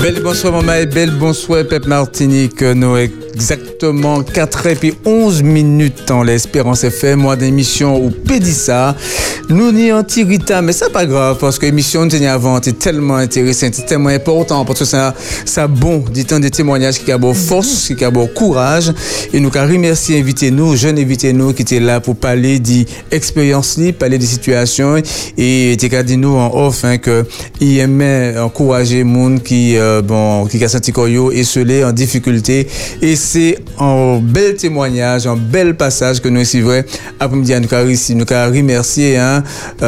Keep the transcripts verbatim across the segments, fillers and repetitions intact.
Belle bonsoir maman et belle bonsoir Pep Martinique. Nous exactement quatre et puis onze minutes dans l'Espérance F M, moi d'émission ou Pédissa. Nous n'y anti-rita, mais c'est pas grave parce que l'émission nous avant est tellement intéressante, c'est tellement important parce que ça, ça bon, dit tant des témoignages qui a beau force, qui a beau courage. Et nous avons remercié invité nous, jeunes invités nous qui étaient là pour parler d'expérience, parler des situations et tu as dit nous en off hein, que il aimait encourager les gens qui euh, bon qui a senti koyo et scellé en difficulté et c'est un bel témoignage, un bel passage que nous ici vrai après-midi nous avons ici nous avons remercié hein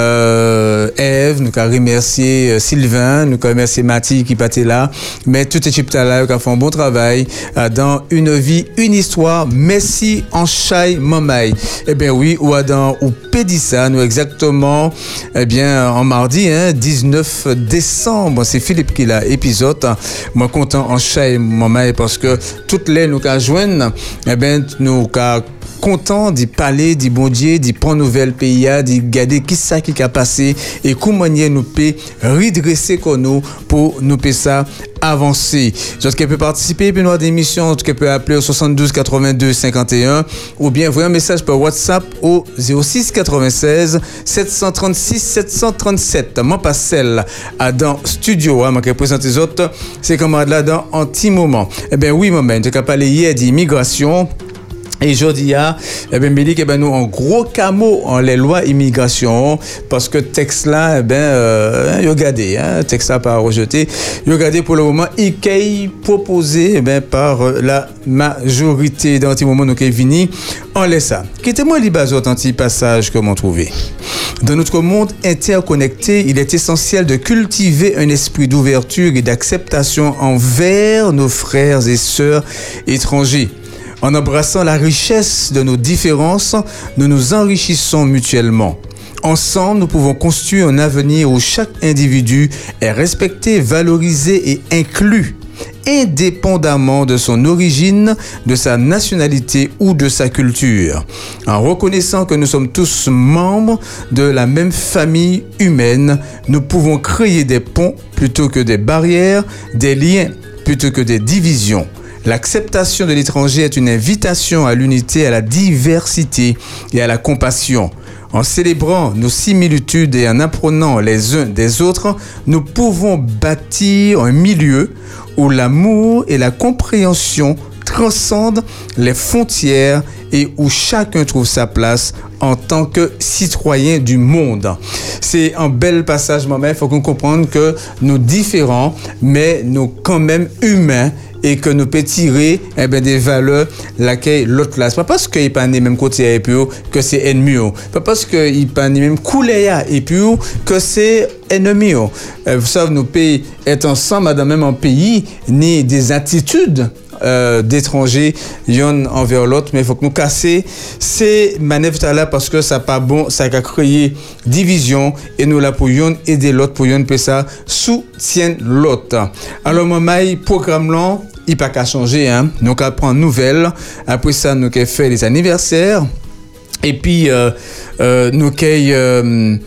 euh Ève, nous avons remercié euh, Sylvain, nous avons remercié Mathilde qui était là, mais toute l'équipe là qui a fait un bon travail euh, dans une vie, une histoire. Merci en chai mamaï. Eh bien oui, ou dans ou Pédissa, nous exactement eh bien en mardi hein dix-neuf décembre, c'est Philippe qui l'a épisode. Moi content en chai mamaï parce que toutes les nous qu'a joindre eh bien nous qu'a content d'y parler, d'y bon Dieu, d'y prendre nouvelle pays, d'y garder qui ça qui a passé et comment nous peut redresser comme nous pour nous peut ça avancer. Juste qu'elle peut participer puis nous d'émission, qu'elle peut appeler au soixante-douze quatre-vingt-deux cinquante et un ou bien envoyer un message par WhatsApp au zéro six quatre-vingt-seize sept cent trente-six sept cent trente-sept. Moi pas celle à dans studio hein, moi qui présente les autres, c'est camarades là dans un petit moment. Eh ben oui maman, tu as parlé hier d'immigration. Et aujourd'hui, eh ben, me dit que ben nous en gros camo en les lois immigration parce que texte là, eh ben, euh, yo gardé, hein, texte là pas rejeté, yo gardé pour le moment, il est proposé, eh ben, par la majorité dans ce moment nous qui vini, on laisse ça. Quittez-moi les bases authentiques passages que m'ont trouvé. Dans notre monde interconnecté, il est essentiel de cultiver un esprit d'ouverture et d'acceptation envers nos frères et sœurs étrangers. En embrassant la richesse de nos différences, nous nous enrichissons mutuellement. Ensemble, nous pouvons construire un avenir où chaque individu est respecté, valorisé et inclus, indépendamment de son origine, de sa nationalité ou de sa culture. En reconnaissant que nous sommes tous membres de la même famille humaine, nous pouvons créer des ponts plutôt que des barrières, des liens plutôt que des divisions. L'acceptation de l'étranger est une invitation à l'unité, à la diversité et à la compassion. En célébrant nos similitudes et en apprenant les uns des autres, nous pouvons bâtir un milieu où l'amour et la compréhension transcendent les frontières et où chacun trouve sa place en tant que citoyen du monde. C'est un bel passage, maman. Il faut qu'on comprenne que nous différents, mais nous quand même humains. Et que nous peut tirer eh ben, des valeurs laquelle l'autre classe. Pas parce qu'il pas né même côté et puis que c'est ennemi. Pas parce qu'il pas né même couleur et puis que c'est ennemi. Vous savez, nos pays est ensemble dans le même pays, ni des attitudes euh, d'étrangers y'en envers l'autre, mais il faut que nous casser ces manœuvres là parce que ça pas bon, ça a créé division et nous la pour y'en aider l'autre pour y'en peut ça soutient l'autre. Alors maman, programme là il pas qu'à changer hein. Donc à prendre nouvelle. Après ça nous qu'à fait les anniversaires et puis euh, euh, nous qu'à euh,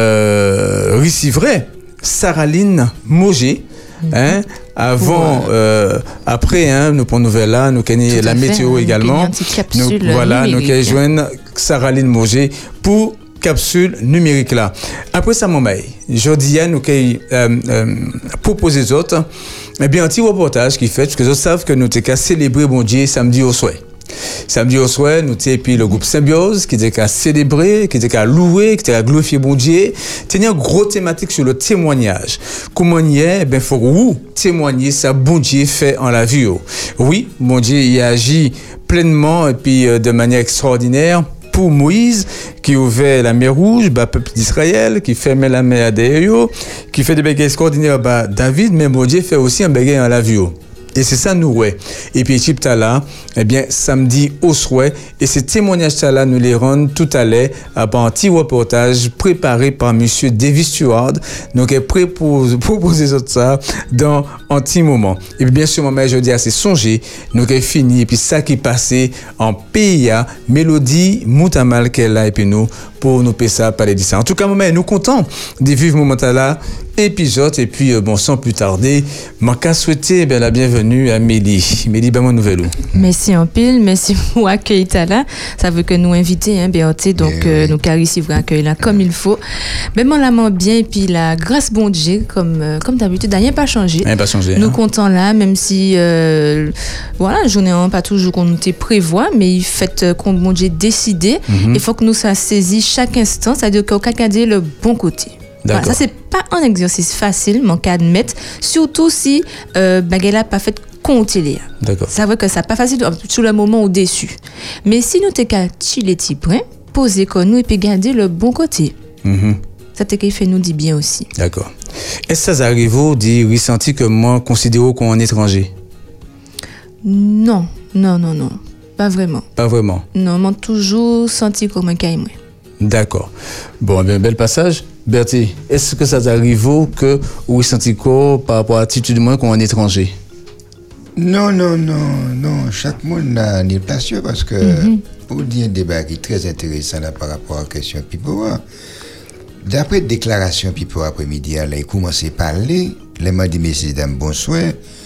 euh, recevrer Saraline Mogé hein. Avant, euh, après, hein, nous prenons nouvelle là, nous connaissons la météo hein, également. Nous, voilà, nous allons joindre Saraline Mogé pour capsule numérique là. Après ça, mon maï, jeudi, nous allons euh, euh, proposer aux autres, eh bien, un petit reportage qui fait, parce que les autres savent que nous allons célébrer bon Dieu samedi au soir. Samedi au soir, nous avons puis le groupe Symbiose qui était qu'à célébrer, qui était qu'à louer, qui était qu'à glorifier bon Dieu. Tenir une grosse thématique sur le témoignage. Comment y est, ben faut vous témoigner ça bon Dieu fait en la vie. Oui, bon Dieu il agit pleinement et puis euh, de manière extraordinaire. Pour Moïse, qui ouvrait la mer Rouge, bah, peuple d'Israël, qui fermait la mer derrière, qui fait des bagages extraordinaires, bah, David, mais bon Dieu fait aussi un bagage en la vie. Et c'est ça nous ouais. Et puis équipe là, eh bien samedi au soir et ces témoignages là nous les rendons tout à l'heure à un petit reportage préparé par monsieur David Stewart. Donc est prêt pour proposer ça dans un petit moment. Et puis bien sûr maman je dis à c'est songer nous est fini et puis ça qui passé en P I A Mélodie Moutamal qu'elle a et puis nous pour nous payer ça, parler de ça. En tout cas, moi, nous contents de vivre moment là, épisode, et puis, euh, bon, sans plus tarder, je vais souhaiter ben, la bienvenue à Mélie. Mélie, ben, mon nouvelle. Merci en pile, merci pour accueillir là. Ça veut que nous inviter, hein, Béaté, donc yeah, euh, oui. nous carrément accueillir là comme il faut. Mais moi, la main bien, et puis la grâce bon Dieu, comme, euh, comme d'habitude, rien pas changé. Rien pas changé. Nous hein. comptons là, même si, euh, voilà, la journée n'est pas toujours qu'on nous prévoit, mais il fait euh, qu'on bon Dieu décider. Mm-hmm. Il faut que nous ça saisit chaque instant, c'est-à-dire qu'on regarde le bon côté. Voilà, ça, c'est pas un exercice facile, mon cas admettre, surtout si euh, Bagay n'a pas fait compter. D'accord. Ça veut que ça pas facile sur le moment ou déçu. Mais si nous t'es qu'à chiller petit point, poser comme nous et puis garder le bon côté. Mm-hmm. Ça t'est qu'il fait nous dit bien aussi. D'accord. Est-ce que ça arrive de ressentir que moi considère qu'on est étranger? Non, non, non, non. Pas vraiment. Pas vraiment. Non, moi toujours senti comme un caïmouin. D'accord. Bon, bien, bel passage. Bertie, est-ce que ça t'arrive que vous ressentez quoi par rapport à l'attitude de moi qu'on est étranger? Non, non, non, non. Chaque monde n'est pas sûr parce que mm-hmm. pour dire un débat qui est très intéressant là, par rapport à la question Pipo, d'après la déclaration Pipo après-midi, là, il commençait à parler, les m'a dit, messieurs, dames, bonsoir.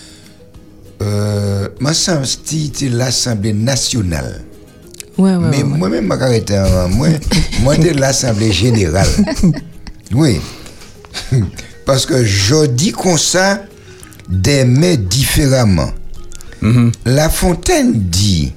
Euh, moi, ça c'était l'Assemblée nationale. Ouais, ouais, mais ouais, moi-même, je suis en moi, moi, de l'Assemblée générale. Oui. Parce que je dis comme ça, d'aimer différemment. Mm-hmm. La Fontaine dit,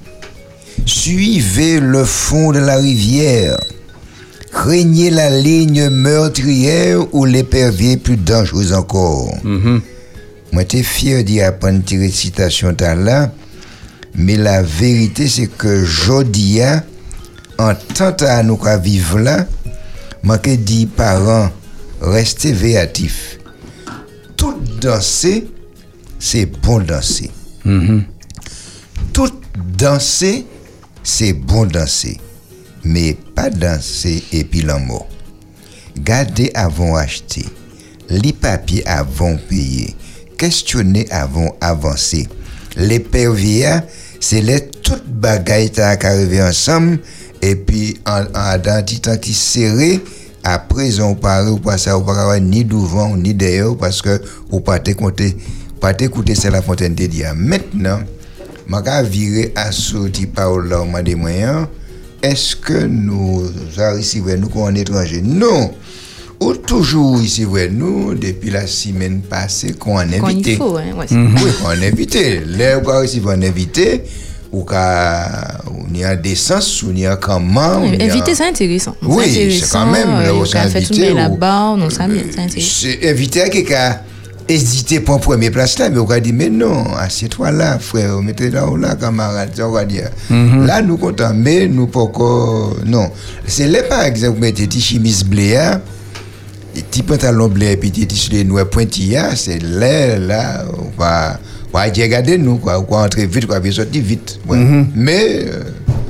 suivez le fond de la rivière, craignez la ligne meurtrière ou l'épervier plus dangereux encore. Mm-hmm. Moi, j'étais fier d'y apprendre une récitation là. Mais la vérité, c'est que jodi en tant à nous qu'à vivre là, moi que dis parents, restez véatifs. Tout danser, c'est bon danser. Mm-hmm. Tout danser, c'est bon danser. Mais pas danser et puis l'amour. Gardez avant acheter. Les papiers avant payer. Questionner avant avancer. L'épervier, c'est les toutes bagailles qui arrivent ensemble et puis en, en dans petit temps qui serré après on parle ou pas ça ou pas ni devant ni derrière parce que ou pas t'écouter pas t'écouter c'est la Fontaine de dire maintenant m'a ka virer à sortir par là m'a des moyens est-ce que nous arrivons nous qu'on est étranger non ou toujours ici ouais nous depuis la semaine passée qu'on a invité faut, hein, ouais, mm-hmm. oui on a invité les gars ici vont inviter ou qu'à on y a des sens on y a comment oui, inviter c'est intéressant oui c'est, intéressant, c'est quand même là on s'est invité là-bas non ça c'est intéressant c'est invité à quelqu'un hésiter pour la première place là mais on va dire mais non assieds-toi là frère mettez là ou là camarade ça on va dire mm-hmm. là nous content mais nous pas encore non c'est là par exemple mettez des chemises bleues les petits pantalons bleus et puis des t-shirts noirs pointillés c'est là là on va on va regarder nous quoi on va entrer vite quoi bien sortir vite ouais. mm-hmm. mais euh,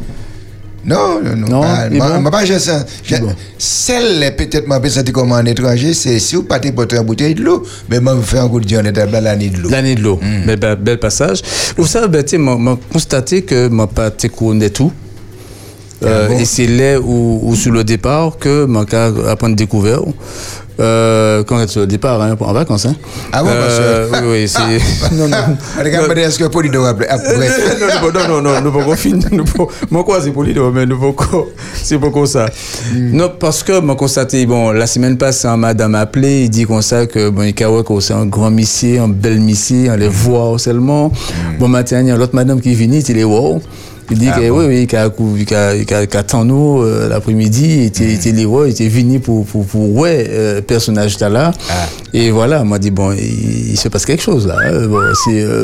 non non non non ah, ma, bon. ma pas je sens bon. Celle peut-être m'a senti comme un étranger c'est si vous partez pour une bouteille de l'eau mais moi me fait un coup de on est dans l'année de l'eau l'année de l'eau mm. bel, bel, bel passage vous savez Bertie m'a constaté que m'a pas te connais tout Euh, bon. Et c'est là où, où sur le départ que mon cas apprendre découvert euh, quand sur le départ hein, en vacances hein. Ah bon euh, parce que... oui oui c'est non non regarde est-ce que Polido après non non non nous pas finir nous pas moi quoi c'est Polido mais nous pas c'est pas comme ça mm. non parce que m'a constaté bon la semaine passée un madame appelé il dit comme ça que bon il carotte que c'est un grand monsieur un bel monsieur on les voit seulement mm. bon matin il y a l'autre madame qui vient il est wow il dit ah que bon. oui oui qu'il a attend nous euh, l'après-midi il était mm. était les il était venu pour pour pour ouais euh, personnage là ah. et voilà m'a dit bon il, il se passe quelque chose là hein. Bon c'est euh,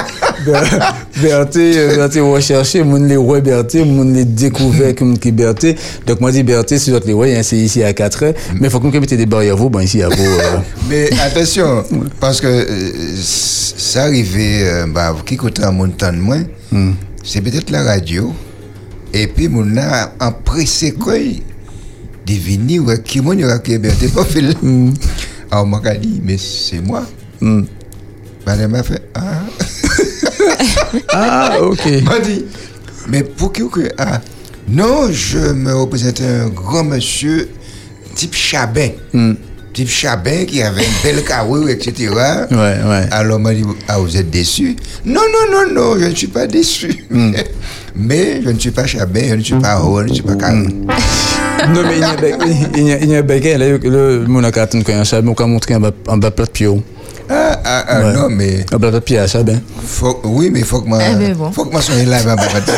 Bertie Bertie rechercher mon les ouais Bertie mon les découvert comme qui Bertie donc moi dit Bertie c'est autres les ouais c'est ici à quatre heures mm. mais faut qu'on mette des barrières vous bon ici à vous euh... mais attention parce que euh, ça arrivait euh, bah qui côté en montagne moins mm. c'est peut-être la radio et puis mon a empressé quoi de venir ouais qui mon aura que Bertie pas fait alors m'a dit mais c'est moi mm. madame m'a fait ah ah ok m'a dit mais pour que ah Non, je me représentais un grand monsieur type Chabin. Mm. Type Chabin qui avait une belle carrure, et cetera. Ouais, ouais. Alors, on m'a dit, ah, vous êtes déçu? Non, non, non, non, je ne suis pas déçu. Mm. Mais je ne suis pas Chabin, je ne suis pas haut, je ne suis pas carrure. Mm. Non, mais il y a un baguette, le monacaton, quand il y a un Chabin, on a montré un bas plat de pion. Ah, ah, ah ouais. Non, mais. Un plat de pied à Chabin. Faut, oui, mais il faut que moi. Eh ben bon. Faut que moi sois là, ben,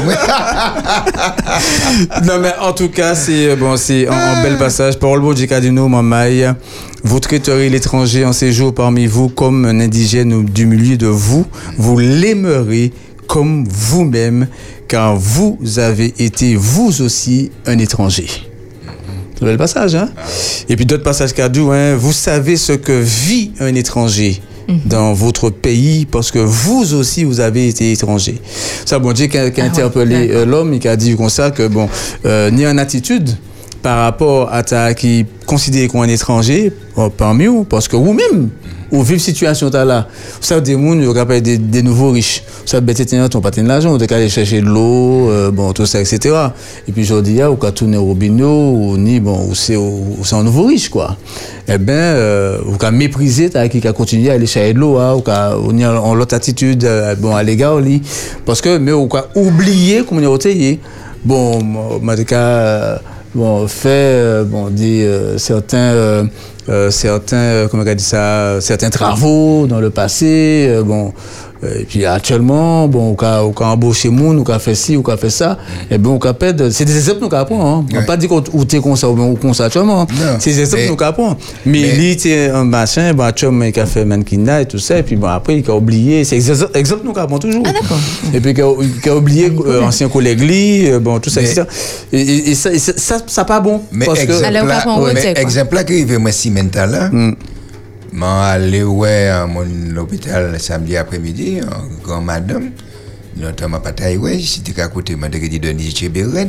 non, mais en tout cas, c'est bon, c'est un, un bel passage. Parole bon Dieu dit nous, Mamaï. Vous traiteriez l'étranger en séjour parmi vous comme un indigène du milieu de vous. Vous l'aimerez comme vous-même, car vous avez été vous aussi un étranger. C'est un bel passage, hein? Et puis d'autres passages cadeaux, hein? Vous savez ce que vit un étranger mm-hmm. dans votre pays, parce que vous aussi, vous avez été étranger. Ça, bon Dieu qui a, qui a ah interpellé ouais, euh, l'homme et qui a dit comme ça que, bon, euh, ni en attitude par rapport à ta qui considéré comme un étranger oh, parmi vous, parce que vous-même, ou vive situation là, vous savez des gens, vous avez des, des nouveaux riches. Vous savez, tu n'as pas de l'argent, tu aller chercher de l'eau, euh, bon, tout ça, et cetera. Et puis, aujourd'hui, vous avez tourné au robinet, ou ni, bon, ou c'est, ou c'est un nouveau riche, quoi. Eh bien, euh, vous avez méprisé, tu as qui a continué à aller chercher de l'eau, hein, ou vous avez en l'autre attitude, euh, bon, à l'égard, li, parce que, mais vous avez oublié comment vous avez bon, en tout cas, bon, fait, euh, bon, dit, euh, certains, euh, Euh, certains, euh, comment on a dit ça, certains travaux dans le passé, euh, bon, euh, et puis actuellement, bon, on a, on a embauché moun, on a fait ci, on a fait ça, mm. et bon, on a fait, c'est des exemples qu'on apprend, hein. On ne va pas dire qu'on est comme ça ou comme ça actuellement, non. C'est des exemples qu'on apprend. Mais, mais lui, c'est un machin, bon, actuellement, il a fait mannequinat et tout ça, et puis bon, après, il a oublié, c'est des exemples qu'on apprend toujours. Ah, d'accord. Et puis, il a oublié euh, ancien collègue, lui, euh, bon, tout ça, mais, et cetera. Et, et, et ça, et ça, ça, ça pas bon. Mais parce exemple, que, là, ouais, mais exemple là, qui veut moi si maintenant, mm. Je allé ouais à mon hôpital samedi après-midi, en grand madame, notamment pas taille ouais, c'était à côté m'a dit Denis Cheberen.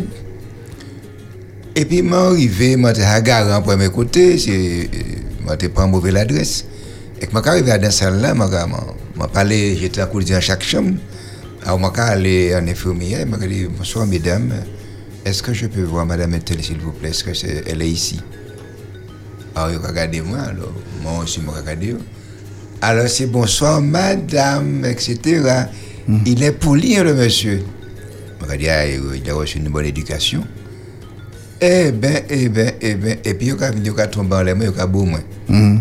Et puis m'a arrivé, m'a à gare en premier côté, c'est m'a te prend mauvaise adresse. Et que m'a arrivé à dans salle là, m'a m'a parlé, j'étais à côté dans chaque chambre. Alors m'a allé en infirmière, m'a dit bonsoir mesdames, est-ce que je peux voir madame Intel s'il vous plaît, est-ce que c'est, elle est ici? Alors, il regardez moi, alors, moi aussi, je regarde. Alors, c'est bonsoir, madame, et cetera. Mm. Il est poli, le monsieur. Je me dis, ah, il a reçu une bonne éducation. Eh bien, eh bien, eh bien, et puis, il a tombé en l'air, il a beau, moi. Mm.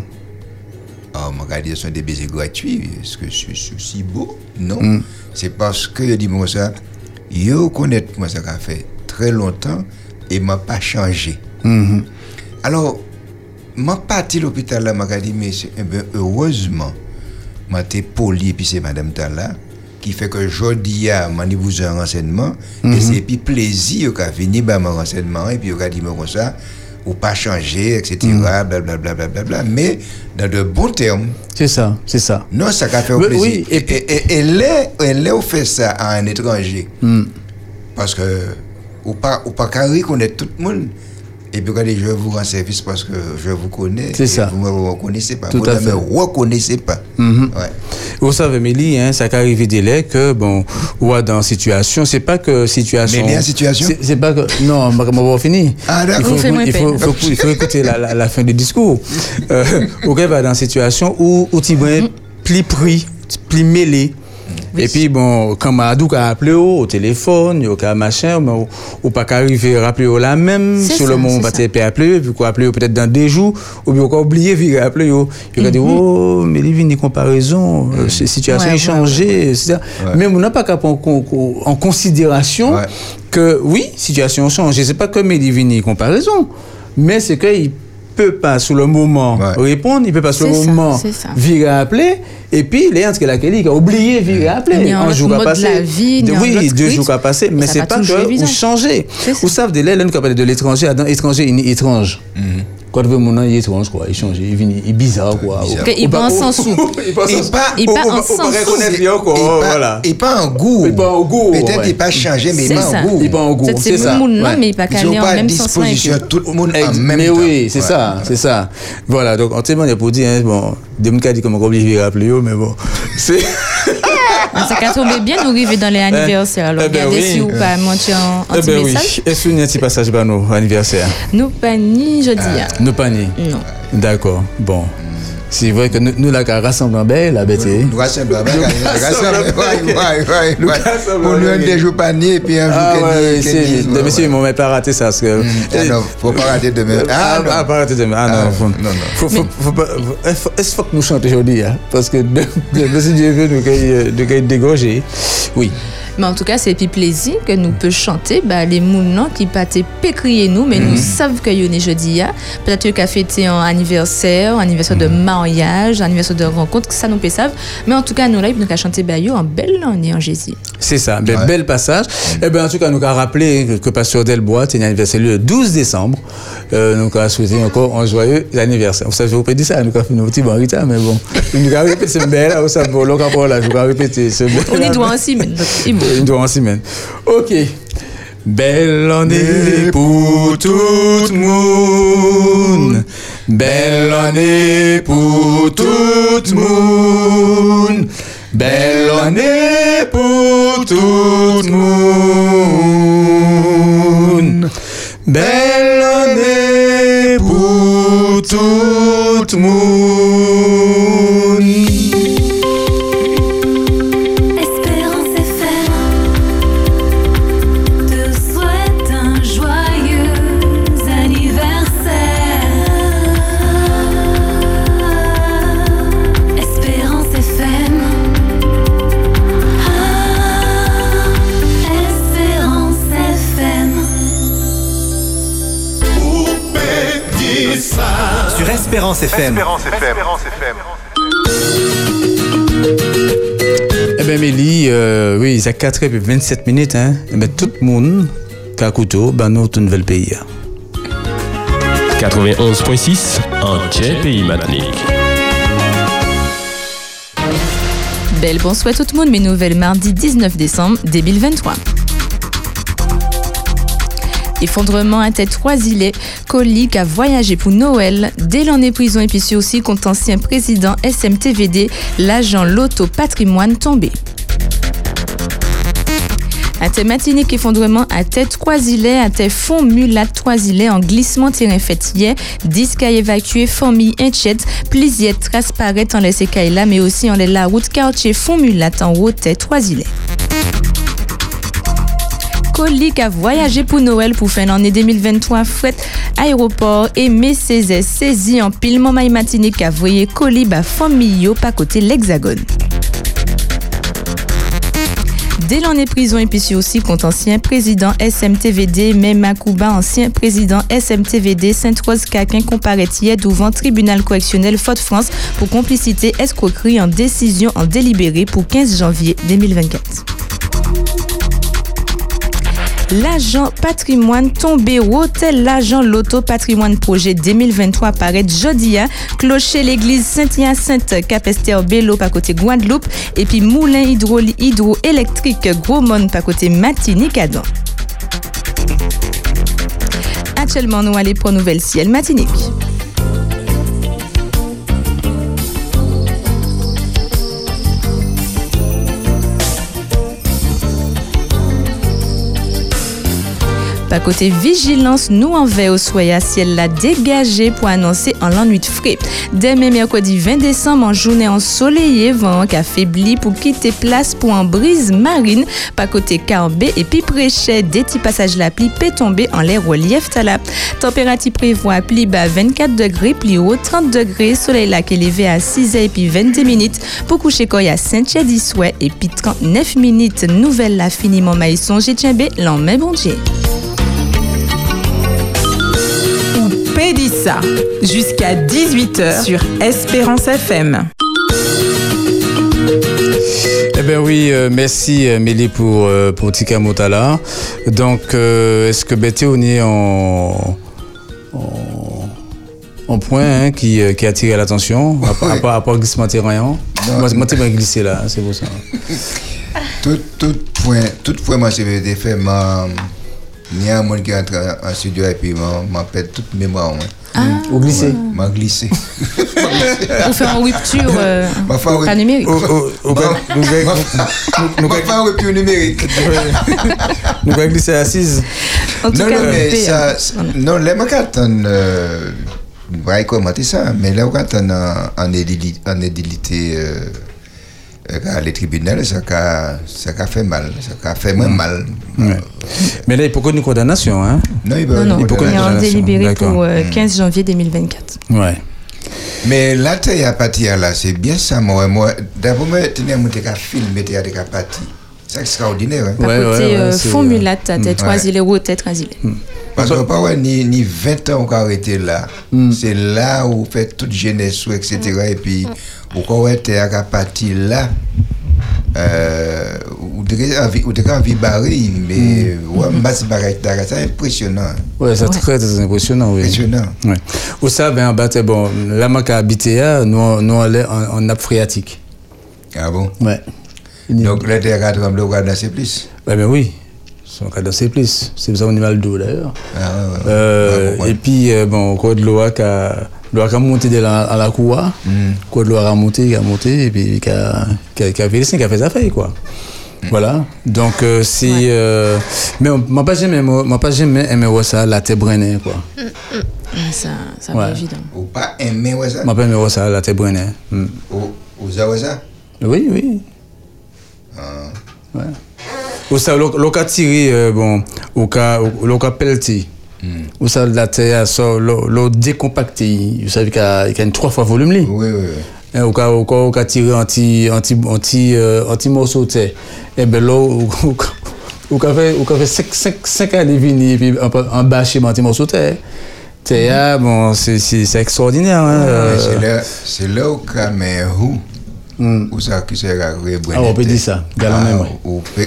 Alors, je me dis, ce sont des baisers gratuits. Est-ce que c'est si beau? Non. Mm. C'est parce que, je dis, moi, ça, je connais, moi, ça a fait très longtemps, et il ne m'a pas changé. Mm-hmm. Alors, je suis parti à l'hôpital là, je dit, mais eh bien, heureusement, je suis été poli, et puis c'est Madame Tala, qui fait que je dis à moi, je vous ai un renseignement, mm-hmm. et c'est puis plaisir qu'a fini mon renseignement, et puis il a dit, comme ça, ou pas changer, et cetera, blablabla, mm-hmm. bla, bla, bla, mais dans de bons termes. C'est ça, c'est ça. Non, ça a fait au plaisir. Oui, et, puis, et, et, et, là, elle a fait ça à un étranger. Mm. Parce que, ou pas, ou pas qu'à reconnaître tout le monde. Et puis, regardez, je vous rends service parce que je vous connais. C'est ça. Vous ne me reconnaissez pas. Tout vous ne me reconnaissez pas. Mm-hmm. Ouais. Vous savez, Mélie, hein, ça arrive des délais que, bon, ou dans situation, c'est pas que situation. Mais il y a situation? C'est, c'est pas que. Non, on va finir. Ah, d'accord. Il faut, il faut, il faut, il faut écouter la, la, la fin du discours. Euh, ou va dans situation où, où tu es plus pris, plus mêlé. Oui. Et puis, bon, quand Madou a appelé au téléphone, il y a machin, ou, ou pas qu'arriver à rappeler la même, c'est sur ça, le moment où on va appeler, puis qu'on appeler peut-être dans deux jours, ou bien qu'on a oublié de appeler. Il a dit, oh, mais il y a une comparaison, mm. euh, situation ouais, a changé, ouais, ouais. et cetera. Ouais. Mais on n'a pas qu'à prendre en considération ouais. que, oui, situation change. Ce n'est pas comme il y a une comparaison, mais c'est qu'il peut pas sur le moment ouais. répondre, il peut pas sur le moment virer appeler, et puis les gens qui a oublié virer appeler. Un jour a passé, oui, deux jours a passé, mais c'est pas que vous changez. Vous savez, de l'aile, on parle de l'étranger, dans étranger, il est étrange. Quand vous mon nom il est étrange quoi, il change, il vient, il est bizarre quoi. Il pas en sens où. Il pas il pas en sens où. Voilà. Il pas en goût. Il pas en goût. Peut-être il pas changé mais il pas en goût. Il pas en goût, c'est ça. Non mais il pas calé en même sens. Disposition tout le monde en même temps. Mais oui, c'est ça, c'est ça. Voilà, donc en témoignage pour dire bon, des gens qui dit comment oublier rappeler mais bon, c'est Ça a tombé bien, nous arrivons dans les anniversaires. Alors, eh ben regardez oui. si vous pas monter en, en Eh petit ben oui. message. Est-ce qu'il y a un petit passage pour nos anniversaire? Nous pas ni jeudi. Ah, nous pas ni. Non. D'accord. Bon. C'est vrai que nous, nous là, rassemblons en belle, la bête. Nous rassemblons, on nous a des jours pas ni et puis un jour ah, ouais, que c'est, le monsieur, ils m'ont même pas raté ça. Parce que, ah non, faut pas rater demain. Ah, Ah non, ah, pas rater demain. Ah, Ah, non, faut, non, non. Faut, faut, faut pas, faut, est-ce qu'il faut que nous chantions aujourd'hui, hein? Parce que le monsieur Dieu veut nous qu'il dégorger. Oui. Mais en tout cas, c'est puis plaisir que nous peut chanter. Bah, les moulins qui pâtent pécrier nous, mais mm-hmm. nous savons que y a jeudi. Peut-être qu'à fêter un anniversaire, un anniversaire mm-hmm. de mariage, un anniversaire de rencontre, ça nous peut savoir. Mais en tout cas, nous là, nous avons chanté bah, en belle année en Jésus. C'est ça, ben, ouais. Bel passage. Mm-hmm. Et ben en tout cas, nous avons rappelé que Pasteur Delbois, c'est un anniversaire le douze décembre. Euh, nous avons souhaité encore un joyeux anniversaire. Vous savez, vous pouvez dire ça, nous avons fait un petit bon retard, mais bon. Nous avons répété ce bel, là, ça pour l'occasion là, nous avons répété ce bel. On y doit aussi, mais une doit en semaine. Ok. Belle année pour tout le monde. Belle année pour tout le monde. Belle année pour tout le monde. Belle année pour tout le monde. Espérance F M. Espérance F M. Espérance F M. Eh bien, Mélie, euh, oui, il y a quatre heures et vingt-sept minutes. Hein. Eh bien, tout le monde qui a couteau, ben, nous, tout un nouvel pays. quatre-vingt-onze virgule six, en Tchè pays Matinique. Belle bonsoir tout le monde, mes nouvelles mardi dix-neuf décembre deux mille vingt-trois. Effondrement à tête trois-îlets, Colique a voyagé pour Noël. Dès l'année prison et puis aussi contre ancien président S M T V D, l'agent Loto Patrimoine tombé. À tête Matinique, effondrement à tête trois-îlets, à tête fond mulat trois-îlets en glissement terrain fait hier. dix cas évacués, famille inquiète, plusieurs traces paraissent en laissé là, mais aussi en la route quartier fond mulat en haut tête trois-îlets. Colique a voyagé pour Noël pour fin l'année deux mille vingt-trois. Fret aéroport et Messezès saisi en pile Momaï Matinique a voyé Colique à famille pas côté l'Hexagone. Dès l'année prison et puis aussi contre ancien président S M T V D, même Makouba, ancien président S M T V D, Sainte-Rose-Caquin comparaît hier devant tribunal correctionnel Fort-France pour complicité escroquerie en décision en délibéré pour quinze janvier deux mille vingt-quatre. L'agent patrimoine tombé au hôtel l'agent Loto Patrimoine Projet deux mille vingt-trois paraît jeudi à clocher l'église Saint-Hyacinthe Capester Bello par côté Guadeloupe et puis moulin hydro hydroélectrique Gros-Mon par côté Matinique Adam. Actuellement nous allons pour Nouvelle Ciel Matinique. À côté vigilance, nous en veille au soya ciel la dégagé pour annoncer en l'ennui de frais. Demain mercredi vingt décembre, en journée ensoleillée, vent qui affaibli pour quitter place pour en brise marine. Par côté Carbet et puis Préchet, des petits passages la pluie peut tomber en l'air relief tala. Température prévoit pli bas vingt-quatre degrés, plus haut trente degrés, soleil là qui est élevé à six heures et puis vingt-deux minutes. Pour coucher quoi à Saint-Chadisouet et puis trente-neuf minutes. Nouvelle là finiment maïson, j'ai tiens l'en même bon Dieu. Pédissa, jusqu'à dix-huit heures sur Espérance F M. Eh bien oui, euh, merci euh, Mélie pour, euh, pour Tika Motala. Donc, euh, est-ce que Bété, on est en, en, en point hein, qui, euh, qui a attiré l'attention à, à, à, à part glissement terrain? Moi, moi t'es bien glissé là, c'est pour ça. Tout, tout point, tout point, moi, c'est fait, ma... Il y a un monde qui entre en studio et puis m'a perdu toute mémoire. Ou glisser. M'a glissé. On fait en rupture, euh, Ma fa pas numérique. Ou- ou- ou- Bon. nous- nous- Ma fa rupture numérique. Nous allons glisser assise. En tout Non, cas, non, mais paix, ça, hein. c'est- Voilà. non, les macatons, euh, on va commenter ça, mais là, quand on a en édili- en édilité, euh, euh, les tribunaux, ça a, ça a fait mal, ça a fait moins mal. Ouais. Mais là, il faut qu'on ait une condamnation, hein. Non, il Non, non, il faut on est en condamnation. délibéré D'accord. pour euh, quinze janvier deux mille vingt-quatre. Ouais. Mais là, tu à partir là, c'est bien ça, moi. moi D'abord, moi, tu as monté un film, tu as des parties. C'est extraordinaire. Hein? Par Ouais, côté ouais, ouais, euh, c'est- Formula, t'as Ouais. trois îles ou tête trois îles. Parce que pas ouais, ni, ni vingt ans qu'on a arrêté là. C'est là où on fait toute jeunesse, et cetera. Et puis, où quand on était à la partie là, euh, où tu as envie de barrer, mais ouais, masse barrage, c'est impressionnant. Ouais, c'est Ouais. très, très impressionnant, oui. Impressionnant. Ouais. Où ça, ben, bah, t'es bon, là, moi, qui habité, là, nous, nous, on est en, en nappe phréatique. Ah bon? Ouais. Donc là, tu as tremblé, on va danser plus. Ouais, ben oui. Son cas danser plus. C'est ça, on est mal d'eau, d'ailleurs. Ah ouais, ouais. Euh, Ouais, ouais. Et puis, euh, bon, quoi de l'eau qui a, l'eau qui a monté de la, à la cour, Mm. quoi de l'eau a monté, qui a monté, et puis qui a, qui a, qui a fait les signes, qui a fait sa feuille, quoi. Voilà. Donc, euh, si. Ouais. Euh, mais on m'a pas jamais, m'a pas jamais aimé voir ça, la tête brennée, quoi. Ah, Ça, ça Ouais. va évident. Ou pas aimer ouais, ça? M'a pas aimé voir ça, la tête brennée. Mm. Ou ou ça, ouais, ça? Oui, oui. Ah. Ouais. Ou ça, l'on a tiré, euh, bon, ou l'on a pelleté. Ou ça, la terre, ça, l'on décompacté. Vous savez qu'il y a il y a une trois fois volume. Là. Oui, oui, oui. Ou ka ou ka ou ka tirer anti anti anti euh, anti morceau de terre. Et ben là ou ou ou ka fait ou ka fait cinq cinq cinq années venir puis en en bas chez anti morceau de terre. Terre bon c'est c'est c'est extraordinaire hein. Mais euh, C'est là, c'est là où quand même où Mm. où ça qui s'est ragoué. Ah, on peut dire ça, galant même, ouais. Ou peut.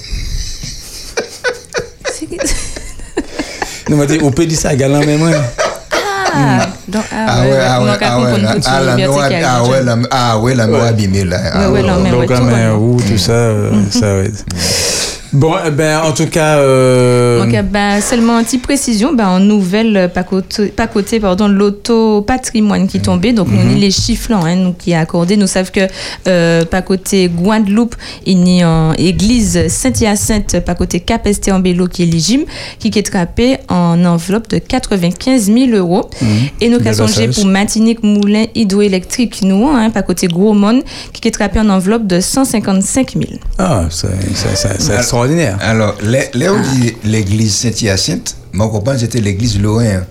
nous m'a dit on peut dire ça galant même ouais. Ah, donc, ah, Ah ouais, ah on ouais, a qu'à ah ouais, comprendre toute ah une la liberté noix, qu'il y a ah eu. ouais, la, ah ouais, la noix abîmée là. Ah ouais, ouais, non, mais ouais, Donc tout la va main bien. roux tout ça euh, ça ouais. Bon eh ben en tout cas euh, Donc, euh, bah, seulement une petite précision, bah, en nouvelle, euh, pas côté, pas côté pardon, l'auto-patrimoine qui tombait, donc nous, ni les chiffres là, hein, nous, qui est accordé, nous savons que euh, pas côté Guadeloupe, il y a une église Saint-Hyacinthe, pas côté Cap-Esté en Bélo qui est éligible, qui est trappé en enveloppe de quatre-vingt-quinze mille euros. Et nous avons changé pour Martinique Moulin hydroélectrique, nous, hein, pas côté Gros-Monde, qui est trappé en enveloppe de cent cinquante-cinq mille. ah c'est c'est c'est- c'est extraordinaire. Alors, là où dit l'église Saint-Hyacinthe, moi, je comprends que c'était l'église Lorrain.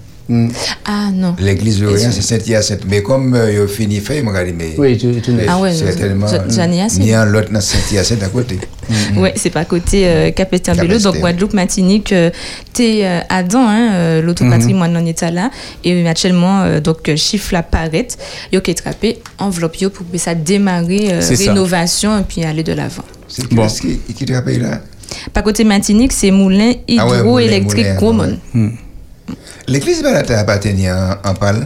Ah non. L'église Lorrain, c'est Saint-Hyacinthe. Mais comme il a fini fait, il m'a dit, mais. Oui, tu tu Ah ouais, certainement. je- j'en ai assez. Il y a un lot dans Saint-Hyacinthe à côté. Ouais, c'est pas côté euh, Cap-Esté en Bélo, Cap-Esté. donc Guadeloupe, Martinique, euh, t'es euh, à Dan, hein, euh, l'autopatrimoine en état là, et actuellement, euh, donc, euh, chiffre là paraît, yo qui est trappé, enveloppe yo pour que ça démarrer, euh, C'est ça. rénovation, et puis aller de l'avant. C'est qui Bon. est-ce qui qui te rappelle là? Pas côté Martinique, c'est Moulin Ah ouais, hydroélectrique Moulin, Gros-Monde. ouais. L'église Balata appartenait en, en Pal?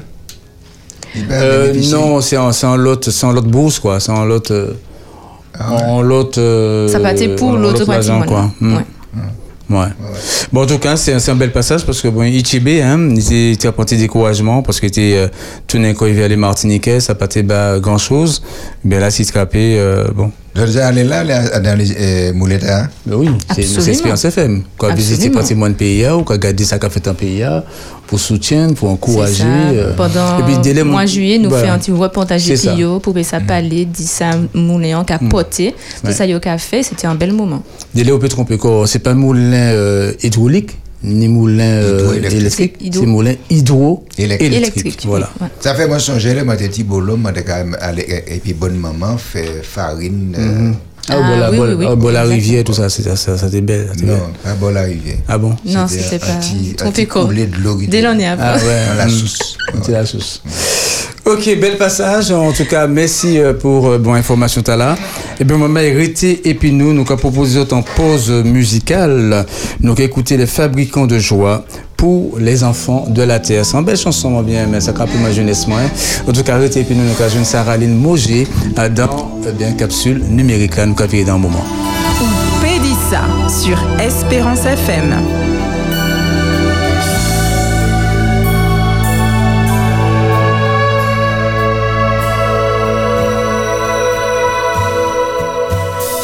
Il va Euh, bénéficier? non, c'est en, c'est en lot, c'est en lot bourse, quoi. C'est en lot, euh, Ah ouais. en lot. euh, Ça partait pour en lot l'autopatrimoine. l'argent, quoi. là. Hmm. Ouais. Ouais. Bon, en tout cas, c'est un, c'est un bel passage parce que, bon, Ichibé, hein, il était- il était apporté découragement parce qu'il était euh, tout d'un coup, il vers les Martiniquais, ça partait pas grand chose. Mais là, s'il scrapé, euh, bon. Vous êtes allé là, là, dans les euh, moulettes, hein? Ben oui, c'est Absolument. c'est Espérance F M. Quand visiter Absolument. patrimoine P I A ou quand regarder ça qu'a fait un P I A pour soutien, pour encourager. C'est ça. euh, Pendant et puis, délai, le mois mon- juillet, nous voilà. fait un petit reportage C'est ça. P I O pour ça parler, dit ça Moulin qui a poté, tout Ouais. ça yo qu'a fait, c'était un bel moment. Délai, on peut tromper quoi. C'est pas moulin euh, hydraulique, ni moulin euh, Hydroélectrique. électrique. C'est hydro- C'est moulin hydro-électrique. Électrique. Voilà. Ouais. Ça fait moi songer, là, moi, j'étais petit bolom, moi, j'étais quand même allé, et puis bonne maman fait farine. euh, Ah, au bord la- oui, bord- oui, oui. au bord la Exactement. rivière, tout ça, c'était ça, ça, c'était belle. c'était Non, belle. pas bon la rivière. Ah bon? Non, C'était c'était un pas. petit- un Trompé petit quoi. coulé de l'eau qui Dès était- l'année après. Ah ouais. Dans la hmm. sauce. C'est la sauce. Ok, bel passage. En tout cas, merci euh, pour euh, bon information t'as là. Et bien, maman hérité et puis nous, nous avons proposé en pause musicale. Nous avons écouté les fabricants de joie pour les enfants de la terre. C'est une belle chanson, moi bien, mais ça rappelle ma jeunesse moi. En tout cas, hérité et puis nous, nous avons joué Sarah-Line Mogé euh, dans eh bien capsule numérique là, nous avons viré dans un moment. Pédissa sur Espérance F M.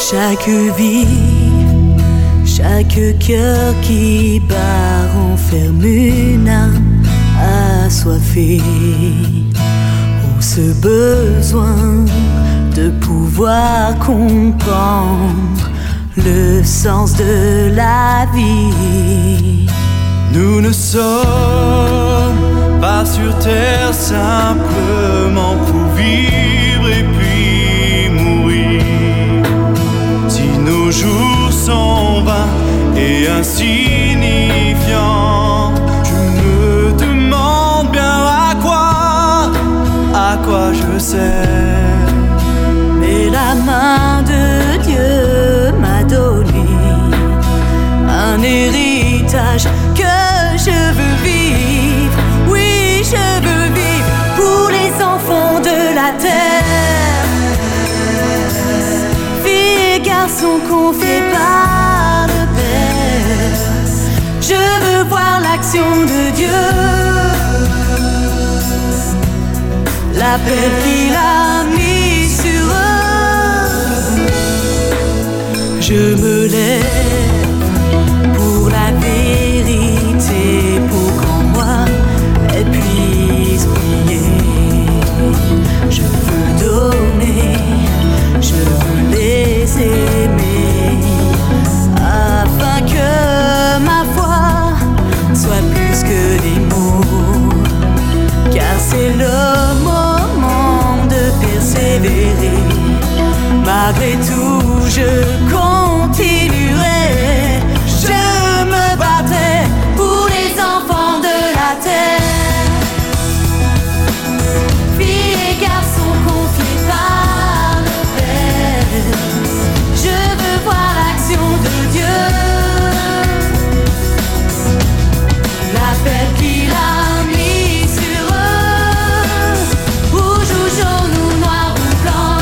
Chaque vie, chaque cœur qui bat renferme une âme assoiffée. Oh, ce besoin de pouvoir comprendre le sens de la vie. Nous ne sommes pas sur terre simplement pour vivre et puis mourir. Si nos jours sont vains et insignifiants, je me demande bien à quoi, à quoi je sers. Mais la main de Dieu m'a donné un héritage que je veux vivre. Oui, je veux vivre pour les enfants de la terre. Filles et garçons confiés par le Père. Je veux voir l'action de Dieu, l'appel qu'il a mis sur eux. Je me lève pour la vérité, pour qu'en moi elle puisse briller. Je veux donner, je veux les aimer, afin que ma foi soit plus que des mots, car c'est le moment de persévérer. Malgré tout, je continuerai, je me battrai pour les enfants de la terre. Filles et garçons confiés par le Père, je veux voir l'action de Dieu, l'appel qu'il a mis sur eux. Rouge ou jaune ou noir ou blanc,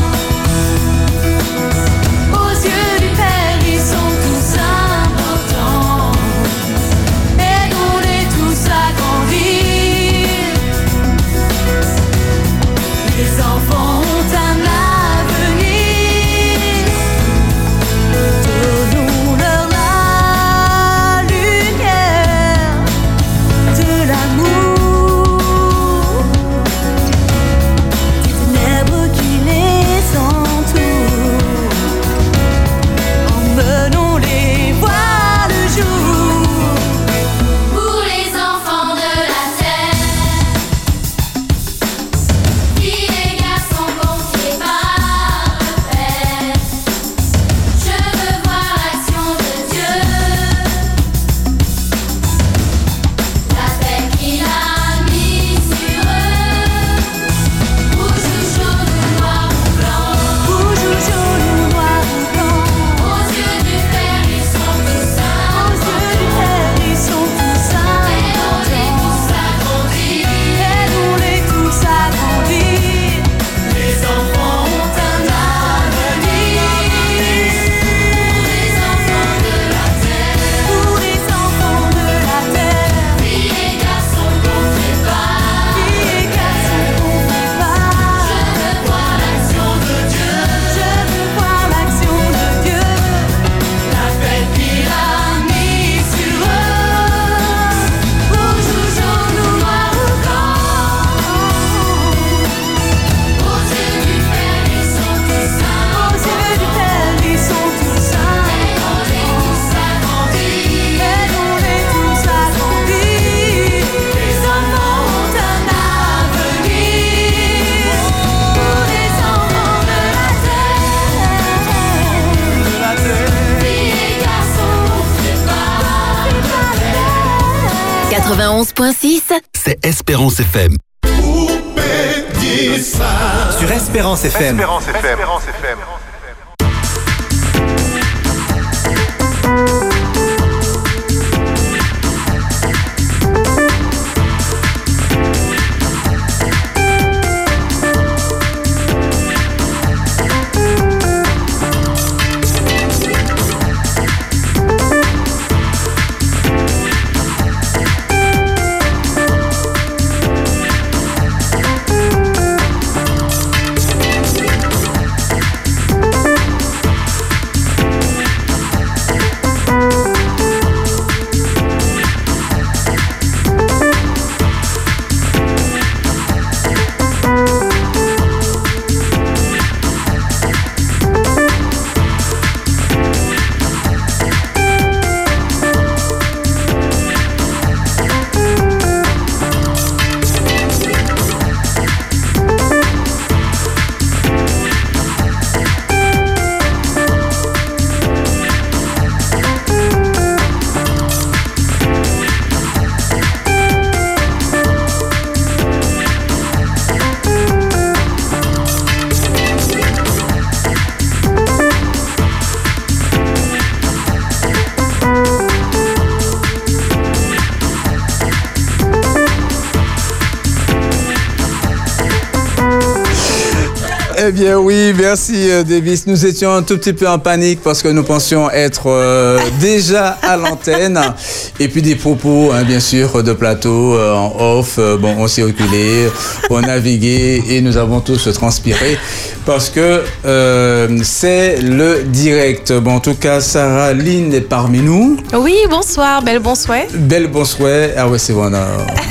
aux yeux du Père ils sont tous importants. Aidons-les tous à grandir. Les enfants ont un avenir. Donnons-leur la lumière de l'amour. Des ténèbres qui les entourent, emmenons-les voir le jour. Pour les enfants de la terre, filles et garçons confiés par le Père, je veux voir l'action de Dieu, l'appel qu'il a mis sur eux. Rouge ou jaune ou noir ou blanc, rouge ou jaune ou noir ou blanc, aux yeux du Père ils sont tous saints, aux yeux du Père ils sont tous saints. Aidons-les tous à grandir, aidons-les tous à grandir. Les enfants ont un avenir. Pour les enfants de la terre, pour les enfants de la terre, filles et garçons confiés par, filles et garçons confiés par. Je veux voir l'action de Dieu, je veux voir l'action de Dieu, l'appel qu'il a mis sur eux. Rouge ou jaune ou noir ou blanc, aux yeux du Père ils sont tous saints, aux yeux du Père ils sont tous saints. Aidons-les tous à grandir, aidons-les tous à grandir. Les enfants ont un avenir. Pour les enfants de la terre, filles et garçons confiés par le Père. quatre-vingt-onze point six. C'est Espérance F M. Sur Espérance F M. Espérance F M. Eh bien oui, merci euh, Davis. Nous étions un tout petit peu en panique parce que nous pensions être euh, déjà à l'antenne. Et puis des propos, hein, bien sûr, de plateau euh, en off. Euh, bon, on s'est reculé, on a navigué et nous avons tous transpiré parce que euh, c'est le direct. Bon, en tout cas, Sarah Lynn est parmi nous. Oui, bonsoir, belle bonsoir. Belle bonsoir. Ah ouais, c'est bon. Non.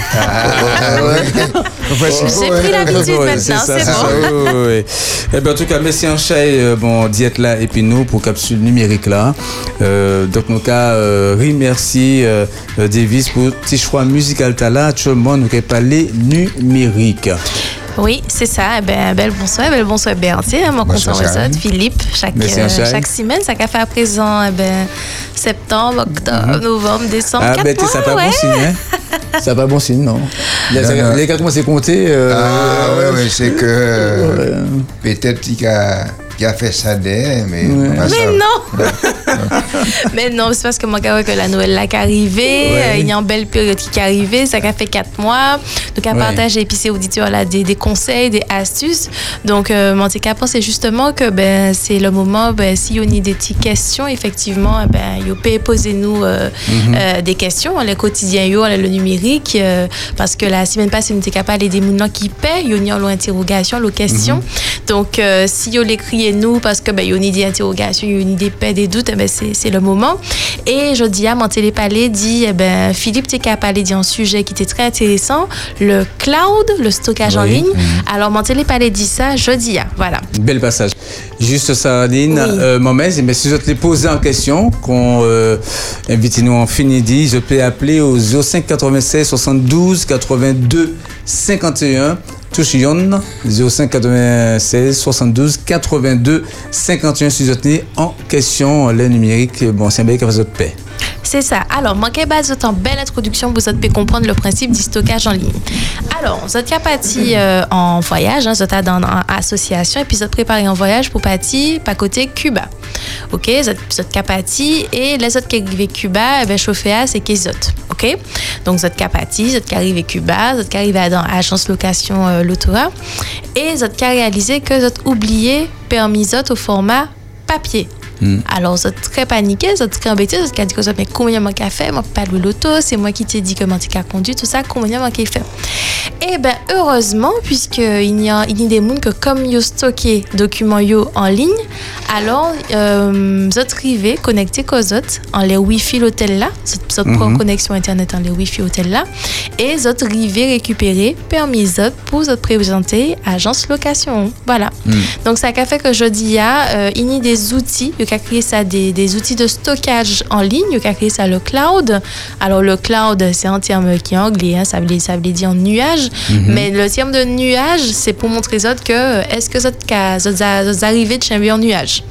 Ah, ouais. J'ai pris l'habitude Ouais, maintenant, ça, c'est ça, bon. oui, oui, oui. Eh ben, en tout cas, merci en chai, euh, bon, d'être là et puis nous pour capsule numérique là. Euh, donc, nous cas, euh, remercie euh, Davis pour petit choix musical là. Actuellement, nous avons parlé numérique. Oui, c'est ça. Eh ben, belle bonsoir, belle bonsoir Berthier, mon Bonsoir, conseiller Sharon. Philippe. Chaque, Merci, euh, Sharon. chaque semaine, ça qu'a fait à présent, eh ben, septembre, octobre, novembre, décembre, Ah, quatre ben, mois, ça pas ouais. bon signe, hein? Ça pas bon signe, non? Les, Non, non. les gars, comment c'est compté? Euh, Ah, ouais, ouais, c'est que euh, peut-être qu'il a, qu'il a fait ça d'air, mais. Ouais. pas Mais ça. non! Mais non, c'est parce que moi, quand que la Noël là qui est arrivée, Ouais. euh, il y a une belle période qui est arrivée, ça a fait quatre mois. Donc, à Ouais. partager, et puis ces auditeurs là, des, des conseils, des astuces. Donc, euh, mon petit capot, c'est justement que ben, c'est le moment, ben, si y a des petites questions, effectivement, ben, vous pouvez poser nous euh, Mhm. euh, des questions, le quotidien, yo, le numérique, euh, parce que la semaine passée, nous étions capables d'aider les gens qui paient, il y a une interrogation, une question. Mhm. Donc, euh, si vous l'écrivez nous, parce que ben, il y a une des interrogations, il y a une des paix, des doutes, eh ben, c'est, c'est le moment. Et je dis à mon télépalais, dit, eh ben, Philippe, tu es capable de dire un sujet qui était très intéressant, le cloud, le stockage en Oui. ligne. Alors, mon télépalais dit ça, je dis, ah, voilà. Bel passage. Juste ça, Aline. Oui. Euh, Maman, mais si je te les poser en question, qu'on euh, invite nous en fini dit, je peux appeler au zéro cinq quatre-vingt-seize soixante-douze quatre-vingt-deux cinquante et un. Touchion, zéro cinq quatre-vingt-seize soixante-douze quatre-vingt-deux cinquante et un si je te en question, les numériques. Bon, c'est un bel qui de paix. C'est ça. Alors, manquez base de temps, belle introduction pour vous pouvez comprendre le principe du stockage en ligne. Alors, vous êtes parti euh, en voyage, hein, vous êtes dans une association et puis vous êtes préparé en voyage pour partir par côté Cuba. OK, vous êtes, vous êtes parti et les autres qui arrivent à Cuba, eh ben chauffé à c'est qu'ils autres. OK? Donc, vous êtes parti, vous êtes arrivé à Cuba, vous êtes arrivé dans l'agence location euh, Lotora et vous êtes réalisé que vous avez oublié permis au format papier. Mm. Alors, vous êtes très paniqué, vous êtes très embêté, vous êtes dit que mais combien de temps fait, moi pas louer l'auto, c'est moi qui t'ai dit comment tu as conduit, tout ça, combien de temps fait. Eh bien, heureusement, puisqu'il y a, il y a des gens que comme ils stocké documents yo en ligne, alors euh, vous êtes arrivés, connectés aux autres, en les Wi-Fi l'hôtel là, vous êtes mm-hmm. connexion Internet en les Wi-Fi hôtel là, et vous êtes arrivés récupérer permis pour vous présenter agence location. Voilà. Mm. Donc, ça a fait que je dis, euh, il y a des outils, il y a créé ça des, des outils de stockage en ligne, il y a créé ça le cloud. Alors, le cloud, c'est un terme qui est anglais, hein, ça, veut, ça veut dire nuage, mm-hmm. mais le terme de nuage, c'est pour montrer aux autres que est-ce que vous arrivez de chamber en nuage?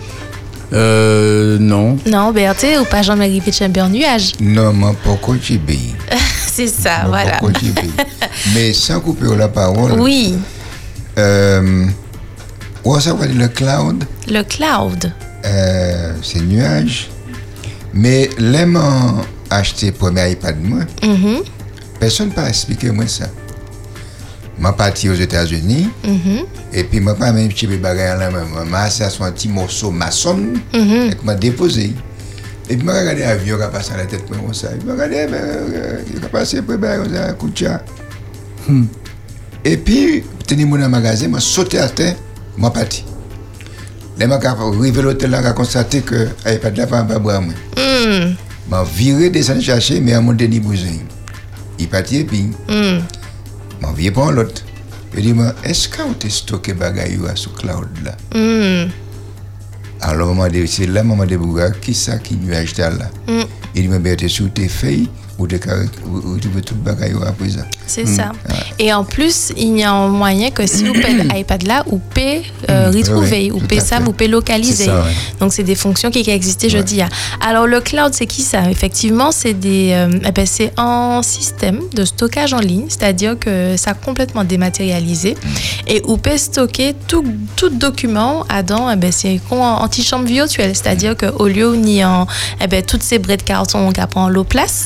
Euh, non. Non, Berthe, ou pas jamais arrivé de chamber en nuage? Non, mais pourquoi tu béis? C'est ça, non, voilà. Mais sans couper la parole. Oui. Euh, où ça va dire le cloud? Le cloud. Euh, c'est nuage. Mais les m'ont acheté le premier iPad, moi. Mm-hmm. Personne n'a pas expliqué moi ça. Je suis parti aux États-Unis. Mm-hmm. Et puis, je n'ai pas même petit bagage là. Je suis assis sur un petit morceau maçon. Mm-hmm. Et je m'ai déposé. Et puis, je regardé l'avion qui a passé à la tête. Comme ça. Je regardé, il a passé pour un coup de chat. Hmm. Et puis, je suis dans le magasin, je suis sauté à terre, je suis parti. Là, je suis arrivé à l'hôtel, je constaté que l'iPad là pas en bas. Je suis viré, descendu chercher, mais à mon dernier besoin. Il est parti et puis. Mm. Je viens pour l'autre. Je dis, est-ce que tu as stocké des bagages sur le cloud là? Mm. Alors, c'est là que je me dis, qui ça qui nuage là? Mm. Il dit, mais tu es sur tes feuilles ou tu veux tout le bagage après ça? C'est mm. ça. Ah. Et en plus, il y a un moyen que si vous payez l'iPad là, vous pouvez euh, retrouver, vous pouvez ça, vous pouvez localiser. Ça, ouais. Donc, c'est des fonctions qui existent, ouais. je dis. Alors, le cloud, c'est qui ça? Effectivement, c'est des, euh, eh ben, c'est un système de stockage en ligne, c'est-à-dire que ça a complètement dématérialisé. Mm. Et vous pouvez stocker tout, tout document à dans, eh ben, c'est en antichambre virtuelle, c'est-à-dire qu'au lieu où il y a eh ben, toutes ces braies de carton qui prennent l'eau place,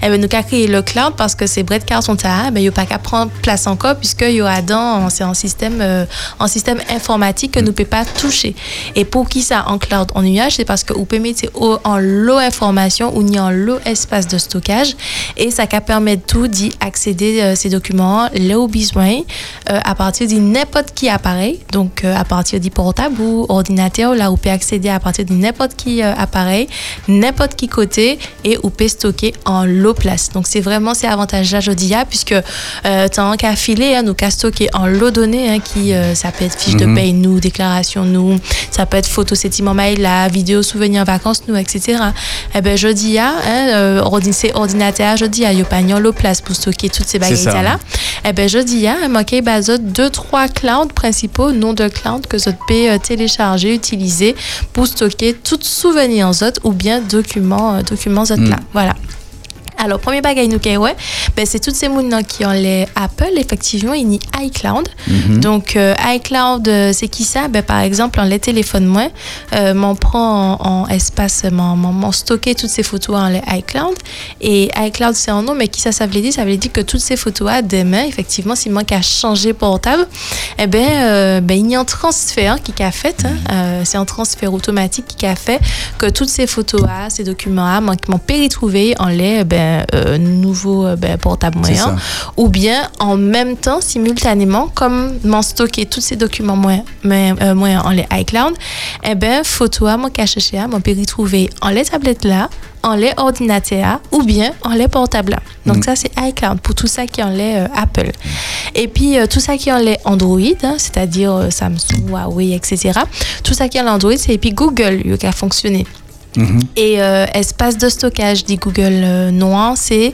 eh ben nous qu'a créé le cloud parce que c'est Brett Carson ta ben il pas qu'à prendre place encore puisque il y a dans c'est un système euh, un système informatique que nous peut pas toucher. Et pour qui ça en cloud en nuage, c'est parce que vous pouvez mettre en lot information ou ni en lot espace de stockage et ça ca permet tout d'y accéder euh, ces documents là au besoin euh, à partir de n'importe qui appareil, donc euh, à partir du portable ou ordinateur là vous pouvez accéder à partir de n'importe qui euh, appareil, n'importe qui côté et vous pouvez stocker en lot place. Donc c'est vraiment ces avantages-là je dis là puisque euh, tant qu'à filer hein, nous qu'à stocker en lot données hein, qui euh, ça peut être fiche mm-hmm. de paye nous, déclaration nous, ça peut être photo sétiment mail la vidéo souvenir vacances nous et cetera. Eh ben je dis là hein, euh, ordinateur ordinateur je dis là il y a pas en lot place pour stocker toutes ces bagages là. Eh ben je dis là manquer base deux trois clouds principaux nom de cloud que vous pouvez euh, télécharger utiliser pour stocker tout souvenir autres ou bien documents euh, documents autres mm. là. Voilà. Alors, premier bagage nous qui ouais, ben c'est toutes ces mounes qui ont les Apple effectivement, il y a iCloud. Mm-hmm. Donc euh, iCloud euh, c'est qui ça? Ben par exemple, en les téléphones moi, euh, m'en prend en, en espace m'en m'en stocker toutes ces photos en les iCloud et iCloud c'est un nom mais qui ça ça veut dire ça veut dire que toutes ces photos à demain effectivement s'il manque à changer portable, eh ben euh, ben il y a un transfert qui a fait hein, euh, c'est un transfert automatique qui a fait que toutes ces photos à ces documents à m'ont péri trouver en les ben Euh, nouveau euh, ben, portable moyen ou bien en même temps simultanément comme m'en stocker tous ces documents moyens euh, moyen en les iCloud et ben photo à mon cache chez à mon peut retrouver en les tablettes là en les ordinateurs ou bien en les portables là. Donc mm. ça c'est iCloud pour tout ça qui en les euh, Apple et puis euh, tout ça qui en les Android hein, c'est-à-dire euh, Samsung, Huawei et cetera. Tout ça qui en Android c'est et puis Google qui a fonctionné. Mm-hmm. Et euh, espace de stockage dit Google euh, noir, c'est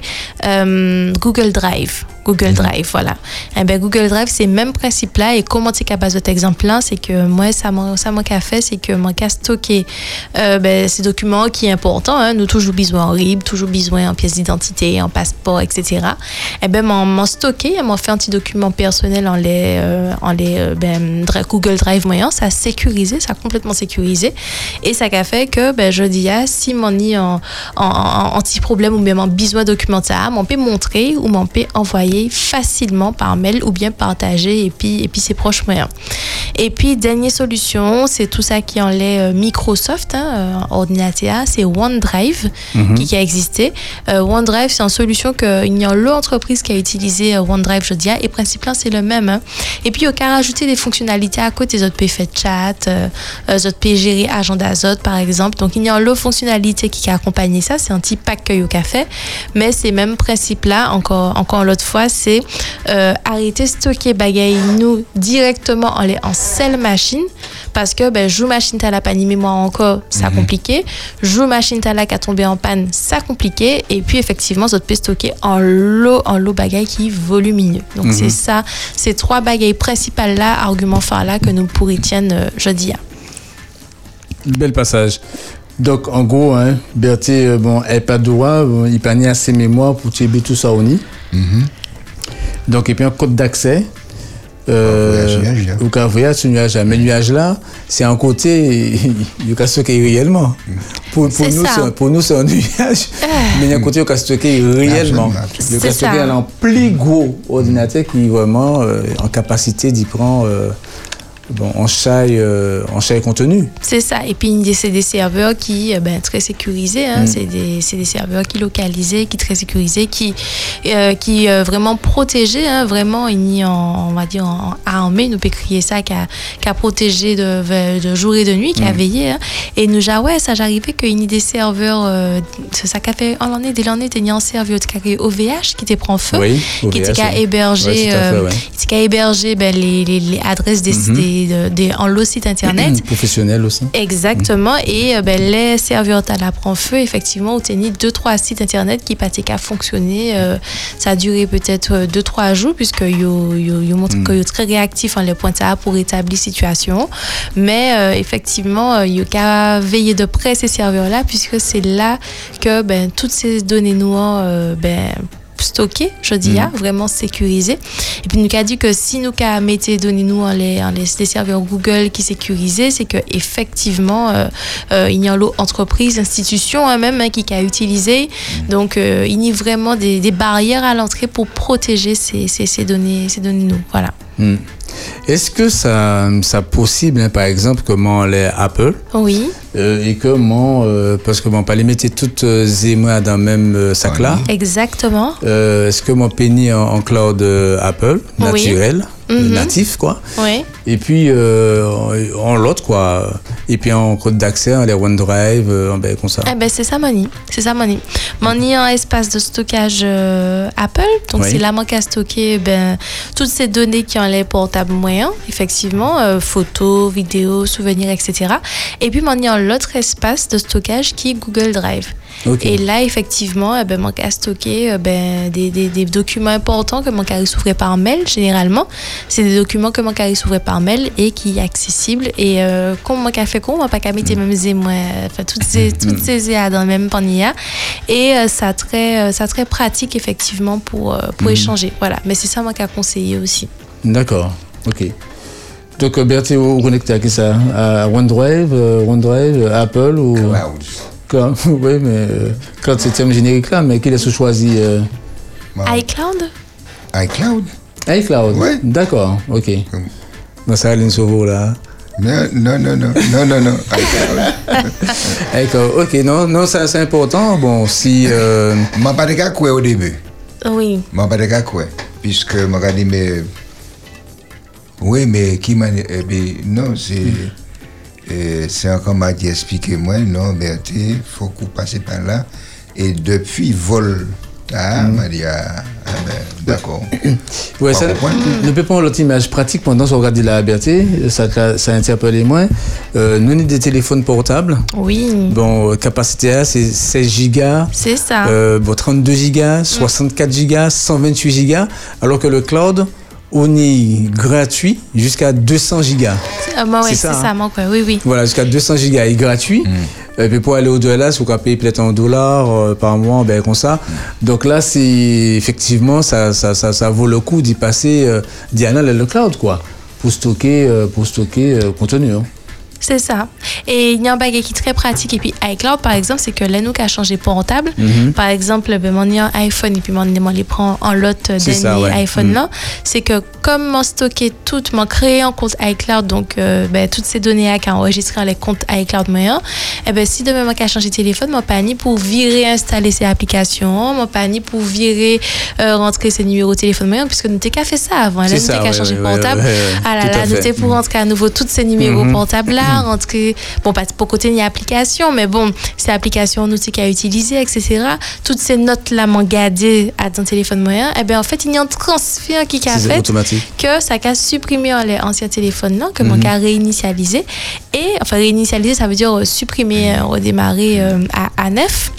euh, Google Drive. Google Drive, voilà. Eh ben, Google Drive, c'est le même principe-là. Et comment c'est qu'à base de cet exemple-là, c'est que moi, ça m'a, ça m'a fait, c'est que moi, qu'à stocker euh, ben, ces documents qui sont importants, hein, nous, toujours besoin en R I B, toujours besoin en pièce d'identité, en passeport, et cetera. Eh ben, m'en, m'en stocker, m'en fait un petit document personnel en les, euh, en les euh, ben, Google Drive moyen, ça a sécurisé, ça a complètement sécurisé. Et ça a fait que, ben, je dis, ah, si m'en y en, en, en, en petit problème ou bien m'en besoin documentaire, m'en peut montrer ou m'en peut envoyer facilement par mail ou bien partager et puis et puis ses proches moyens. Et puis dernière solution, c'est tout ça qui en l'est Microsoft hein, euh, ordinateur, c'est OneDrive mm-hmm. qui, qui a existé. Euh, OneDrive c'est une solution que il y a l'autre entreprise qui a utilisé euh, OneDrive je dis et principalement c'est le même. Hein. Et puis il y a qu'à rajouter des fonctionnalités à côté, les autres peuvent faire chat, euh, les autres peuvent gérer agenda autres par exemple. Donc il y a l'autre fonctionnalité qui a accompagné ça, c'est un petit pack que Yoka fait, mais c'est même principe là encore encore l'autre fois c'est euh, arrêter stocker bagaille nous directement en les en seule machine parce que ben joue machine t'as la panne mémoire encore ça mm-hmm. compliqué joue machine t'as la qui a tombé en panne ça compliqué et puis effectivement ça peut stocker en lot en lot bagaille qui est volumineux donc mm-hmm. c'est ça ces trois bagailles principales là argument phare là que nous pourrions tiendre euh, jeudi. Bel passage. Donc, en gros, hein, Berthe, euh, bon, elle n'a pas de droit, bon, il n'a pas ni assez mémoire pour tuer tout ça au nid. Mm-hmm. Donc, et puis un code d'accès. Euh, au cas voyage, ce nuage-là. Mais le nuage-là, c'est un côté, il y a stocké réellement. Pour, pour, nous, c'est, pour nous, c'est un nuage, mais il y a un côté, il y a stocké réellement. Il y a stocké un plus gros ordinateur qui est vraiment euh, en capacité d'y prendre. Euh, Bon, on chaille, euh, on chaille contenu. C'est ça. Et puis, c'est des serveurs qui ben, très sécurisés. Hein. Mm. C'est, des, c'est des serveurs qui localisés, qui très sécurisés, qui, euh, qui euh, vraiment protégés. Hein, vraiment, ils en, on va dire, en armée, nous peut crier ça, qui a, qui a protégé de, de jour et de nuit, qui mm. a veillé. Hein. Et nous, ja, ouais, ça j'arrivais qu'il y ait des serveurs, euh, ça qu'a fait, en l'année, dès l'année, il y a un serveur qui O V H qui te prend feu, oui, qui t'a ouais. hébergé, ouais, euh, ouais. qui a hébergé ben, les, les, les adresses des, mm-hmm. des De, de, en lot site internet. Professionnel aussi. Exactement. Mmh. Et ben, les serveurs à la prend feu, effectivement, où tu as deux, trois sites internet qui pas qu'à fonctionner. Euh, ça a duré peut-être deux, trois jours, puisque ils montrent mmh. qu'ils sont très réactifs en les pointant pour établir la situation. Mais euh, effectivement, il y a qu'à veiller de près ces serveurs-là, puisque c'est là que ben, toutes ces données noires, euh, ben, stocké, je dis, Mhm. ah, vraiment sécurisé. Et puis, nous a dit que si nous avons mis les données nous en les, en les, les serveurs Google qui sécurisés, c'est qu'effectivement, euh, euh, il y a l'entreprise, l'institution hein, même hein, qui a utilisé. Donc, euh, il y a vraiment des, des barrières à l'entrée pour protéger ces, ces, ces données, ces données nous. Voilà. Hmm. Est-ce que ça, ça possible, hein, par exemple, comment les Apple Oui. euh, et comment, euh, parce que bon, pas les mettre toutes euh, et moi dans le même euh, sac là. Exactement. Euh, est-ce que mon penny en, en cloud euh, Apple naturel, Oui. euh, Mhm. natif quoi. Oui. Et puis euh, en, en l'autre quoi. Et puis en code d'accès, hein, les OneDrive, euh, ben, comme ça. Eh ben, c'est ça, Moni. C'est ça, Moni. Moni en espace de stockage euh, Apple. Donc, Oui. c'est là manque à stocker ben, toutes ces données qui ont les portables moyens, effectivement, euh, photos, vidéos, souvenirs, et cetera. Et puis, Moni en l'autre espace de stockage qui est Google Drive. Ok. Et là, effectivement, eh ben, manque à stocker euh, ben, des, des, des documents importants que manque à s'ouvrir par mail, généralement. C'est des documents que manque à s'ouvrir par mail et qui est accessible. Et euh, comme manque à fait quoi, on va pas qu'à mettre même zé, moi, enfin, toutes ces, toutes ces zé dans le même panier. Et euh, ça très, euh, ça très pratique, effectivement, pour, euh, pour Mhm. échanger. Voilà. Mais c'est ça, moi, qu'à conseiller aussi. D'accord. Ok. Donc euh, Bertie, vous connectez à qui ça? À OneDrive, euh, OneDrive, euh, Apple ou Cloud. Cloud. Oui, mais euh, Cloud c'est le terme générique là, mais qui l'a choisi euh... iCloud iCloud. iCloud. Oui. D'accord. Ok. Dans ça, Aline Sauveau là. Non, non, non, non, non, non, non. D'accord. Ok. Non, non, ça c'est important. Bon, si. Euh... M'a pas de cas quoi au début. Oui. M'a pas de cas quoi, puisque m'a dit mais oui, mais qui m'a eh bien, non, c'est eh, c'est encore m'a dit expliquez-moi non, Bertie, faut qu'on passe par là et depuis vol ah, m'a dit ah, ah ben, d'accord. Ouais, ça, ne peut pas l'autre image pratique pendant qu'on regarde la Bertie, ça, ça interpelle moins. Euh, nous avons des téléphones portables. Oui. Bon, capacité A, c'est seize gigas. C'est ça. Euh, bon, trente-deux gigas, soixante-quatre gigas, cent vingt-huit gigas. Alors que le cloud, on est gratuit jusqu'à deux cents gigas. Ah, bah, ouais, C'est c'est ça, ça, hein. moi, quoi. Oui, oui. Voilà, jusqu'à deux cents gigas est gratuit. Et puis pour aller au-delà, si vous payez peut-être en dollars euh, par mois, ben comme ça. Donc là, c'est effectivement, ça, ça, ça, ça vaut le coup d'y passer, euh, d'y aller dans le cloud, quoi, pour stocker, euh, pour stocker euh, contenu. Hein. C'est ça. Et il y a un bagage qui est très pratique. Et puis iCloud, par exemple, c'est que là, nous, qui a changé portable. Mhm. Par exemple, ben, mon a un iPhone et puis mon, mon les prend en lot C'est dernier ça, ouais. iPhone là. C'est que comme m'en stocker tout, m'en créer un compte iCloud, donc euh, ben, toutes ces données qui enregistrées dans les comptes iCloud moyens, et ben si demain, moi, qui a changé de téléphone, mon pas ni pour virer, installer ces applications, mon pas ni pour virer, euh, rentrer ces numéros de téléphone moyens, puisque nous t'ai qu'à fait ça avant. Là, C'est nous ça, t'ai qu'à ouais, changer de ouais, portable. ouais, ouais, Ah là tout à là, nous fait. t'ai pour rentrer à nouveau tous ces numéros Mhm. portables là, rentrer, bon, pas pour côté ni application, mais bon, ces applications, nous t'ai qu'à utiliser, et cetera. Toutes ces notes là, m'en garder à ton téléphone moyen, et bien en fait, il y a un transfert qui a C'est fait automatique. que ça a supprimé les anciens téléphones là, que Mhm. mon cas réinitialisé. Et enfin, réinitialiser, ça veut dire euh, supprimer, euh, redémarrer euh, à, à neuf.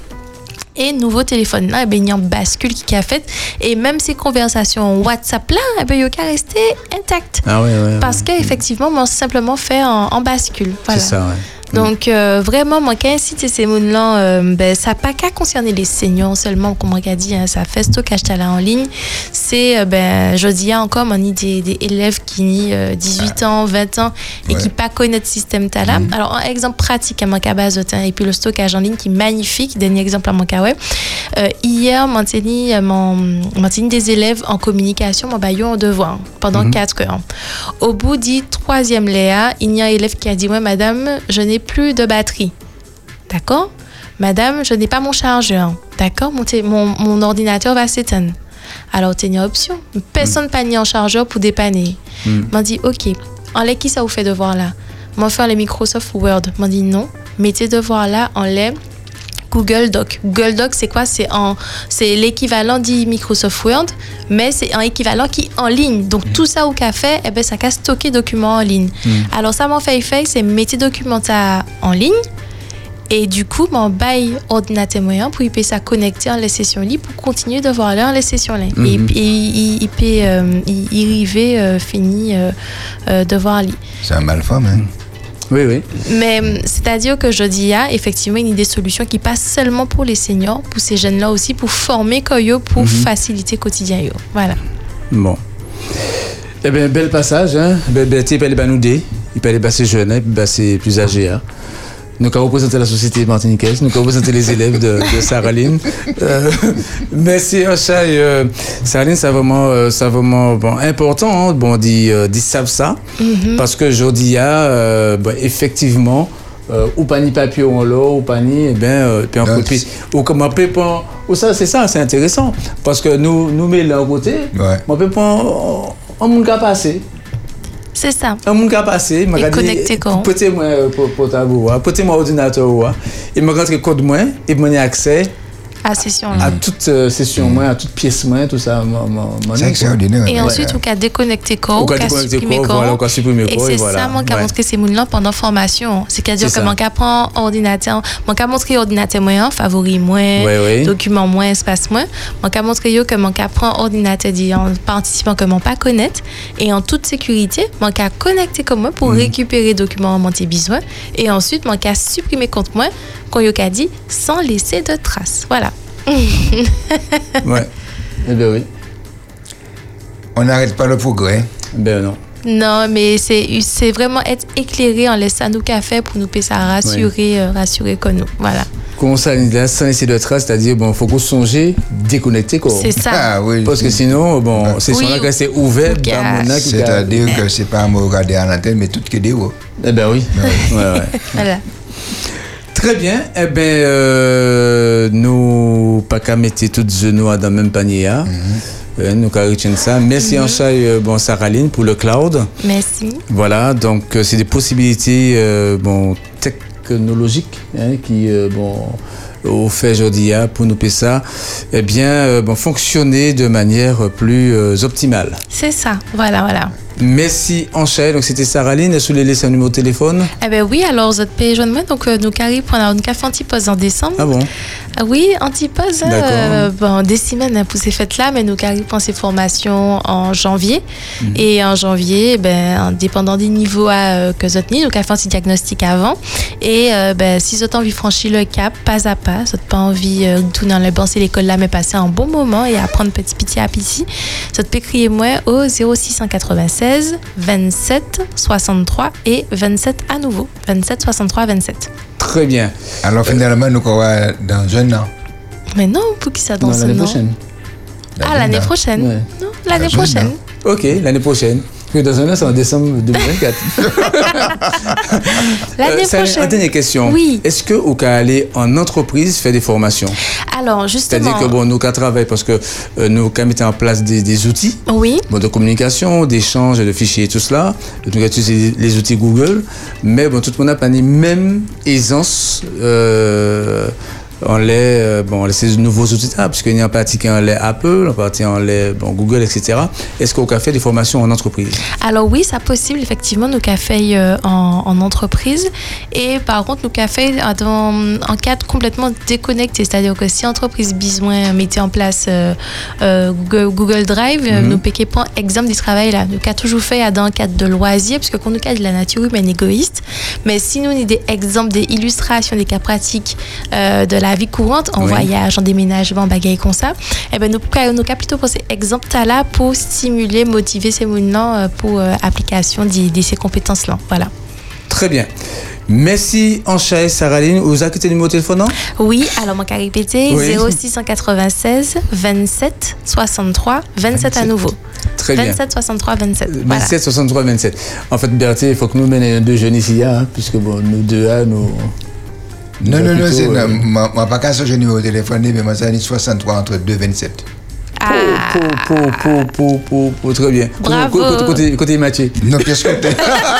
Et nouveau téléphone là, eh ben, il y a une bascule qui a fait. Et même ces conversations WhatsApp là, eh ben, il y a resté intact. Ah ouais, ouais. Parce qu'effectivement, on simplement fait en, en bascule. Voilà. C'est ça, ouais. Donc, euh, vraiment, moi, quand inciter ces mots-là, euh, ben, ça n'a pas qu'à concerner les seniors seulement, comme on a dit, hein, ça fait stockage là en ligne. C'est, euh, ben, je dis encore, on a des, des élèves qui ont euh, dix-huit ans, vingt ans et Ouais. qui pas connaissent le système là. Mhm. Alors, un exemple pratique à mon cas base, hein, et puis le stockage en ligne qui est magnifique, dernier exemple à mon cas web. Euh, hier, mon tenu, mon, mon tenu des élèves en communication, mon baillon en devoir pendant Mhm. quatre heures. Au bout du troisième Léa, il y a un élève qui a dit, ouais, madame, je n'ai plus de batterie. D'accord? Madame, je n'ai pas mon chargeur. D'accord? Mon, té- mon, mon ordinateur va s'éteindre. Alors, tu as une option. Personne n'a mis en chargeur pour dépanner. Mm. M'a dit, OK. En les qui ça vous fait devoir là? M'en faire les Microsoft Word. M'a dit, non. Mettez devoir là en les Google Doc. Google Doc, c'est quoi? C'est en, c'est l'équivalent du Microsoft Word, mais c'est un équivalent qui est en ligne. Donc, tout ça au café, eh ben, ça a stocké documents en ligne. Mm. Alors, ça m'en fait effet, c'est mettez documents ça en ligne. Et du coup, mon bail ordinateur moyen pour il peut ça connecter en les sessions libres pour continuer de voir là en les sessions là. Mhm. Et puis, il, il peut euh, il, il arriver euh, fini euh, euh, de voir lui. C'est un malfemme, hein. Oui, oui. Mais c'est-à-dire que je dis, il y a effectivement une idée de solution qui passe seulement pour les seniors, pour ces jeunes-là aussi, pour former Koyo, pour mm-hmm. faciliter le quotidien. Yo. Voilà. Bon. Eh bien, bel passage. Hein? Bertie, il peut aller nous dé. Il peut aller passer jeune, il peut passer plus âgé. Hein? Nous avons représenté la société martiniquaise, nous avons représenté les élèves de, de Saraline. Euh, merci, Ocha. Euh, Saraline, c'est vraiment, euh, c'est vraiment bon, important, hein, bon, d'y, euh, d'y savent ça, mm-hmm. parce que aujourd'hui, euh, bon, effectivement, euh, ou pas ni papier ou en l'eau, ou pas ni, eh bien, euh, puis en yes. côté, ou comme un peu, ou ça, c'est ça, c'est intéressant, parce que nous, nous mettons là à côté, ouais. on peut prendre, on peut pas passer. C'est ça. Un monde qui a passé, il m'a dit, portez-moi portable, portez-moi ordinateur, il m'a rentré code moi, et il m'a accès à session à toute euh, session moi, à toute pièce moi, tout ça. C'est extraordinaire. Et ensuite, on a déconnecté corps, on a supprimé corps. Et c'est ça, moi, qui a montré ces gens-là pendant formation. C'est-à-dire que mon cas prend ordinateur, mon cas montré ordinateur moins, favori moins, document moins, espace moins. Mon cas montré que mon cas prend ordinateur en participant que mon pas connaître et en toute sécurité, mon cas connecté comme moi pour récupérer documents mon besoin et ensuite mon cas supprimer compte moi qu'on y a dit sans laisser de traces. Voilà. Ouais. Eh bien oui. On n'arrête pas le progrès. Ben non. Non, mais c'est, c'est vraiment être éclairé en laissant nous qu'à faire pour nous ça rassurer, oui. euh, rassurer que nous. Voilà. Comment ça, sans laisser de traces, c'est-à-dire, bon, il faut qu'on songe déconnecter quoi. C'est ça. Ah, oui. Parce que sinon, bon, ouais. c'est oui, là que c'est ouvert. C'est-à-dire que c'est pas à me regarder à l'antenne, mais tout que des hauts. Eh ben oui. Ouais, ouais. Ouais. Voilà. Très bien. Eh bien, euh, nous, pas qu'à mettre toutes genoux dans le même panier. Hein. Mm-hmm. Euh, nous, qu'à retenir ça. Merci, mm-hmm. en chat, euh, bon, Saraline, pour le cloud. Merci. Voilà, donc, euh, c'est des possibilités, euh, bon, technologiques, hein, qui, euh, bon, au fait aujourd'hui, hein, pour nous payer ça, eh bien, euh, bon, fonctionner de manière plus euh, optimale. C'est ça. Voilà, voilà. Merci Enchère, donc c'était Saraline, est-ce que vous voulez laisser un numéro de téléphone? Eh bien oui, alors vous êtes payé joindre moi, donc euh, nous carré pour une café antipause en décembre. Ah bon? Ah oui, antipause, euh, bon, des semaines hein, pour ces fêtes-là, mais nous carré pour ces formations en janvier. Mm-hmm. Et en janvier, ben, dépendant des niveaux à, que vous avez, nous avons fait un petit diagnostic avant. Et euh, ben, si vous avez envie de franchir le cap, pas à pas, vous n'avez pas envie de euh, tout dans le banc, c'est l'école là, mais passer un bon moment et apprendre petit petit à petit, vous pouvez crier moi au zéro six cent quatre-vingt-seize vingt-sept soixante-trois et vingt-sept à nouveau. vingt-sept soixante-trois vingt-sept. Très bien. Alors finalement, nous allons dans un an. Mais non, pour qui ça dans non, un l'année an prochaine. Ah, l'année prochaine. Ouais. Non, l'année dans prochaine. Ok, l'année prochaine. Dans un an, c'est en décembre deux mille vingt-quatre. L'année euh, prochaine. Une dernière question. Oui. Est-ce que vous pouvez aller en entreprise faire des formations? Alors, justement. C'est-à-dire que bon, nous qu'à travailler parce que euh, nous qu'à mettre en place des, des outils. Oui. Bon, de communication, d'échange de fichiers et tout cela. Nous avons utilisé les outils Google. Mais bon, tout le monde n'a pas les mêmes aisances. Euh, on les, euh, bon, ces nouveaux outils, ah, puisqu'il y a en partie qui en les Apple, en partie en les bon, Google, et cetera. Est-ce qu'on a fait des formations en entreprise? Alors oui, c'est possible, effectivement, nous avons fait euh, en, en entreprise. Et par contre, nous avons fait dans, en cadre complètement déconnecté. C'est-à-dire que si l'entreprise besoin mettait en place euh, euh, Google, Google Drive, mm-hmm. nous ne pas exemple du travail là. Nous avons toujours fait dans le cadre de loisirs, puisque quand nous avons de la nature humaine égoïste. Mais si nous avons des exemples, des illustrations, des cas pratiques euh, de la vie courante, en oui. voyage, en déménagement, bagaille comme ça, eh ben nous nous plutôt pour ces exemples là pour stimuler, motiver ces mouvements pour euh, application de, de ces compétences là. Voilà. Très bien. Merci Enchère Saraline. Vous avez quitté le numéro de téléphone, non? Oui, alors moi, je vais répéter oui. zéro six cent quatre-vingt-seize vingt-sept soixante-trois vingt-sept à nouveau. Très bien. vingt-sept soixante-trois vingt-sept. vingt-sept soixante-trois vingt-sept. En fait, Berthier, il faut que nous menions deux jeunes ici, hein, puisque bon, nous deux, hein, nous. Non, non, non, c'est euh... ma pas qu'à ce numéro de téléphone, mais moi, ça dit soixante-trois entre deux vingt-sept. Ah. Pour, pour, pour, pour, pour, pour, très bien. Bravo. Côté, côté, côté Mathieu. Non, qu'est-ce que t'es?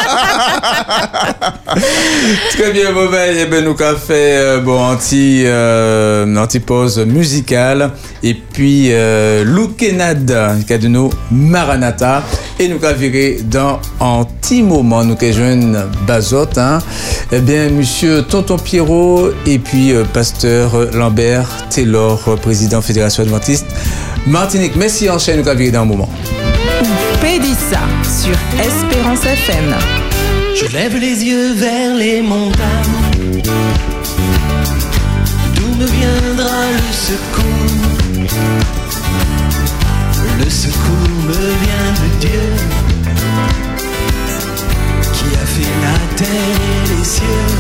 Très bien, bon, ben, eh ben, nous avons fait euh, bon, anti, euh, anti-pause musicale. Et puis, euh, Loukenad, qui a de nous Maranatha. Et nous avons viré dans un petit moment, nous avons joué Bazotte. Hein. Eh bien, monsieur Tonton Pierrot et puis euh, pasteur Lambert Taylor, président Fédération Adventiste Martinique. Merci, enchaîne, nous avons viré dans un moment. Pédissa sur Espérance F M. Je lève les yeux vers les montagnes, d'où me viendra le secours. Le secours me vient de Dieu, qui a fait la terre et les cieux.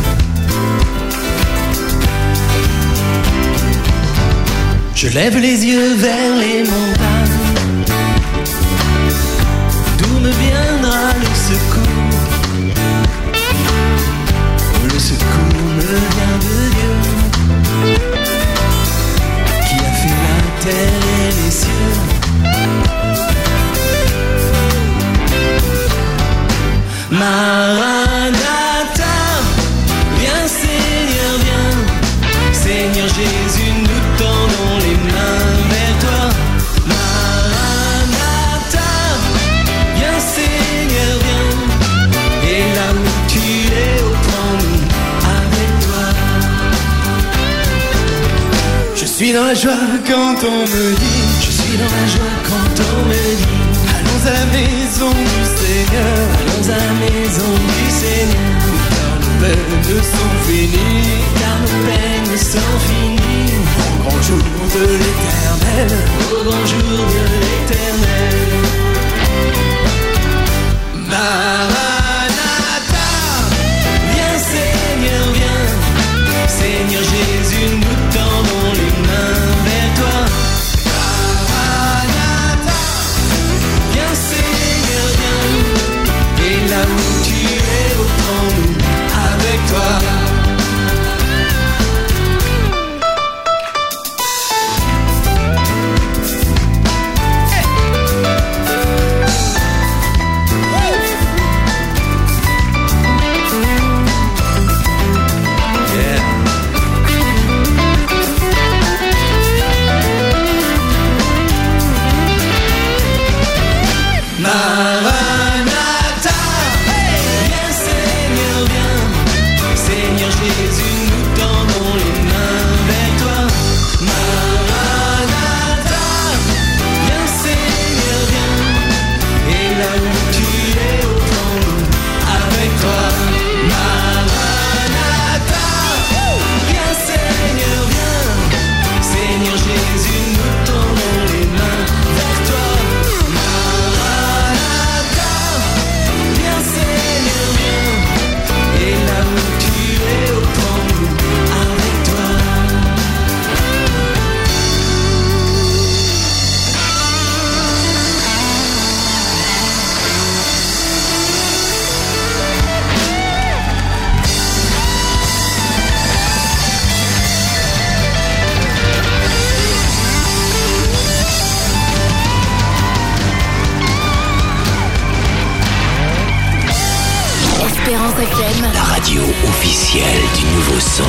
Je lève les yeux vers les montagnes, d'où me viendra le secours. Le secours me vient de Dieu, qui a fait la terre et les cieux. Maranatha, viens Seigneur, viens. Seigneur Jésus, nous tendons les mains vers toi. Maranatha, viens Seigneur, viens. Et là où tu es, oh, prends-nous avec toi. Je suis dans la joie quand on me dit, je suis dans la joie quand on me dit, allons à la maison du Seigneur, allons à la maison du Seigneur. Car nos peines sont finies, car nos peines sont finies. Au grand jour de l'éternel, au grand jour de l'éternel. Maranatha, viens Seigneur, viens. Seigneur Jésus, nous tendons les mains vers toi. Maranatha, viens Seigneur, viens. Et là où tu es, reprends-nous avec toi. Maranatha, viens Seigneur, viens. Seigneur Jésus, nous tendons les mains vers toi. Maranatha, viens Seigneur, viens. Et là où tu es, reprends-nous avec toi. Maranatha, viens Seigneur, viens. Seigneur Jésus, nous tendons les mains vers toi. Et là où tu es, reprends-nous avec toi. Espérance F M, la radio officielle du nouveau son.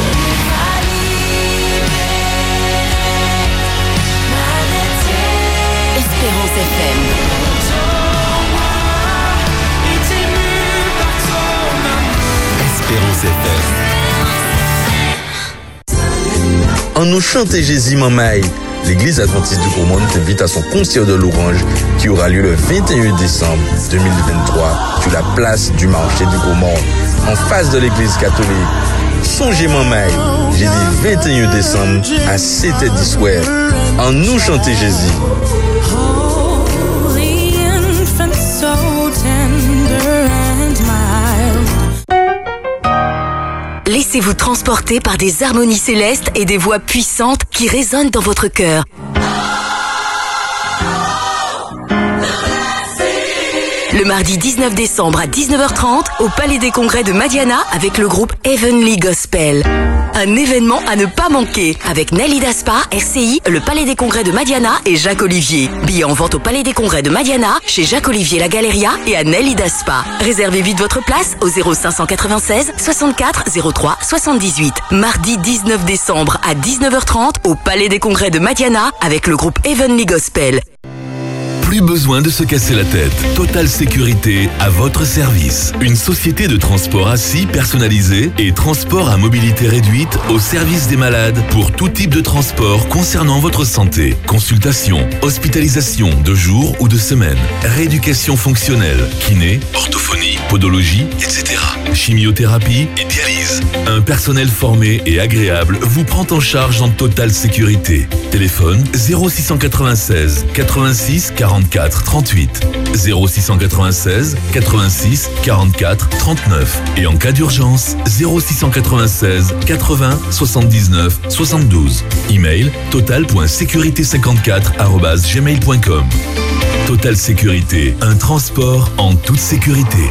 Espérance F M. Espérance F M. En nous chanter Jésus Mamaï, l'église adventiste du Gros Monde t'invite à son concert de louange qui aura lieu le vingt et un décembre deux mille vingt-trois sur la place du marché du Gros Monde, en face de l'église catholique. Songez Mamaï, jeudi vingt et un décembre à sept heures du soir. En nous chanter Jésus. Laissez-vous transporter par des harmonies célestes et des voix puissantes qui résonnent dans votre cœur. Le mardi dix-neuf décembre à dix-neuf heures trente au Palais des Congrès de Madiana avec le groupe Heavenly Gospel. Un événement à ne pas manquer avec Nelly Daspa, R C I, le Palais des Congrès de Madiana et Jacques Olivier. Billets en vente au Palais des Congrès de Madiana, chez Jacques Olivier La Galeria et à Nelly Daspa. Réservez vite votre place au zéro cinq cent quatre-vingt-seize soixante-quatre zéro trois soixante-dix-huit. Mardi dix-neuf décembre à dix-neuf heures trente au Palais des Congrès de Madiana avec le groupe Heavenly Gospel. Plus besoin de se casser la tête. Total Sécurité à votre service. Une société de transport assis personnalisé et transport à mobilité réduite au service des malades pour tout type de transport concernant votre santé. Consultation, hospitalisation de jour ou de semaine, rééducation fonctionnelle, kiné, orthophonie, podologie, et cetera. Chimiothérapie et dialyse. Un personnel formé et agréable vous prend en charge en totale sécurité. Téléphone zéro six cent quatre-vingt-seize quatre-vingt-six quarante-quatre trente-huit, zéro six cent quatre-vingt-seize quatre-vingt-six quarante-quatre trente-neuf et en cas d'urgence zéro six cent quatre-vingt-seize quatre-vingts soixante-dix-neuf soixante-douze. Email total point sécurité cinquante-quatre arobase gmail point com. Total Sécurité, un transport en toute sécurité.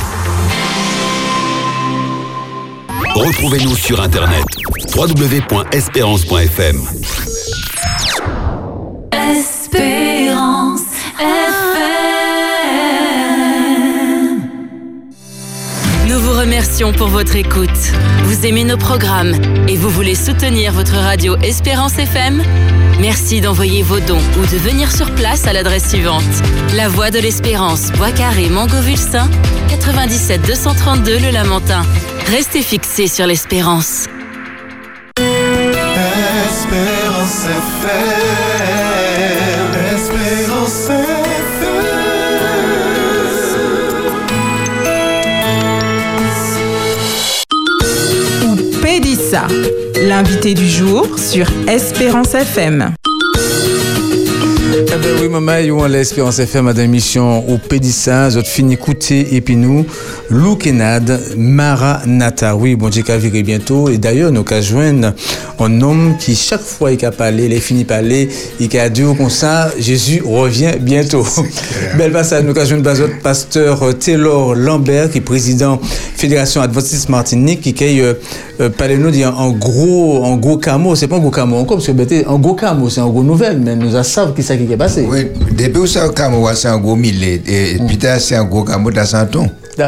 Retrouvez-nous sur internet w w w point espérance point f m. Espérance F M. Nous vous remercions pour votre écoute. Vous aimez nos programmes et vous voulez soutenir votre radio Espérance F M? Merci d'envoyer vos dons ou de venir sur place à l'adresse suivante. La Voie de l'Espérance, Bois-Carré, Mangovulsin, quatre-vingt-dix-sept deux cent trente-deux Le Lamentin. Restez fixés sur l'espérance. Espérance F M, Espérance F M. Ou Pédissa, l'invité du jour sur Espérance F M. Eh ben oui, maman, ils ont l'Espérance F M à l'émission au Pédissa, vous fini écouter et puis nous, Lou Kenad, Maranatha. Oui, bon Dieu, qu'à virer bientôt. Et d'ailleurs, nous qu'à joindre un homme qui, chaque fois qu'il a parlé, il a fini par parler, il a dit comme ça, Jésus revient bientôt. Belle passage, nous qu'à joindre le pasteur Taylor Lambert, qui est président Fédération Adventiste Martinique, qui a euh, euh, parlé nous dit en gros, en gros camo, c'est pas un gros camo encore, parce que en gros camo, c'est un gros nouvelle, mais nous savons qui c'est qui est passé. Oui, depuis où ça, camo, c'est un gros millet, et puis c'est un gros camo dans Santon.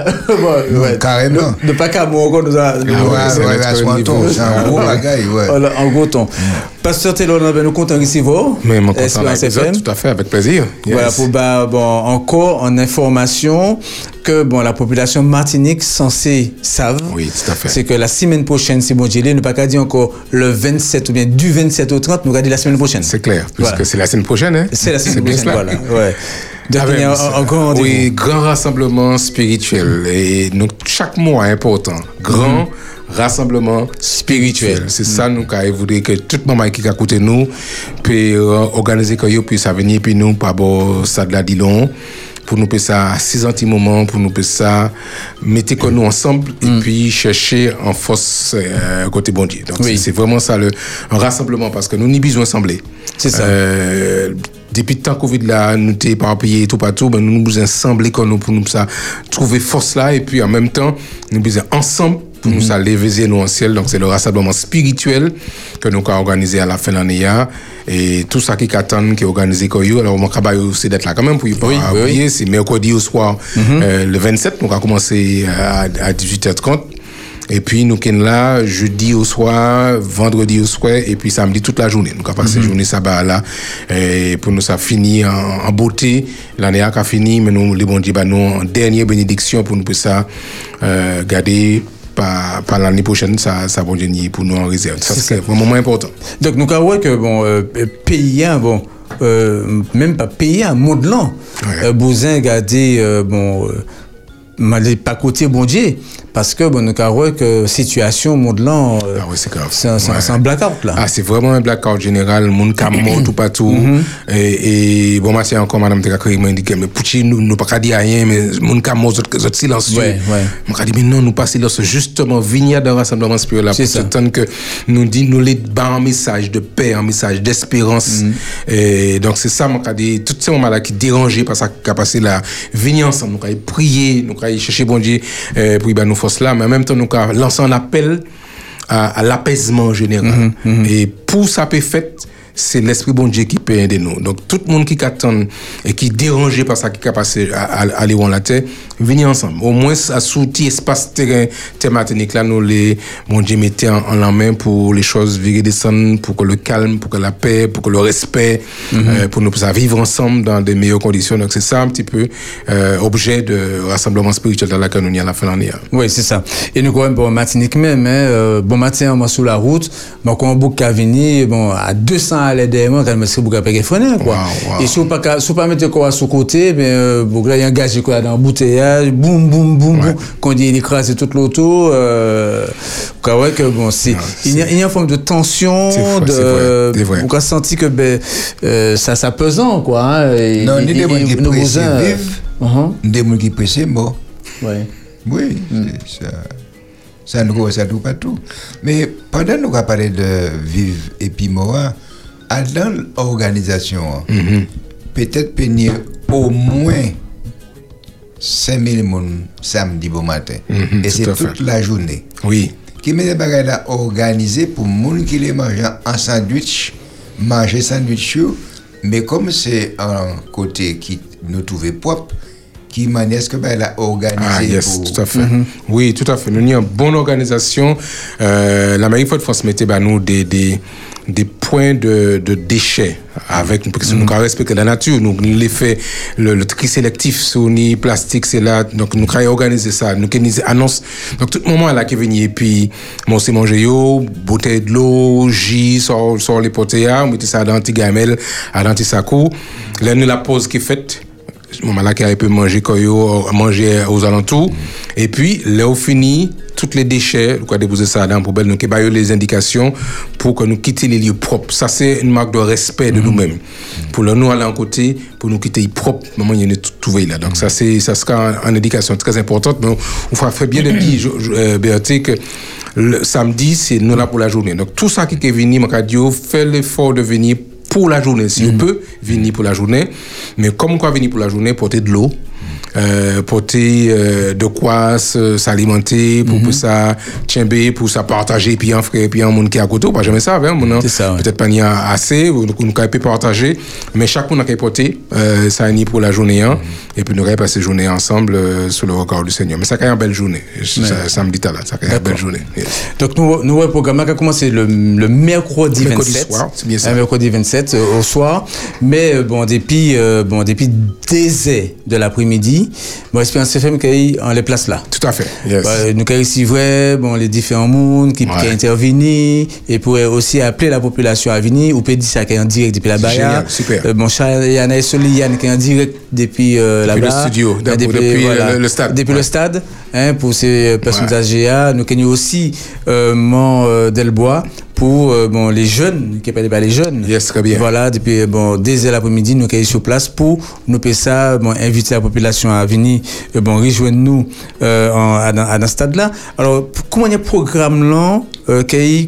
Bon, ouais. Carrément. De pas qu'à moi encore nous a. Ah ouais, ouais, c'est un gros bagaille, ouais. En gros ton. Pasteur Taylor, nous comptons ici vous. Mais mon content tout à fait, avec plaisir. Yes. Voilà, pour bah, bon, encore en information que bon, la population martinique censée savent. Oui, tout à fait. C'est que la semaine prochaine, si bon Dieu ne pas qu'à dire encore le vingt-sept ou bien du vingt-sept au trente, nous regardons la semaine prochaine. C'est clair, puisque voilà. C'est la semaine prochaine, hein. C'est la semaine prochaine, voilà. Ouais. Ah ben, un, un grand oui, grand rassemblement spirituel. Et donc, chaque mois est important. Grand mm-hmm. rassemblement spirituel. C'est mm-hmm. ça, nous, qui voudrait que tout le monde qui a écouté nous peut euh, organiser que vous puissiez venir, puis nous, par rapport ça de la Dillon, pour nous faire ça six anti-moments, pour nous faire ça, mettez que nous ensemble et mm. puis chercher en force euh, côté bon Dieu. Donc, oui. c'est, c'est vraiment ça, le, un rassemblement, parce que nous n'y besoin sembler. C'est ça. Euh, Depuis le temps Covid là, nous t'es éparpillés tout partout, ben nous nous ensemble pour nous pour nous ça trouver force là et puis en même temps nous besoin ensemble pour mm-hmm. nous ça lever nous en ciel. Donc c'est le rassemblement spirituel que nous avons organisé à la fin de l'année et tout ça qui attend qui est organisé comme yo. Alors mon travail c'est d'être là quand même pour y oui, oui. C'est mercredi au soir mm-hmm. euh, le vingt-sept, donc on a commencé à, à dix-huit heures trente. Et puis nous sommes là jeudi au soir, vendredi au soir et puis samedi toute la journée. Nous avons passé mm-hmm. journée sabbat là et pour nous ça finit en, en beauté. L'année a fini mais nous les bon Dieu bah nous en dernière bénédiction pour nous pour ça euh, garder par, par l'année prochaine ça ça bon Dieu pour nous en réserve. Ça c'est, c'est un moment important. Donc nous avons que bon euh, pays bon euh, même pas pays un monde là. Ouais. Euh, Bousin garder euh, bon euh, pas côté bon Dieu. Parce que bon, nous avons que situation monde-là, euh, ah oui, c'est grave. C'est un, c'est, ouais. c'est un blackout là. Ah, c'est vraiment un blackout général. Monde qui mort tout partout. Mm-hmm. Et, et bon, moi c'est encore madame Tekakri m'a indiqué mais Pouchi nous nous pas qu'à dire rien mais monde qui mort autres autres silencieux. Ouais, ouais. Moi dit mais non nous pas silence justement venir dans rassemblement spirituel là pour attendre que nous dit nous les bas un message de paix, un message d'espérance. Mm-hmm. Et donc c'est ça moi dit tous ces moments là qui dérangé par ça qui a passé là venir ensemble nous prier, nous chercher bon Dieu euh, pour ben nous force là mais en même temps nous lancer un appel à, à l'apaisement général mm-hmm, mm-hmm. et pour ça peut fait c'est l'esprit bon Dieu qui peut aider nous. Donc, tout le monde qui attend et qui est dérangé par ça, qui est passé à, à, à aller en la terre, venez ensemble. Au moins, à souti espace terrain, thématique là, nous les, bon Dieu, mettez en, en la main pour les choses virer descendre, pour que le calme, pour que la paix, pour que le respect, mm-hmm. euh, pour nous pour vivre ensemble dans des meilleures conditions. Donc, c'est ça un petit peu, euh, objet de rassemblement spirituel dans laquelle nous y a la fin de l'année. Oui, c'est ça. Et nous, quand même, bon, Martinique même, hein, euh, bon matin, moi, sur la route, bon, quand on boucle à venir, bon, à deux cents à l'aide de moi, quand même, c'est beaucoup à téléphoner, quoi. Wow, wow. Et si on pas, si on pas mettre quoi sur côté, ben, euh, bon, là, il y a engagé quoi dans l'embouteillage, boum, boum, boum, ouais. boum, quand il écrase tout l'auto, euh, quoi, ouais, que bon, c'est, il y a, il y a une forme de tension, c'est de, euh, on a senti que, ben, euh, ça, ça pesant, quoi, hein, et, non, ni des gens qui pressent vivent, ni des gens qui pressent morts. Ouais. Oui, mm. ça, ça nous ça tout pas tout. Mais pendant que nous avons parlé de vivre et puis mort, dans l'organisation, mm-hmm. peut-être pénir au moins cinq mille personnes samedi bon matin. Mm-hmm, et c'est toute fait. La journée. Oui. Qui met des bagages là organisés pour les gens qui les mangent en sandwich, manger sandwich, mais comme c'est un côté qui nous trouvait propre, qui manière ce que ben, elle a organisé. Ah, yes, pour... tout à fait. Mm-hmm. Oui, tout à fait. Nous avons une bonne organisation. Euh, la mairie de France mettait ben, nous des, des, des points de, de déchets avec, parce que mm-hmm. nous avons respecté la nature. Nous, nous les fait le, le tri sélectif sur les plastiques, c'est là. Donc, nous avons organisé ça. Nous avons annonce. Donc, tout le moment là qui est venu, et puis, moi, c'est manger yo, bouteille de l'eau, jus, sur, sur les potéas, on mettait ça dans un petit gamelle, à dans petit saco. Là, nous, la pause qui est faite. Maman là qui a pu manger koyo, manger aux alentours. Et puis, là où fini, tous les déchets, nous avons déposé ça dans la poubelle, nous avons les indications pour que nous quittions les lieux propres. Ça, c'est une marque de respect de mm-hmm. nous-mêmes. Pour le nous aller en côté, pour nous quitter propres, maman, il y a tout trouvé là. Donc, ça, c'est, ça sera une indication très importante. Mais on fera faire bien de dire, euh, Béatrice, que le samedi, c'est nous là pour la journée. Donc, tout ça qui est venu, mon cadio, fait l'effort de venir pour la journée, si mm. on peut venir pour la journée, mais comme on peut venir pour la journée, porter de l'eau, euh, porter euh, de quoi s'alimenter, pour, mm-hmm. pour ça tchember, pour ça partager, puis un frère, puis un monde qui est à côté, pas jamais ça, hein, mon, ça ouais. Peut-être pas n'y a assez, nous nous peut partager, mais chaque monde a qu'à porter, euh, ça ni pour la journée, hein, mm-hmm. et puis nous allons passer la journée ensemble euh, sous le regard du Seigneur. Mais ça a une belle journée, ouais. ça, samedi là, ça a une belle journée. Yes. Donc nous, nous, le programme a commencé le, le mercredi vingt-sept, soir, c'est bien ça. Un mercredi vingt-sept euh, au soir, mais euh, bon, depuis, euh, bon, depuis des heures de l'après-midi, bon, Espérance F M qui en les place là. Tout à fait. Yes. Bah, nous avons ici vrai, bon, les différents mondes qui, ouais. qui intervenir et pour aussi appeler la population à venir ou peut dire ça qui est en direct depuis la Baïa. Super. Euh, bon, il y en a Soliane qui est en direct depuis euh, la Baïa. Depuis le studio, depuis, depuis, depuis voilà, le, le stade. Depuis ouais. le stade, hein, pour ces personnes ouais. âgées. Nous avons aussi euh, Mont euh, Delbois pour euh, bon, les jeunes, qui appellent pas les jeunes. Yes, très bien. Voilà, depuis bon, dès l'après-midi, nous sommes sur place pour nous faire ça, bon, inviter la population à venir, euh, bon, rejoindre nous euh, en, à, dans, à dans ce stade-là. Alors, comment il y a un programme là euh, qui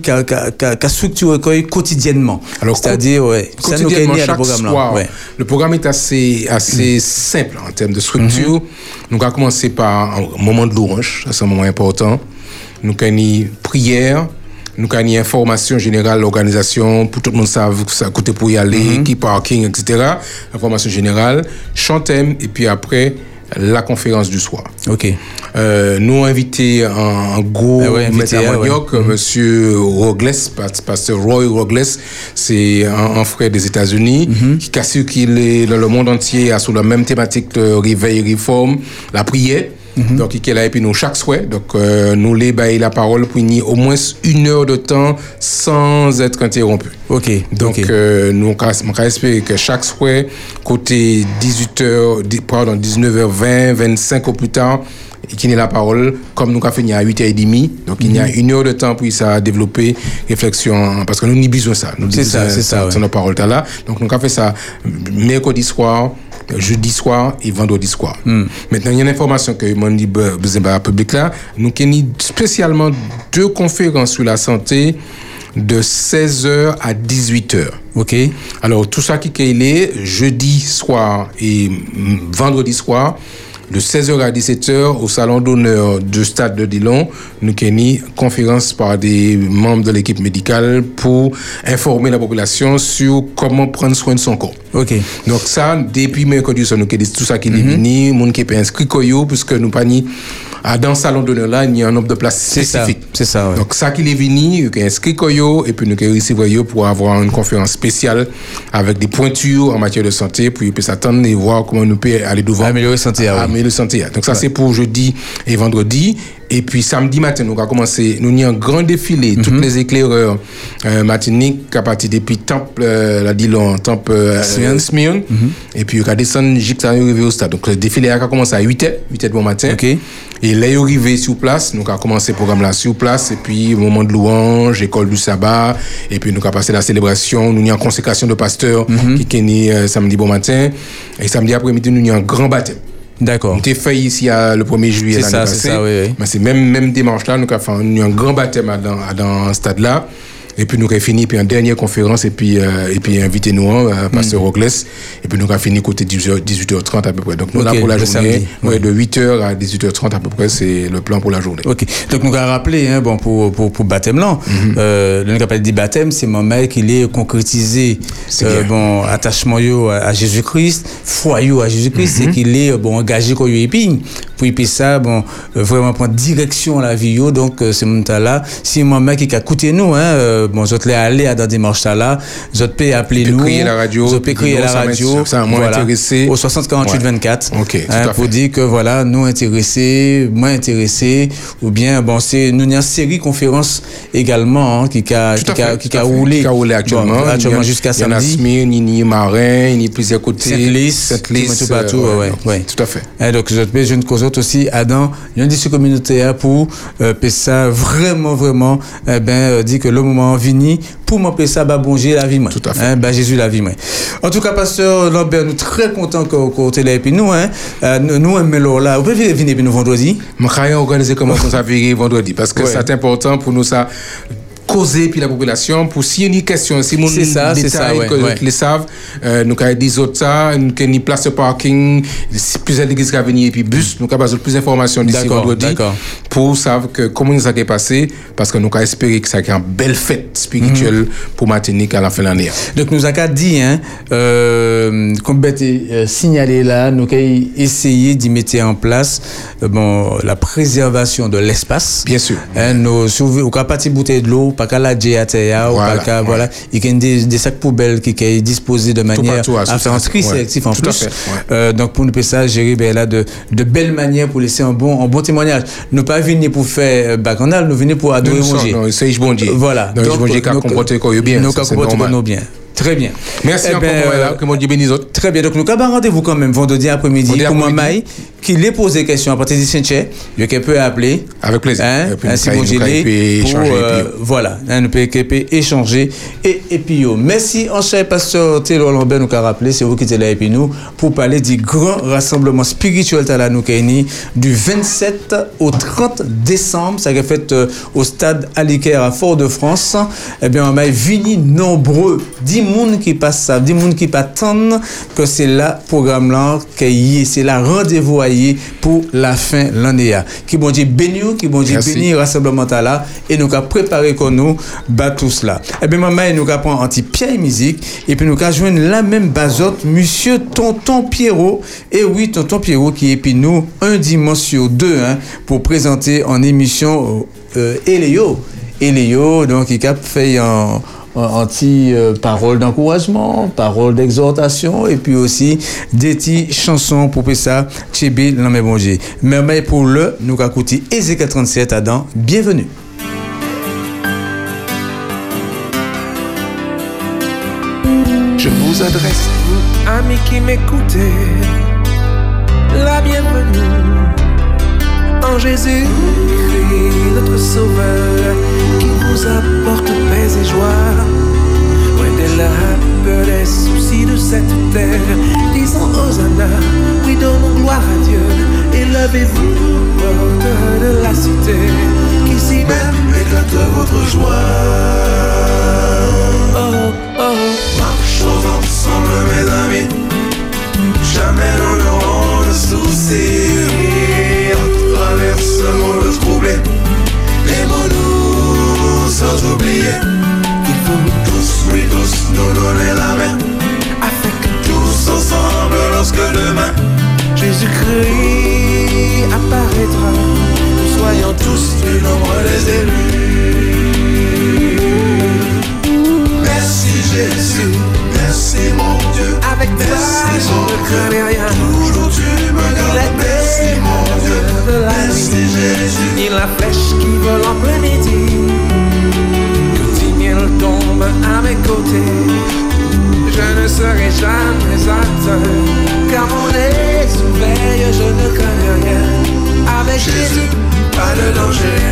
a structuré quotidiennement? Alors, c'est-à-dire, co- ouais, ça nous a chaque programme soir. Ouais. Le programme est assez, assez mm. simple en termes de structure. Mm-hmm. Nous allons commencer par un moment de louange, ça c'est un moment important. Nous avons une prière. Nous avons une information générale, l'organisation, pour tout le monde savoir ça coûte pour y aller, mm-hmm. qui parking, et cetera. Information générale, chantème, et puis après, la conférence du soir. OK. Euh, nous avons invité un, un gros ah ouais, maître à manioc, ouais. Monsieur Rogles, pasteur Roy Rogles, c'est un, un frère des États-Unis, mm-hmm. qui a circulé dans le monde entier sur la même thématique de réveil, réforme, la prière. Mm-hmm. Donc, il est là et puis nous chaque souhait. Donc, euh, nous les bailler la parole pour y au moins une heure de temps sans être interrompu. Ok. Donc, okay. Euh, nous on espérer que chaque souhait côté dix-huit heures, pardon dix-neuf heures vingt, vingt-cinq au plus tard, et qui n'est la parole comme nous avons fini à huit heures trente. Donc, mm-hmm. il y a une heure de temps pour ça développer réflexion parce que nous n'y besoin ça. Nous c'est ça, c'est ça. C'est nos paroles là. Donc, nous avons fait ça mercredi soir, jeudi soir et vendredi soir. Mm. Maintenant, il y a une information que je dis besoin de public là. Nous avons spécialement deux conférences sur la santé de seize heures à dix-huit heures. OK. Alors, tout ça qui est jeudi soir et vendredi soir, de seize heures à dix-sept heures au salon d'honneur du stade de Dillon, nous avons une conférence par des membres de l'équipe médicale pour informer la population sur comment prendre soin de son corps. OK. Donc ça, depuis mercredi, nous avons tout ça qui est Mhm. venu, les gens qui sont inscrits, puisque nous pas ni ah, dans le salon d'honneur là, il y a un nombre de places C'est ça, spécifiques. c'est ça, ouais. Donc ça qui est venu, nous avons inscrit Koyo et puis nous avons recevoir pour avoir une conférence spéciale avec des pointures en matière de santé pour qu'ils puissent attendre et voir comment nous pouvons aller devant. Améliorer santé, ah oui. Améliorer santé. Donc ça Ouais. c'est pour jeudi et vendredi. Et puis samedi matin, nous avons commencé, nous avons un grand défilé, tous les éclaireurs euh, matiniques à partir depuis Temple, euh, la Dillon, Temple euh, Smyrne. Smyrne. Et puis, il a descendu jusqu'à arriver au stade. Donc, le défilé a commencé à huit heures, huit heures bon matin. OK. Et là, il est arrivé sur place. Nous avons commencé le programme là sur place. Et puis, moment de louange, école du sabbat. Et puis, nous avons passé la célébration. Nous avons une consécration de pasteur qui est né euh, samedi bon matin. Et samedi après-midi, nous avons un grand baptême. D'accord. On était fait ici à, le premier juillet C'est l'année ça, passée. c'est ça, oui, oui. Mais c'est même même dimanche là, nous avons fait un, un grand baptême à- dans, à- dans ce stade là. Et puis nous avons fini puis une dernière conférence et puis euh, et puis invité nous euh, pasteur Rogles et puis nous avons fini côté dix-huit heures trente à peu près. Donc nous Ok, là pour la le journée, samedi, ouais, ouais. de huit heures à dix-huit heures trente à peu près, c'est le plan pour la journée. OK. Donc, nous avons rappelé, hein, bon, pour, pour, pour baptême là, euh, le pas dit baptême, c'est mon mec qui est concrétisé, euh, bon, attachement yo à, à Jésus-Christ, foi yo à Jésus-Christ, c'est qu'il est, bon, engagé comme yo épine, pour y ça, bon, euh, vraiment prendre direction à la vie yo, donc, euh, c'est mon temps là. Si mon mec qui a écouté nous, hein, euh, bon, je te l'ai allé à dans dimanche là, je te peux appeler nous, crier la radio, je peux crier la ça radio, m'int- ça m'a voilà, intéressé. au soixante quarante-huit vingt-quatre, OK, tout hein, à pour fait. dire que voilà, nous intéressés, moins intéressés, ou bien, bon, c'est, nous, il y a une série de conférences également, hein, qui a, Tout à qui a, fait, qui tout a à fait. roulé. Qui a roulé actuellement. Bon, actuellement Il y a- jusqu'à il y en a samedi. Smyrne, il y a Marin, il y a plusieurs côtés. Sainte-Lys, Sainte-Lys, tout partout, euh, ouais, ouais. Tout à fait. Et donc, je te une cause autre aussi, Adam, il y a une discussion communautaire pour, euh, payer ça vraiment, vraiment, eh ben, euh, dit que le moment vini, pour m'appeler ça, bah, bon, j'ai la vie, moi. Tout à fait. Hein, bah, Jésus la vie, moi. En tout cas, pasteur Lambert, nous très contents que, que, que, et puis nous, hein, euh, nous, nous, aimons là, vous pouvez venir, puis nous, vendredi. Je vais organiser comment ça virer vendredi parce que Ouais. c'est important pour nous ça causer puis la population pour s'il y a une question si mon C'est ça, c'est ça, ouais, que ouais. les savent euh, nous avons des autres ça nous avons une place de parking si plusieurs églises qui venir et puis bus nous avons besoin de plus d'informations d'ici D'accord, vendredi d'accord. pour savoir que comment ça s'est passé parce que nous avons espéré que ça ait une belle fête spirituelle pour Martinique à la fin de l'année. Donc, nous avons dit, hein, euh, comme ben, euh, signalé là, nous avons essayé d'y mettre en place, euh, bon, la préservation de l'espace. Bien sûr. Hein, nos, si vous, pas partir bouteille de l'eau, pas qu'à la Djéatea, ou Voilà, pas qu'à, ouais. voilà, il y a des, des sacs poubelles qui sont disposés de manière partout, à à sous- faire un tri ouais. sélectif en Tout à plus. fait, ouais. Euh, donc, pour nous faire ça, gérer, ben, là, de, de belles manières pour laisser un bon, un bon témoignage. Nous pas venir pour faire euh, bacchanal, nous venir pour adorer Non, mon Dieu. non, c'est bon Dieu. Voilà. Donc, bon Dieu qui a nous- comporté quoi bien. Nous ça, qui c'est comporté normal. nous bien. Très bien. Merci Eh encore ben, pour euh, là, que mon Dieu bénisse autres. Très bien. Donc, nous avons rendez-vous quand même vendredi après-midi Vendredi pour après-midi. Mamaï, qui lui pose des questions à partir de Saint-Cher. Il peut appeler. Avec plaisir. Hein, Et puis, ainsi nous bon pouvons- Dieu, nous pouvons pour, échanger, euh, et puis- voilà. Hein, nous pouvons échanger. Et, et puis, yo. Merci, en cher pasteur Taylor Lambert, nous a rappelé, c'est vous qui êtes là et puis nous, pour parler du grand rassemblement spirituel à la Noukaini du vingt-sept au trente décembre. Ça a été fait euh, au stade Alicaire à Fort-de-France. Eh bien, on a vini nombreux. dix personnes qui passent ça, dix personnes qui attendent que c'est là, programme là, que c'est là, rendez-vous à y pour la fin de l'année. Qui bon Dieu béni, qui bon Dieu Merci. béni, rassemblement là, et nous avons préparé comme nous, bah tout cela. Eh bien, maman, nous avons pris un petit pied musique, et puis nous avons joint la même bazote, monsieur Tonton Pierrot, et oui, Tonton Pierrot qui est puis nous un dimanche sur deux, hein, pour présenter en émission euh, Eléo. Eléo, donc il a fait un anti euh, parole d'encouragement, parole d'exhortation et puis aussi des petites chansons pour ça Tchébé dans mes bon Dieu. Mais pour le nous avons écouté Ézéchiel trente-sept Adam, bienvenue. Je vous adresse, vous, amis qui m'écoutez, la bienvenue en Jésus, notre Sauveur, qui vous apporte paix et joie. Loin de la peur des soucis de cette terre, disons Hosanna, oui donnons gloire à Dieu, élevez-vous, porteurs de la cité, qu'ici même éclate votre joie. Oh, oh, marchons ensemble mes amis, jamais nous n'aurons de soucis. nous donner la main, afin que tous ensemble, lorsque demain Jésus-Christ apparaîtra, nous soyons tous du nombre des élus. Merci Jésus, merci mon Dieu, avec toi je ne crains rien, toujours tu me gardes. Merci mon Dieu, merci Jésus, ni la flèche qui vole en plein midi, que dix mille tombent à mes côtés, je ne serai jamais atteint, car mon nez veille, je ne crains rien. Avec Jésus, pas de danger.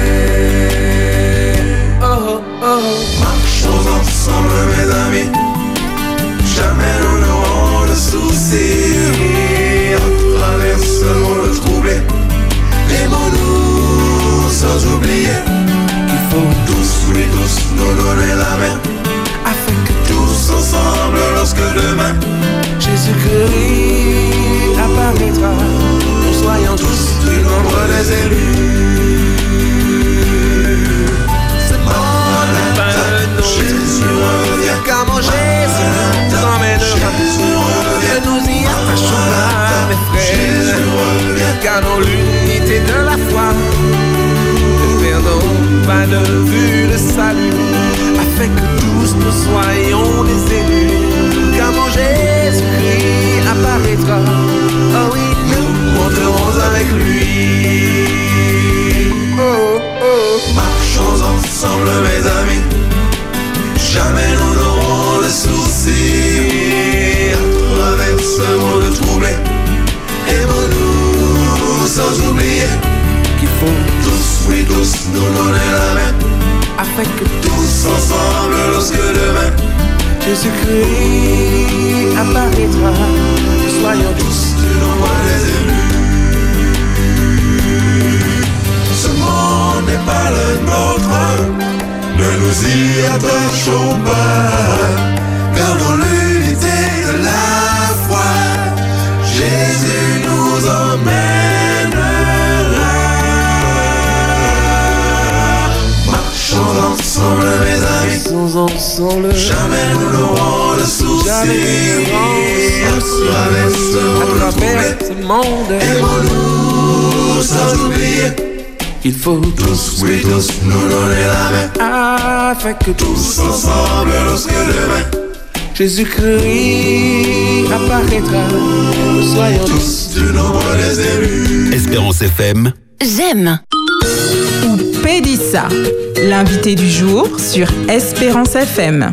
Oh oh oh. Marchons ensemble, mes amis. Jamais nous n'aurons de soucis. On traverse ce monde troublé. Aimons-nous sans oublier qu'il faut tous, oui tous, nous donner la main, afin que tous ensemble, lorsque demain Jésus-Christ apparaîtra, nous soyons tous du nombre des élus. Ce monde n'est pas le nôtre, Jésus revient, car mon Jésus nous emmènera. Que nous y attachons là, mes frères, car dans l'unité de la foi, ne perdons pas de vue le salut, afin que tous nous soyons des élus. Car mon Jésus-Christ apparaîtra, oh oui, nous monterons avec lui. Oh, oh. Marchons ensemble, mes amis, jamais nous n'aurons de soucis. À travers ce monde troublé, aimons-nous sans oublier qu'il faut tous, oui tous, nous donner la main, afin que tous ensemble, lorsque demain Jésus-Christ apparaîtra, nous soyons tous du nombre des élus. Ce monde n'est pas le nôtre, ne nous y attachons pas, car dans l'unité de la foi, Jésus nous emmènera. Marchons ensemble, mes amis, ensemble. Jamais nous n'aurons de soucis. À travers ce monde, aimons-nous sans oublier qu'il faut tous, oui tous, nous donner la main, afin que tous ensemble, lorsque demain Jésus-Christ apparaîtra, nous soyons tous du nombre des élus. Espérance F M. J'aime. Ou Pédissa, l'invité du jour sur Espérance F M.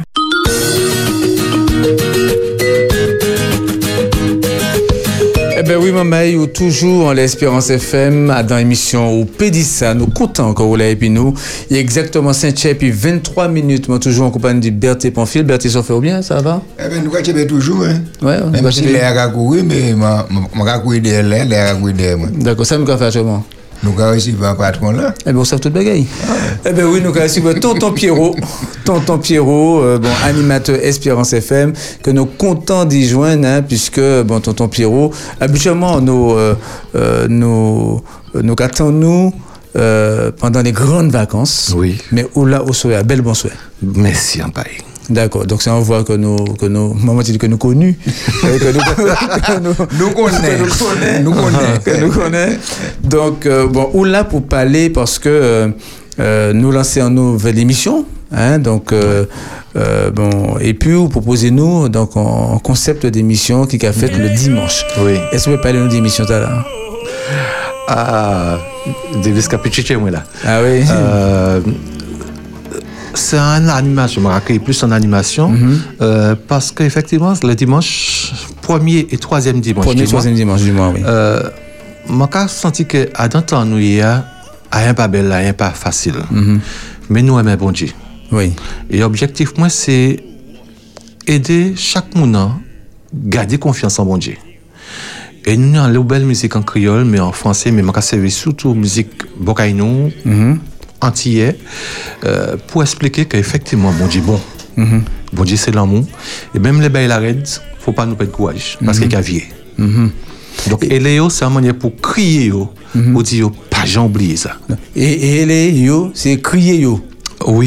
Eh bien oui, maman, ou toujours en l'Espérance F M, dans l'émission ou Pédissa, nous comptons encore vous l'avez puis nous. Il y a exactement cinq et puis vingt-trois minutes, moi toujours en compagnie de Berthe Pamphile. Berthe, ça fait bien, ça va? Eh bien, nous avons toujours, hein. Ouais, on même si l'air a couru, mais je vais courir derrière l'air, l'air a couru derrière moi. D'accord, ça nous va faire comment? Nous avons réussi à un patron là. Eh bien, on sait toute bagaille. Eh bien, oui, nous avons réussi à Tonton Pierrot. Tonton Pierrot, euh, bon, animateur Espérance F M, que nous comptons d'y joindre, hein, puisque, bon, Tonton Pierrot, habituellement, nous, euh, euh, nous, nous attendons, nous, euh, pendant les grandes vacances. Oui. Mais où là, au soir, bel bonsoir. Merci, en paille. D'accord, donc c'est un voix que nous, que nous, maman dit que nous connus, que nous, que nous, nous connaissons, nous connaissons, que nous connaissons. Donc euh, bon, ou là pour parler parce que euh, euh, nous lancer une nouvelle émission, hein, donc euh, euh, bon, et puis vous proposez nous donc un concept d'émission qui a fait le dimanche. Oui. Est-ce que vous pouvez parler de nous d'émission là? Ah, Davis Capuchiche, moi là. Ah oui. Euh, c'est une animation, je me raconte plus en animation, mm-hmm. euh, parce qu'effectivement, le dimanche, premier et troisième dimanche premier et troisième dimanche du mois, oui. Euh, je senti que à dans temps nous y a rien pas belle, rien pas facile. Mm-hmm. Mais nous aimons bon Dieu. Oui. Et l'objectif moi c'est aider chaque monde à garder confiance en bon Dieu. Et nous avons une belle musique en créole, mais en français, mais je servi surtout musique bokaino. Mm-hmm. Antillais, euh, pour expliquer qu'effectivement, bon Dieu, bon, mm-hmm. bon Dieu, c'est l'amour. Et même les bails la raide, faut pas nous perdre courage, parce mm-hmm. qu'il y a vie. Mm-hmm. Donc, et Léo, c'est un manière pour crier, yo, mm-hmm. pour dire, pas j'en oublie ça. Et, et Léo, c'est crier, yo. Oui.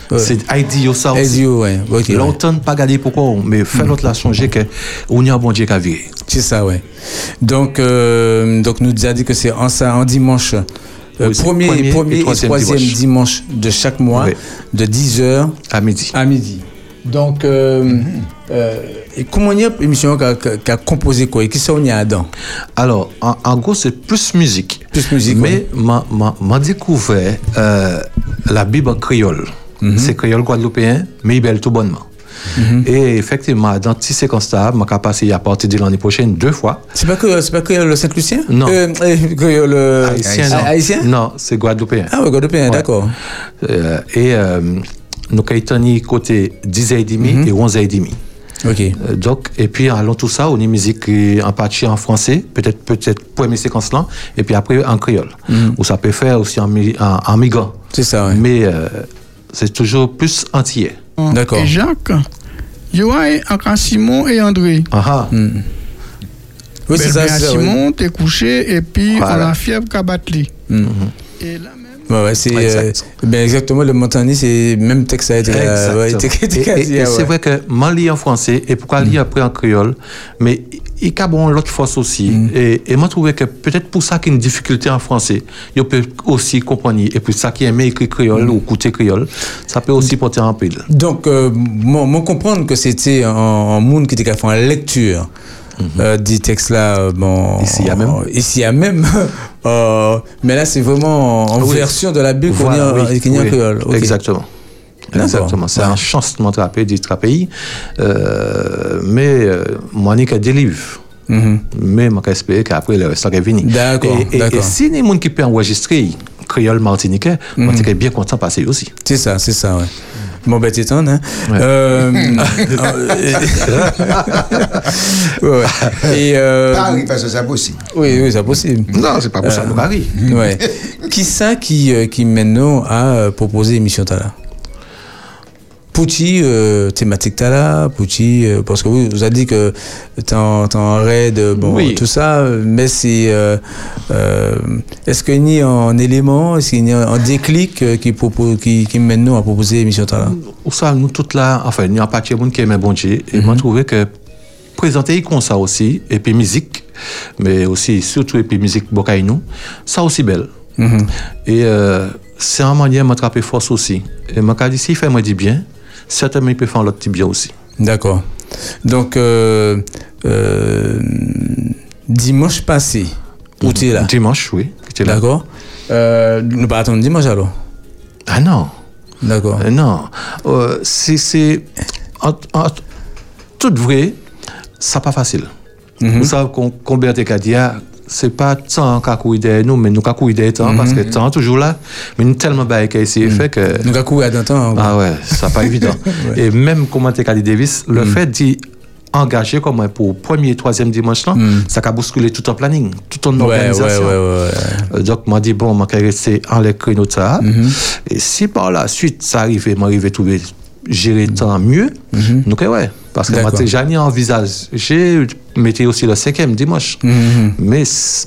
Ouais. C'est Aïdio ça aussi. Aïdio, ouais. Ok. Longtemps pas garder pourquoi, mais faire l'autre la songer que on y a bon Dieu qui a viré. C'est ça, ouais. Donc, euh, donc nous a dit que c'est en ça, en dimanche. Euh, Oui, c'est premier, premier premier et et troisième troisième dimanche. dimanche. de chaque mois, Oui. de dix heures à midi. À midi. Donc, euh, mm-hmm. euh, et comment il y a une émission qui a, qui a composé quoi et qui ça on y a dedans? Alors, en, en gros, c'est plus musique. Plus musique, mais m'a m'a m'a découvert euh, la Bible en créole. Mm-hmm. C'est créole guadeloupéen, mais il belle tout bonnement. Mm-hmm. Et effectivement, dans ces séquences-là, je vais passer à partir de l'année prochaine deux fois. C'est pas que c'est pas que le Saint-Lucien? Non. Euh, que le Haïtien, non. Haïtien? Non, c'est guadeloupéen. Ah oui, guadeloupéen, ouais. D'accord. Euh, et euh, nous avons côté dix heures trente mm-hmm. et onze heures trente. Ok. Euh, donc, et puis, allons tout ça, on est musique en partie en français, peut-être, peut-être, première séquence là, et puis après en créole. Mm-hmm. Ou ça peut faire aussi en, en, en migrant. C'est ça, ouais. Mais euh, c'est toujours plus entier. D'accord. Et Jacques, Joël, encore Simon et André. Ah mm. Oui, c'est ça, c'est ça. Simon, t'es couché, et puis voilà. On a fièvre qu'à battre. Mm. Et là, Ouais, ouais, c'est exact. euh, ben exactement le Montagny, c'est même texte ça a été euh, ouais, été, été, été, et, et, et ouais. C'est vrai que moi lis en français et pourquoi mm. lire après en créole, mais il y a bon l'autre force aussi. Mm. Et, et moi trouvé que peut-être pour ça qu'il y a une difficulté en français, il peut aussi comprendre et puis ça qui aime écrire créole mm. ou écouter créole, ça peut aussi porter en pile. Donc euh, moi, moi comprendre que c'était un, un monde qui était fait en lecture. Mm-hmm. Euh, des textes là, bon, ici il y a même, ici il y a même, euh, mais là c'est vraiment en oui. version de la Bible voilà, qu'on oui, y a en créole. Okay. Exactement. Exactement. C'est ouais. un chancement de rapper du pays, euh, mais euh, moi n'y a des livres. Mm-hmm. Mais moi j'espère qu'après le reste va venir. D'accord. Et, et, et si les gens qui peuvent enregistrer créole martiniquais, mm-hmm. moi je suis bien content de passer aussi. C'est ça, c'est ça, ouais. Bon, ben, t'étonnes, hein. Ouais. Euh, ouais. Et, euh, Paris, parce que c'est possible. Oui, oui, c'est possible. Non, c'est pas possible, euh, Paris. Ouais. Qui ça qui, qui maintenant a proposé l'émission Tala? Pouti, euh, thématique Tala, Pouti, euh, parce que oui, vous avez dit que t'es en, t'es en raid, bon, oui. tout ça, mais c'est. Euh, euh, est-ce qu'il y a un élément, est-ce qu'il y a un déclic euh, qui, propose, qui, qui mène nous à proposer l'émission Tala? Ou ça, nous, toutes là, enfin, il y a un parti de monde qui aime bon Dieu, et moi, je trouvais que présenter comme ça aussi, et puis musique, mais aussi, surtout, et puis musique Bokaïnou, ça aussi belle. Mm-hmm. Et euh, c'est un manière de m'attraper force aussi. Et moi, quand ici, il fait moi du bien. Certainement, il peut faire l'autre bien aussi. D'accord. Donc, euh, euh, dimanche passé, où tu es là? Dimanche, oui. D'accord. Euh, nous pas attendre dimanche alors? Ah non. D'accord. Euh, non. Euh, c'est, c'est en, en, tout vrai, ça pas facile. Mm-hmm. Vous savez combien de cas dire, c'est pas tant qu'à courir derrière nous, mais nous qu'à courir derrière temps, mm-hmm. parce que temps toujours là, mais nous tellement bail qu'à essayer fait que. Nous qu'à courir dans temps. Ah ouais, ça pas évident. Ouais. Et même comment t'es Cali Davis, le mm-hmm. fait d'y engager comme moi pour premier et troisième dimanche là, mm. ça a bousculé tout en planning, tout en organisation. Ouais, ouais, ouais, ouais. Donc moi dit bon, moi qu'à rester en les créneaux de ça. Mm-hmm. Et si par la suite ça arrivait, moi arrivais trouver gérer le temps mieux, mm-hmm. donc ouais. Parce que D'accord. moi, j'ai jamais envisagé, j'ai mettais aussi le cinquième dimanche. Mm-hmm. Mais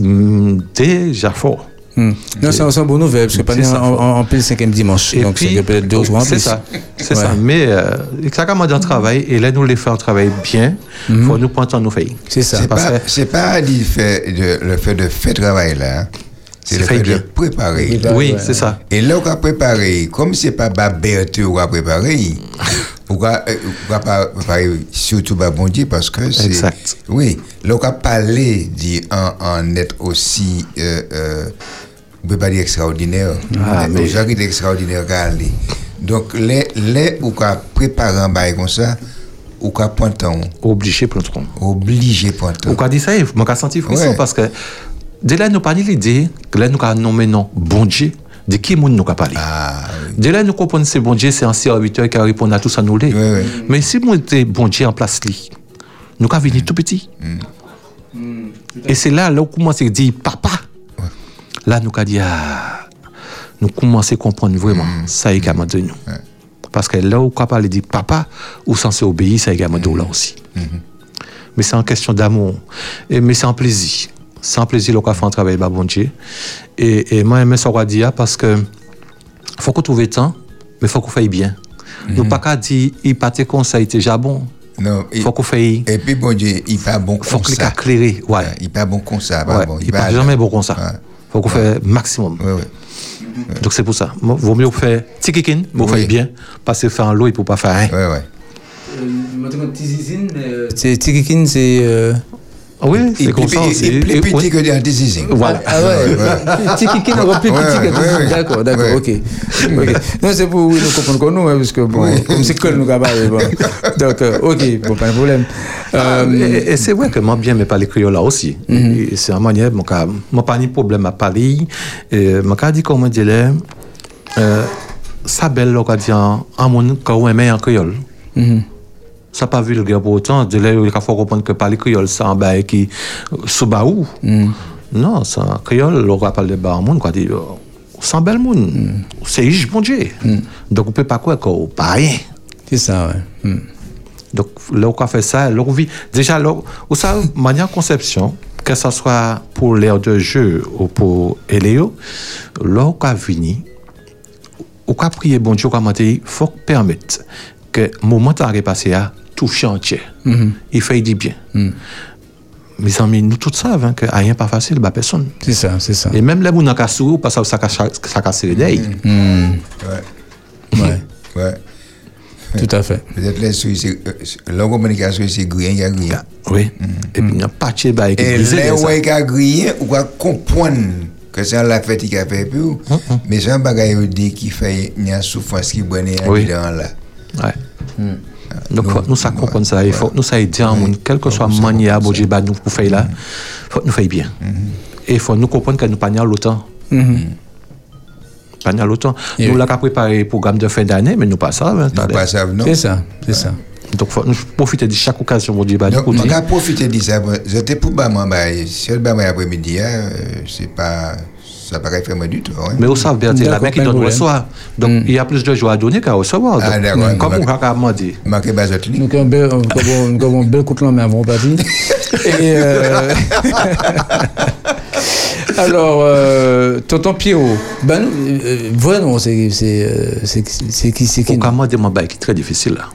déjà fort. Mm. Non, c'est une bonne nouvelle, parce que pas en, en, en le cinquième dimanche. Et donc, puis, c'est peut-être deux ou trois en c'est plus. ça. C'est ouais. ça. Mais, euh, ça commence dans le travail, et là, nous les faisons travailler bien. Il mm-hmm. faut nous prendre temps nous faire. C'est ça. C'est parce pas, que... c'est pas le fait de, le fait de faire travail là. C'est, c'est le fait bien. de préparer. Oui, ouais. c'est ça. Et là, on a préparé, comme c'est pas Baberté qu'on a préparé, on va pas préparer surtout bon Dieu parce que c'est. Exact. Oui, là, on a parlé en, en être aussi. Euh, euh, on ne peut pas dire extraordinaire. Ah, mais. Aux gens qui sont extraordinaires, donc, les, les où on a préparé un bail comme ça, ou qu'on prend temps. Obligé pour le tronc. Obligé pour le temps. Ou qu'on dit ça, on a senti frisson parce que. Dès là, nous parlons l'idée que là, nous avons nommé non, bon Dieu, de qui nous avons parlé. Ah, oui. Dès là, nous comprenons que c'est bon Dieu, c'est un serviteur qui répond à tout ça, nous l'est. Oui, oui. Mais si nous étions bon Dieu en place, nous avons venu mm. tout petit. Mm. Mm. Et c'est là, là où on commence à dire papa. Ouais. Là, nous avons dit, ah, nous commençons à comprendre vraiment mm. ça également de nous. Ouais. Parce que là où on parle de papa, ou censé obéir, ça également de là aussi. Mm-hmm. Mais c'est en question d'amour, et, mais c'est en plaisir. Sans plaisir, le fait un travail, bah, bon Dieu. Et, et moi, j'aime ça dire parce que faut qu'on trouve le temps, mais faut qu'on fasse bien. Nous pas qu'à dire, il pas te conseil déjà bon. Non, il faut qu'on fasse. Et puis, bon Dieu, il pas bon faut comme ça. Faut qu'il éclairé, ouais. Il pas bon comme ça, pas ouais. bon. Il, il pas jamais bon comme ça. Ouais. Faut qu'on ouais. fasse maximum. Ouais, ouais. Donc c'est pour ça. Vaut mieux faire tikikin, mais vous faites bien, parce que faire en l'eau, il ne faut pas faire rien. Ouais, ouais. C'est tikikin, c'est. Euh... Oui, c'est comme ça. C'est plus petit que des antizizing. Voilà. Ah ouais, tikikin est plus petit que antizizing. D'accord, d'accord, ok. Non, c'est pour nous comprendre que nous, parce que bon, comme c'est que nous avons parlé. Donc, ok, bon, pas de problème. Et c'est vrai que moi, bien, mais parler créole là aussi. C'est une manière, moi, moi, pas de problème à parler. Moi, dit comment dire, ça belle, on dit en monde, quand on aime en créole. Ça pas vulgaire pour autant. De là, il faut comprendre que parler créole, c'est un bail qui sous baou. Mm. Non, c'est un créole, on va parler de bas monde, quoi. C'est un bel monde. Mm. C'est riche, bon Dieu. Mm. Donc, on peut pas quoi qu'on pas rien. C'est ça, ouais. Mm. Donc, là, on fait ça, là, on vit. Déjà, là, ou ça, manière conception, que ce soit pour l'air de jeu ou pour Eléo, là, on va venir, on va prier, bon Dieu, comment dire, il faut permettre que le moment où on est passé à toucher entier. Mm-hmm. Il fait du bien. Mm. Mes amis, nous tous savons que rien n'est pas facile, bah personne. C'est ça, c'est ça. Et même les gens qui sont parce que ça casse les dents. Ouais. Ouais. Ouais. Tout à fait. Peut-être que la communication, c'est grien, il y a grien. Oui. Mm. Et puis, il n'y a pas de chéba qui est brisé. Et là où il y a grien, on va comprendre que c'est la fête qui a fait plus. Mais c'est un bagage qui fait une souffrance qui est bonne là. Ouais. Mm. Donc, il faut nous ça comprendre ça. Il faut que nous ça aider en monde, quelle que soit la manière dont nous pour faire là, il faut que nous fassions bien. Et il faut nous comprendre que nous pas pas longtemps. Pas longtemps. Nous l'avons préparé le programme de fin d'année, mais nous pas ça. Nous pas ça, non. C'est ça, c'est ça. Donc, il faut nous profiter de chaque occasion pour dire. Donc, on va profiter de ça. J'étais pour Bama, si le Bama après-midi, c'est pas. Ça paraît faire du tout. Hein? Mais vous savez bien, c'est la main qui donne reçoit. Donc, mm. il y a plus de joie à donner qu'à recevoir. Donc, ah, mm. Comme on a demandé. Marqué Bazotli. Nous avons un bel coup de main avant parti. Et. Euh... Alors, euh, Tonton Pierrot, ben, euh, vraiment, c'est qui c'est qui. Pour moi, c'est un bail qui est très difficile là.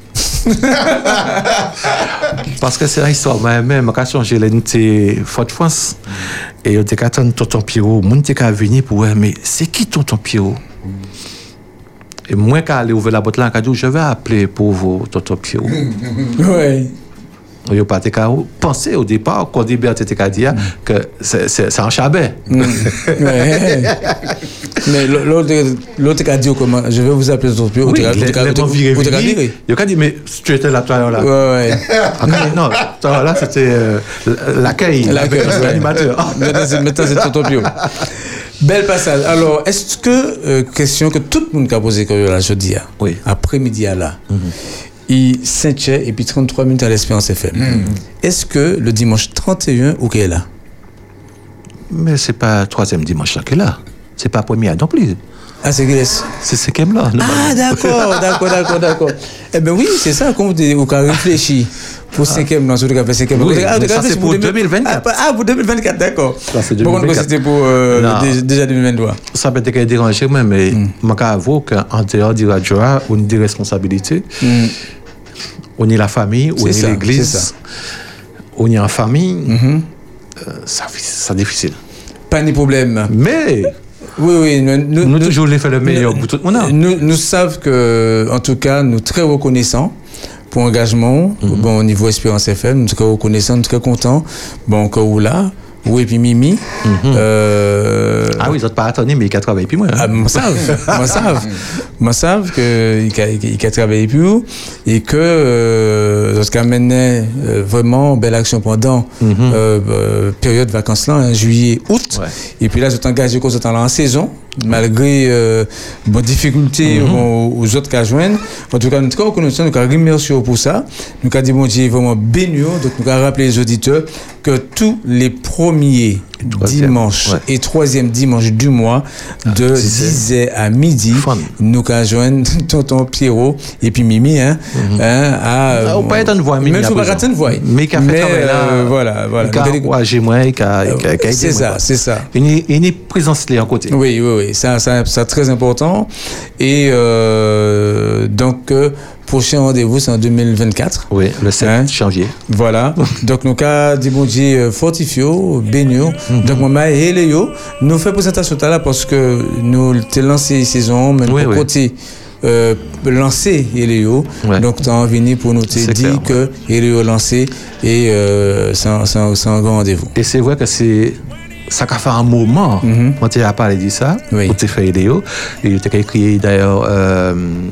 Parce que c'est une histoire, moi-même, j'ai changé l'unité Fort France. Et je dis qu'attends, Tonton Pierrot, je suis venu pour voir, mais c'est qui Tonton Pierrot? Et moi, quand je ouvert la boîte là, je dis, je vais appeler pour vous, Tonton Pierrot. Oui. Je n'ai pas pensé au départ, quand Dibert était dit que c'est un chabet. Mm. Ouais. Mais l'autre a dit comment je vais vous appeler Tonton Pierrot. Oui, il a dit, mais tu étais là, toi, là. Ouais, ouais. Non, toi, là, c'était euh, l'accueil, l'animateur. Maintenant, c'est Tonton Pierrot. Bel passage. Alors, est-ce que, euh, question que tout le monde a posée quand je dis, oui. Après-midi, là, mm-hmm. il cinq et puis trente-trois minutes à l'Espérance F M. Mm. Est-ce que le dimanche trente et un, ou qu'elle est là? Mais c'est pas le troisième dimanche là qu'elle est là. C'est pas le premier non plus. Ah, c'est Grèce. C'est ce qu'elle là. Ah, d'accord, d'accord, d'accord, d'accord. Eh bien oui, c'est ça, comme vous avez réfléchi. Pour cinquième, non, surtout qu'elle fait cinquième. Oui, ah, ça c'est pour deux mille vingt-quatre. Ah, pour deux mille vingt-quatre, d'accord. Ça c'est deux mille vingt-quatre. Bon, c'était pour euh, déjà deux mille vingt-trois. Ça peut être dérangé, mais je peux avouer qu'en dehors du radio, on a des responsabilités. Mm. On est la famille, on est l'église, on est en famille. Mm-hmm. euh, ça, c'est difficile. Pas de problème. Mais. Oui, oui. Nous, nous, nous toujours les fait le meilleur pour tout le monde. Nous, nous savons que, en tout cas, nous sommes très reconnaissants pour l'engagement. Mm-hmm. Bon, au niveau Espérance F M, nous sommes très reconnaissants, nous sommes très contents. Bon, que vous là. Oui, et puis Mimi. Mm-hmm. Euh... Ah oui, ils n'ont pas attendu, mais ils ont travaillé plus moi. Ah, moi, savent. moi, savent. Moi, savent qu'ils ont travaillé plus et que, euh, qu'ils mené euh, vraiment belle action pendant mm-hmm. euh, euh, période de vacances là, hein, juillet, août. Ouais. Et puis là, ils sont engagés comme ça en saison, malgré euh, bonnes difficultés mm-hmm. aux, aux autres qu'à joindre. En tout cas, nous sommes reconnaissants, nous avons remercié pour ça. Nous avons dit, bon Dieu, vraiment béni. Donc, nous avons rappelé les auditeurs que tous les premiers dimanche ouais. et troisième dimanche du mois de dix heures à midi. Fun. Nous allons joindre tonton Pierrot et puis Mimi. Hein, mm-hmm. hein, à, on peut être une voix, Mimi. Même si on ne peut pas une voix. Mais qui a fait travail là. Euh, voilà, voilà. C'est ça, c'est ça. Il y a une présence là à côté. Oui, oui, oui. Ça, ça, ça très important. Et euh, donc, euh, prochain rendez-vous, c'est en deux mille vingt-quatre. Oui, le sept hein? janvier. Voilà. Donc, nous avons dit, bon Dieu, fortifio, bénio. Mm-hmm. Donc, moi, et Léo, nous faisons présentation là parce que nous avons lancé la saison, mais nous avons oui, côté. Oui. Euh, lancé Eléo, ouais. Donc tu as venu pour nous te dire que Eléo lancé et euh, c'est un, un, un grand rendez-vous. Et c'est vrai que c'est ça a fait un moment mm-hmm. quand tu as parlé de ça, oui. Pour te faire Eléo, et tu as écrit d'ailleurs euh,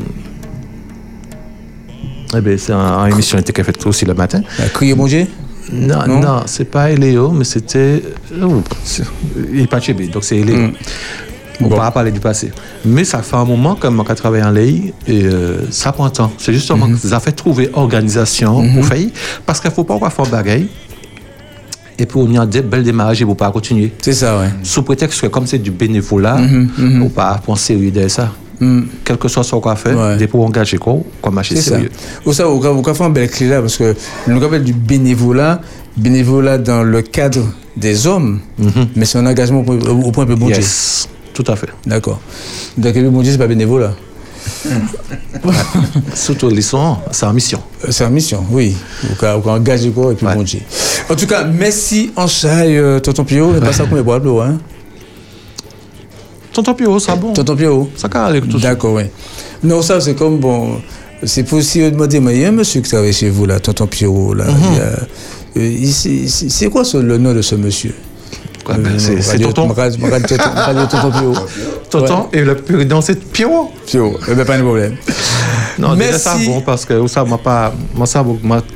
eh ben, c'est une émission qui a été faite aussi le matin. Crier bon Dieu? Non, non, non, c'est pas Eléo, mais c'était oh, il n'est pas Tchébé, donc c'est Eléo. Mm. On ne bon. va pas parler du passé. Mais ça fait un moment que moi, j'ai travaillé en Lei et euh, ça prend temps. C'est justement mm-hmm. que ça fait trouver organisation mm-hmm. pour faire. Parce qu'il ne faut pas faire bagaille. Et puis, on a des belles démarrages et on ne peut pas continuer. C'est ça, oui. Sous prétexte que comme c'est du bénévolat, mm-hmm. on ne peut pas penser de ça. Mm. Quel que soit ce qu'on fait, ouais. Des pour engager quoi, comme marcher sérieux. Ou ça, on va faire un bel clé là, parce que nous appelle du bénévolat, bénévolat dans le cadre des hommes, mm-hmm. mais c'est un engagement au, au point de bon Dieu. Yes. Tout à fait. D'accord. Donc, mon Dieu, c'est pas bénévolat. Surtout les sons, c'est en mission. C'est en mission, oui. On engage quoi et puis ouais. Bon Dieu. En tout cas, merci en chaille, euh, Tonton Pio. C'est pas ça qu'on est boire de l'eau, hein. Tonton Pio, ça bon. Tonton Pio. Ça carré tout ça. D'accord, oui. Non, ça, c'est comme bon. C'est possible de demander, mais il y a un monsieur qui travaille chez vous, là, Tonton Pio, là. Mm-hmm. Il y a, euh, c'est, c'est, c'est quoi ce, le nom de ce monsieur? Quoi, ben, c'est, c'est Tonton. Tonton Tonton et le président c'est Pierrot. Pierrot, eh ben pas de problème. Non, mais ça bon parce que ça m'a pas, moi ça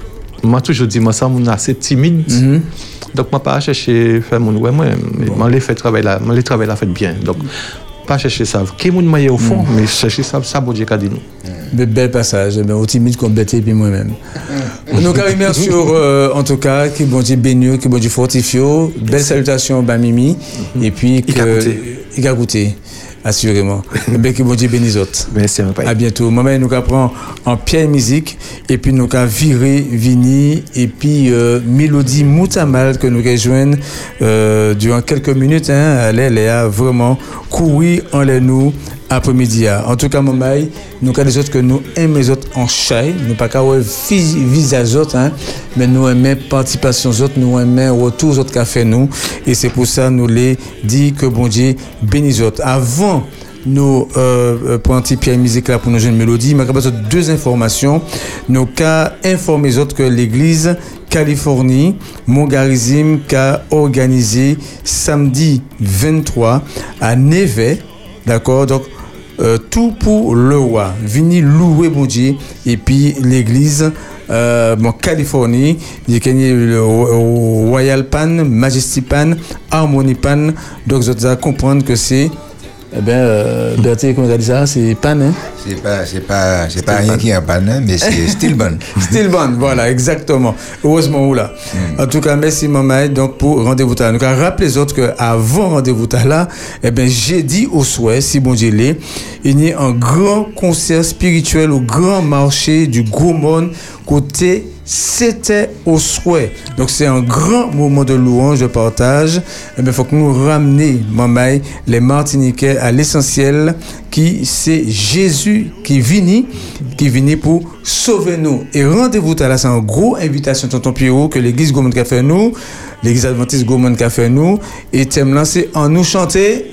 m'a toujours dit moi ça mon assez timide. Mm-hmm. Donc moi pas chercher faire mon ouais moi, mais moi les fait travail là, moi les travail là fait bien. Donc pas chercher ça. Qui mon moyen au fond, mm. mais chercher ça ça bon Dieu qu'a dit nous. De bel passage, mais aussi timide comme bête et puis moi-même. Donc, carrément sur, euh, en tout cas, qui bon Dieu béni, qui bon Dieu fortifio, belle salutation, bah Mimi, mm-hmm. Et puis que il a goûté, assurément. Ben que bon Dieu bénisse autres. Merci un peu. À bientôt. Maman, nous apprend en pierre musique et puis nous avons viré Vini et puis euh, Mélodie Moutamal que nous rejoignons euh, durant quelques minutes. Hein, elle, elle a vraiment couru en les nous. Après-midi. En tout cas, maman, nous avons des autres que nous aimons les autres en chaille. Nous pas qu'à visage autres, hein, mais nous aimons participation autres, nous aimons retour autres qu'a fait nous. Et c'est pour ça nous les dit que bon Dieu bénisse autres. Avant nous euh, pour un petit pierre musique là pour nos jeunes mélodies, mais besoin de deux informations. Nous qu'à informer les autres que l'église Californie Mongarizim qu'a organisé samedi vingt-trois à Neve. D'accord, donc euh, tout pour le roi. Vini louer bon Dieu et puis l'église euh, bon Californie, il y a le Royal Pan, Majesty Pan, Harmony Pan. Donc vous allez comprendre que c'est eh bien euh, Berthier, comment on a dit ça, c'est pan hein. C'est pas c'est pas c'est pas rien qui est en pan hein, mais c'est still bon. Still bon, voilà, exactement. Heureusement là. Mm. En tout cas, merci maman donc pour rendez-vous là. Donc rappelez les autres que avant rendez-vous là, eh ben jeudi au soir, si bon Dieu l'est, il y a un grand concert spirituel au grand marché du Gros Monde côté c'était au souhait. Donc c'est un grand moment de louange, de partage. Il eh faut que nous ramenions, maman, les Martiniquais à l'essentiel, qui c'est Jésus qui vient, qui vient pour sauver nous. Et rendez-vous là, c'est une grosse invitation, tonton Pierrot, que l'église Gourmand qu'a fait nous, l'église adventiste Gourmand qu'a fait nous, et t'aimes lancer en nous chanter.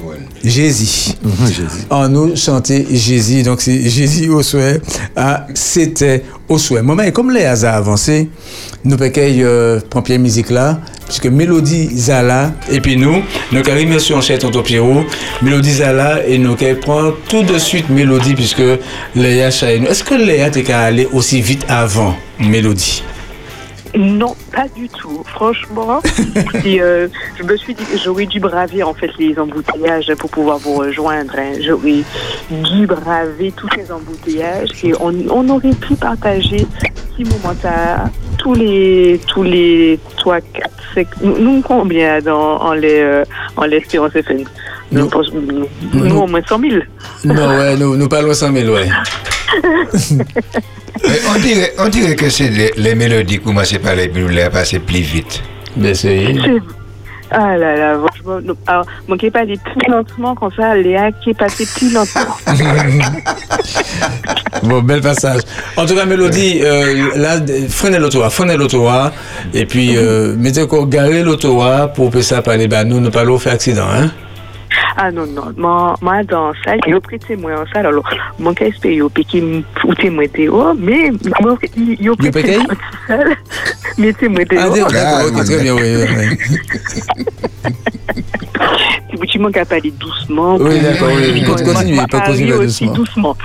Jésus. Mmh, Jésus. En nous chanter Jésus. Donc c'est Jésus au souhait. Ah, c'était au souhait. Maman, et comme les hasards avancés, nous pouvons euh, prendre pied musique là, puisque Mélodie Zala, et puis nous, nous arrivons sur un chef Tonton Pierrot, Mélodie Zala, et nous prenons tout de suite Mélodie, puisque Léa Chaïnou. Est-ce que Léa t'es qu'à aller aussi vite avant Mélodie? Non, pas du tout. Franchement, et, euh, je me suis dit que j'aurais dû braver en fait les embouteillages pour pouvoir vous rejoindre. Hein. J'aurais dû braver tous ces embouteillages et on, on aurait pu partager ces moments-là tous les, tous les trois, quatre, cinq, nous, nous combien dans, en les, euh, en l'Espérance F M? Nous, nous, nous, nous, au moins cent mille. Non, ouais, nous, nous parlons cent mille, ouais. Mais on dirait, on dirait que c'est les, les mélodies qui commencent par les bulles, elles passent plus vite. Bien sûr. Ah là là, franchement, non. Alors, manquez pas aller plus lentement comme ça, Léa qui est passée plus lentement. Bon, bel passage. En tout cas, Mélodie, euh, là, freinez l'autoa, freinez l'autoa, et puis euh, mettez quoi, garez l'autoa pour que ça parle, bah, nous ne pas l'eau faire accident, hein? Ah non, non, moi, moi dans ça, il y a prêté moi en salle, alors, mon cas espère, il y a qui ou témoin théo, mais il y a prêté moi en salle, mais témoin théo. Ah, d'accord, ok, très bien, oui, oui. Si tu manques à parler doucement. Oui, d'accord, oui, continuez, pas continuer doucement. doucement.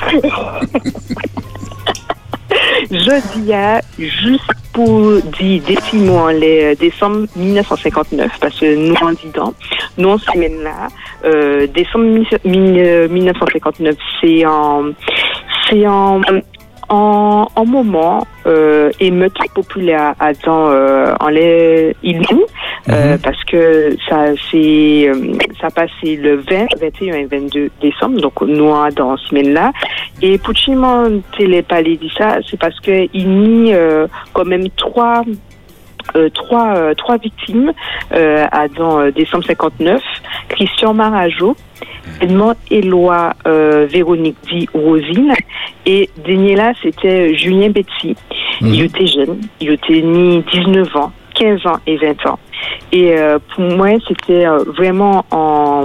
Je dis à juste pour dire décimons les décembre dix-neuf cent cinquante-neuf parce que nous en disant nous en semaine là euh, décembre dix-neuf cent cinquante-neuf c'est en c'est en en, en moment euh, émeute populaire à dans euh, en les îles euh, mm-hmm. parce que ça c'est ça passé le vingt, vingt et un et vingt-deux décembre donc nous dans cette semaine là et pour chiment télépalé dit ça c'est parce que il y a euh, quand même trois Euh, trois, euh, trois victimes euh, à dans euh, décembre cinquante-neuf, Christian Marajo, Edmond Éloi euh, Véronique dit Rosine et Daniela c'était Julien Betsy. Mmh. Il était jeune, il était ni dix-neuf ans, quinze ans et vingt ans. Et euh, pour moi c'était euh, vraiment en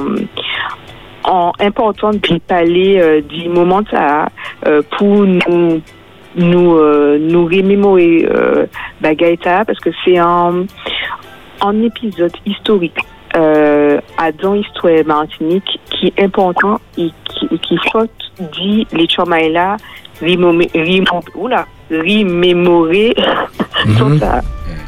en important de parler euh, du moment ça euh, pour nous nous euh, nous remémorer euh, Bagaïta parce que c'est un un épisode historique euh, à dans l'histoire Martinique qui est important et qui qui faut dit les Chomaïla remémorer remémorer tout ça.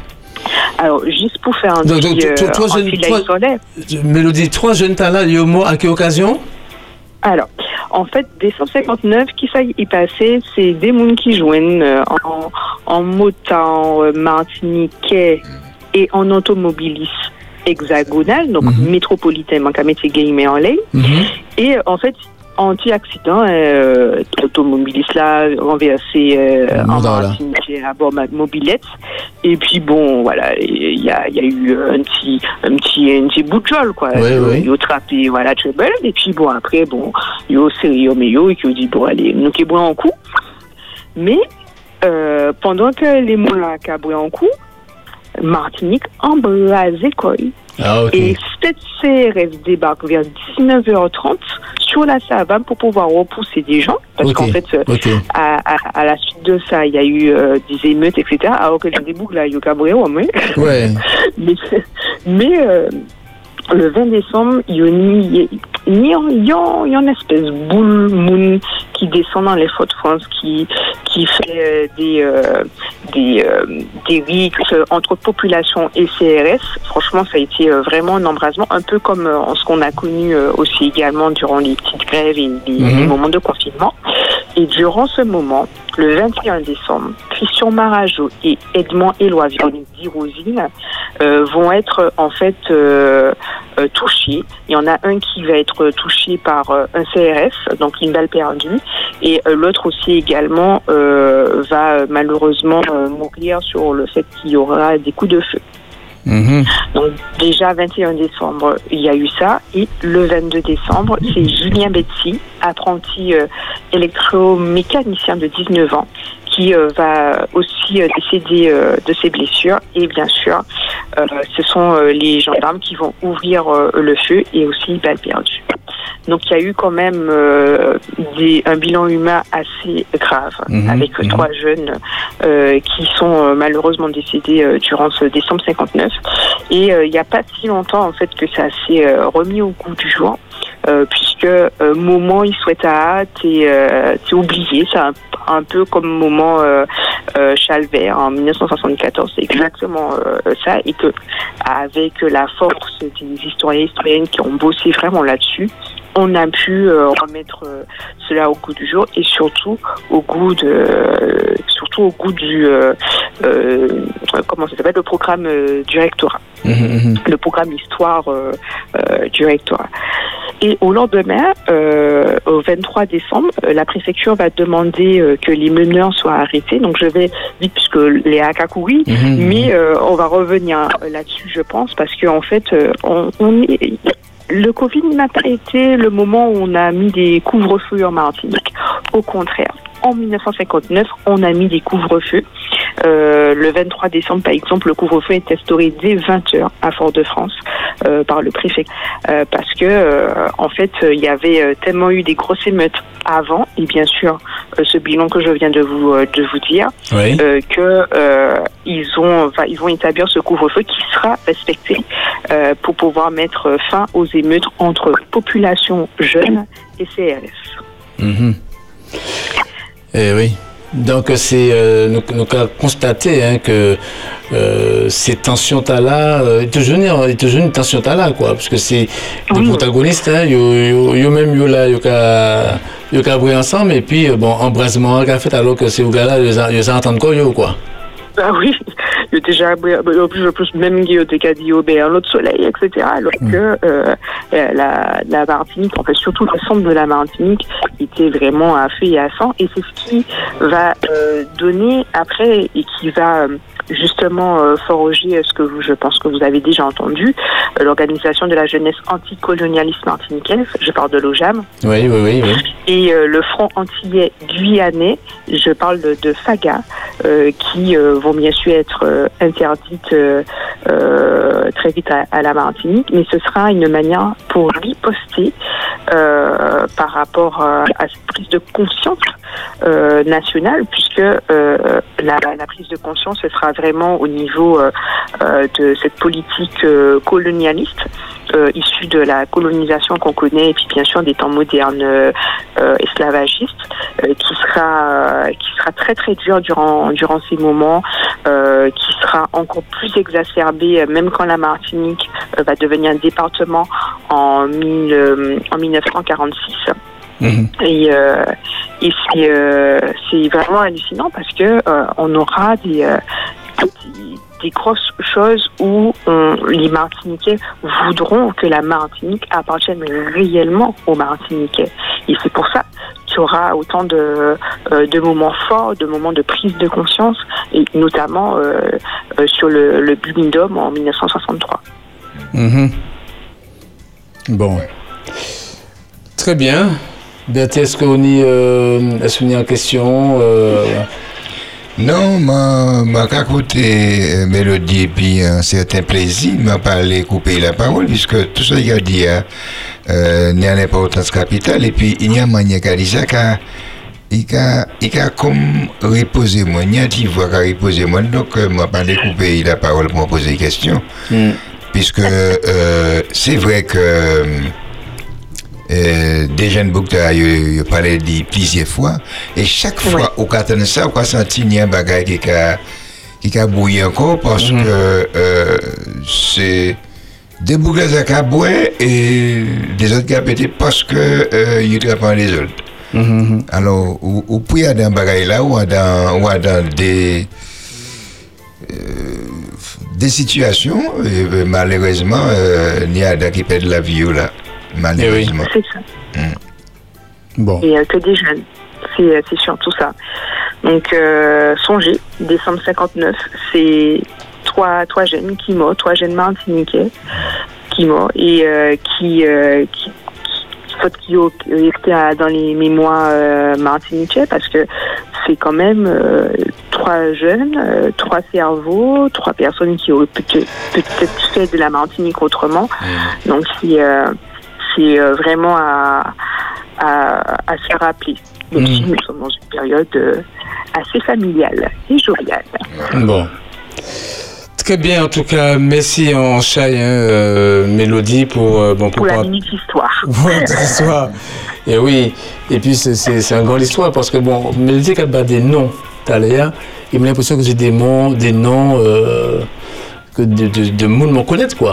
Alors juste pour faire un donc, petit donc, toi, euh, toi, Mélodie, trois jeunes talents, il y a mot à quelle occasion? Alors, en fait, décembre cinquante-neuf, qui ça y est passé, c'est des gens qui joignent euh, en, en motant euh, martiniquais et en automobilisme hexagonal, donc mm-hmm. métropolitain, manque à mettre game en ligne. Mm-hmm. Et en fait, anti-accident, euh, automobiliste là, renversé euh, en Martinique à bord de mobilette. Et puis bon, voilà, il y a, y a eu un petit, un petit, un petit bout de jol, quoi. Oui, ils oui. ont trappé, voilà, très belle. Et puis bon, après, bon, ils ont sérieux, mais ils ont dit, bon, allez, nous qui boit en coup. Mais, euh, pendant que les moulins qui boit en coup, Martinique embrasé quoi. Ah, okay. Et cette C R S débarque vers dix-neuf heures trente sur la savane pour pouvoir repousser des gens. Parce okay. qu'en fait, okay. à, à, à la suite de ça, il y a eu euh, des émeutes, et cetera. Alors que les déboucs, là, il y a eu Cabré, ouais. Ouais. mais mais euh, le vingt décembre, il y a une, il y a, il y a une espèce de boule moon qui descend dans les Fauts-de-France, qui, qui fait euh, des, euh, des, euh, des rixes entre population et C R S. Franchement, ça a été euh, vraiment un embrasement, un peu comme euh, ce qu'on a connu euh, aussi également durant les petites grèves et les, mm-hmm. les moments de confinement. Et durant ce moment, le vingt et un décembre, Christian Marajo et Edmond Éloi Véronique Rosine euh, vont être en fait euh, euh, touchés. Il y en a un qui va être touché par euh, un C R S, donc une balle perdue, et euh, l'autre aussi également euh, va malheureusement euh, mourir sur le fait qu'il y aura des coups de feu. Mmh. Donc déjà vingt et un décembre il y a eu ça et le vingt-deux décembre c'est Julien Betsy, apprenti euh, électromécanicien de dix-neuf ans qui euh, va aussi euh, décéder euh, de ses blessures et bien sûr euh, ce sont euh, les gendarmes qui vont ouvrir euh, le feu et aussi balle perdue. Donc il y a eu quand même euh, des, un bilan humain assez grave mmh, avec mmh. trois jeunes euh, qui sont euh, malheureusement décédés euh, durant ce décembre cinquante-neuf. Et euh, il n'y a pas si longtemps en fait que ça s'est euh, remis au goût du jour euh, puisque euh, moment il souhaite à t'es euh, oublié, c'est un, un peu comme moment euh, euh, Chalvert en mille neuf cent soixante-quatorze, c'est exactement euh, ça et que avec la force des historiens et historiennes qui ont bossé vraiment là-dessus, on a pu euh, remettre euh, cela au goût du jour et surtout au goût de euh, surtout au goût du euh, euh, comment ça s'appelle le programme euh, du rectorat, mmh. le programme histoire euh, euh, du rectorat. Et au lendemain, euh, au vingt-trois décembre, euh, la préfecture va demander euh, que les meneurs soient arrêtés. Donc je vais vite puisque les A K couru, mmh. mais euh, on va revenir là-dessus, je pense, parce qu'en fait, euh, on, on est... Le Covid n'a pas été le moment où on a mis des couvre-feux en Martinique. Au contraire, en dix-neuf cent cinquante-neuf, on a mis des couvre-feux. Euh, le vingt-trois décembre, par exemple, le couvre-feu est instauré dès vingt heures à Fort-de-France euh, par le préfet. Euh, parce que, euh, en fait, il y avait euh, tellement eu des grosses émeutes avant, et bien sûr, euh, ce bilan que je viens de vous, euh, de vous dire, oui. euh, que euh, ils, ont, enfin, ils vont établir ce couvre-feu qui sera respecté euh, pour pouvoir mettre fin aux émeutes entre population jeune et C R S. Mmh. Eh oui. Donc c'est euh, nous, nous avons constaté hein, que euh, ces tensions là, euh, il toujours il toujours une tension là quoi, parce que c'est oui. des protagonistes, hein, yo yo yo même yo là yo ka yo ka brûler ensemble et puis bon embrasement qu'a fait alors que ces gars là ils ils entendent quoi yo quoi. Ah oui, il était déjà en plus, en plus même qui était dit au béar l'autre soleil, et cetera. Alors mmh. que euh, la, la Martinique, en fait surtout le centre de la Martinique, était vraiment à feu et à sang, et c'est ce qui va euh, donner après et qui va euh, justement euh, forger ce que vous, je pense que vous avez déjà entendu, euh, l'organisation de la jeunesse anticolonialiste martiniquaise. Je parle de l'O J A M. Oui, oui, oui, oui. Et euh, le Front antillais guyanais. Je parle de, de FAGA, euh, qui euh, vont bien sûr être euh, interdites euh, euh, très vite à, à la Martinique, mais ce sera une manière pour riposter euh, par rapport euh, à cette prise de conscience euh, nationale, puisque euh, la, la prise de conscience ce sera vraiment au niveau euh, euh, de cette politique euh, colonialiste euh, issue de la colonisation qu'on connaît, et puis bien sûr des temps modernes euh, euh, esclavagistes, euh, qui sera euh, qui sera très très dur durant durant ces moments, euh, qui sera encore plus exacerbé euh, même quand la Martinique euh, va devenir un département en, mille, euh, en dix-neuf cent quarante-six. Mmh. Et, euh, et c'est, euh, c'est vraiment hallucinant parce que euh, on aura des, euh, des, des grosses choses où on, les Martiniquais voudront que la Martinique appartienne réellement aux Martiniquais. Et c'est pour ça qu'il y aura autant de, euh, de moments forts, de moments de prise de conscience, et notamment euh, euh, sur le, le Building Dome en dix-neuf cent soixante-trois. Mmh. Bon. Très bien. Bertie, est-ce qu'on y euh, est-ce qu'on y a une question euh... Non, ma ma écouté Mélodie et puis un certain plaisir m'a parlé couper la parole puisque tout ça il a dit euh, n'y a une importance capitale et puis il y a manière qu'à dire ça il a il a comme reposer moi n'y a dit voir qu'à reposer moi donc m'a parlé couper la parole pour me poser des questions mm. puisque euh, c'est vrai que Euh, des jeunes boucles, je parlais de plusieurs fois, et chaque fois, au cas de ça, on a senti qu'il y a un bagage qui a, qui a bouillé encore, parce mm-hmm. que euh, c'est des boucles qui ont bouillé et des autres qui ont pété parce que euh, ils ne pas les autres. Mm-hmm. Alors, ou puis il y a un bagage là, ou dans, ou dans des, euh, des situations, et, malheureusement, euh, il y a des qui perdent la vie là. Malheureusement. C'est ça. Mmh. Bon. Et euh, que des jeunes. C'est, c'est surtout ça. Donc, euh, songez, décembre cinquante-neuf, c'est trois, trois jeunes qui morent, trois jeunes martiniquais qui morent et euh, qui, euh, qui, qui, qui étaient dans les mémoires euh, martiniquais parce que c'est quand même euh, trois jeunes, euh, trois cerveaux, trois personnes qui ont peut-être, peut-être fait de la Martinique autrement. Mmh. Donc, c'est. Euh, C'est euh, vraiment à, à, à se rappeler. Même si nous sommes dans une période euh, assez familiale et joviale. Bon. Très bien, en tout cas, merci en chai, hein, euh, Mélodie, pour... Euh, bon, pour, pour la minute histoire. Pour l'histoire. Et oui, et puis c'est, c'est, c'est un grand histoire, parce que, bon, Mélodie, quand elle a des noms, Taléa, il m'a l'impression que c'est des noms, des noms euh, que de, de, de monde m'en connaît, quoi.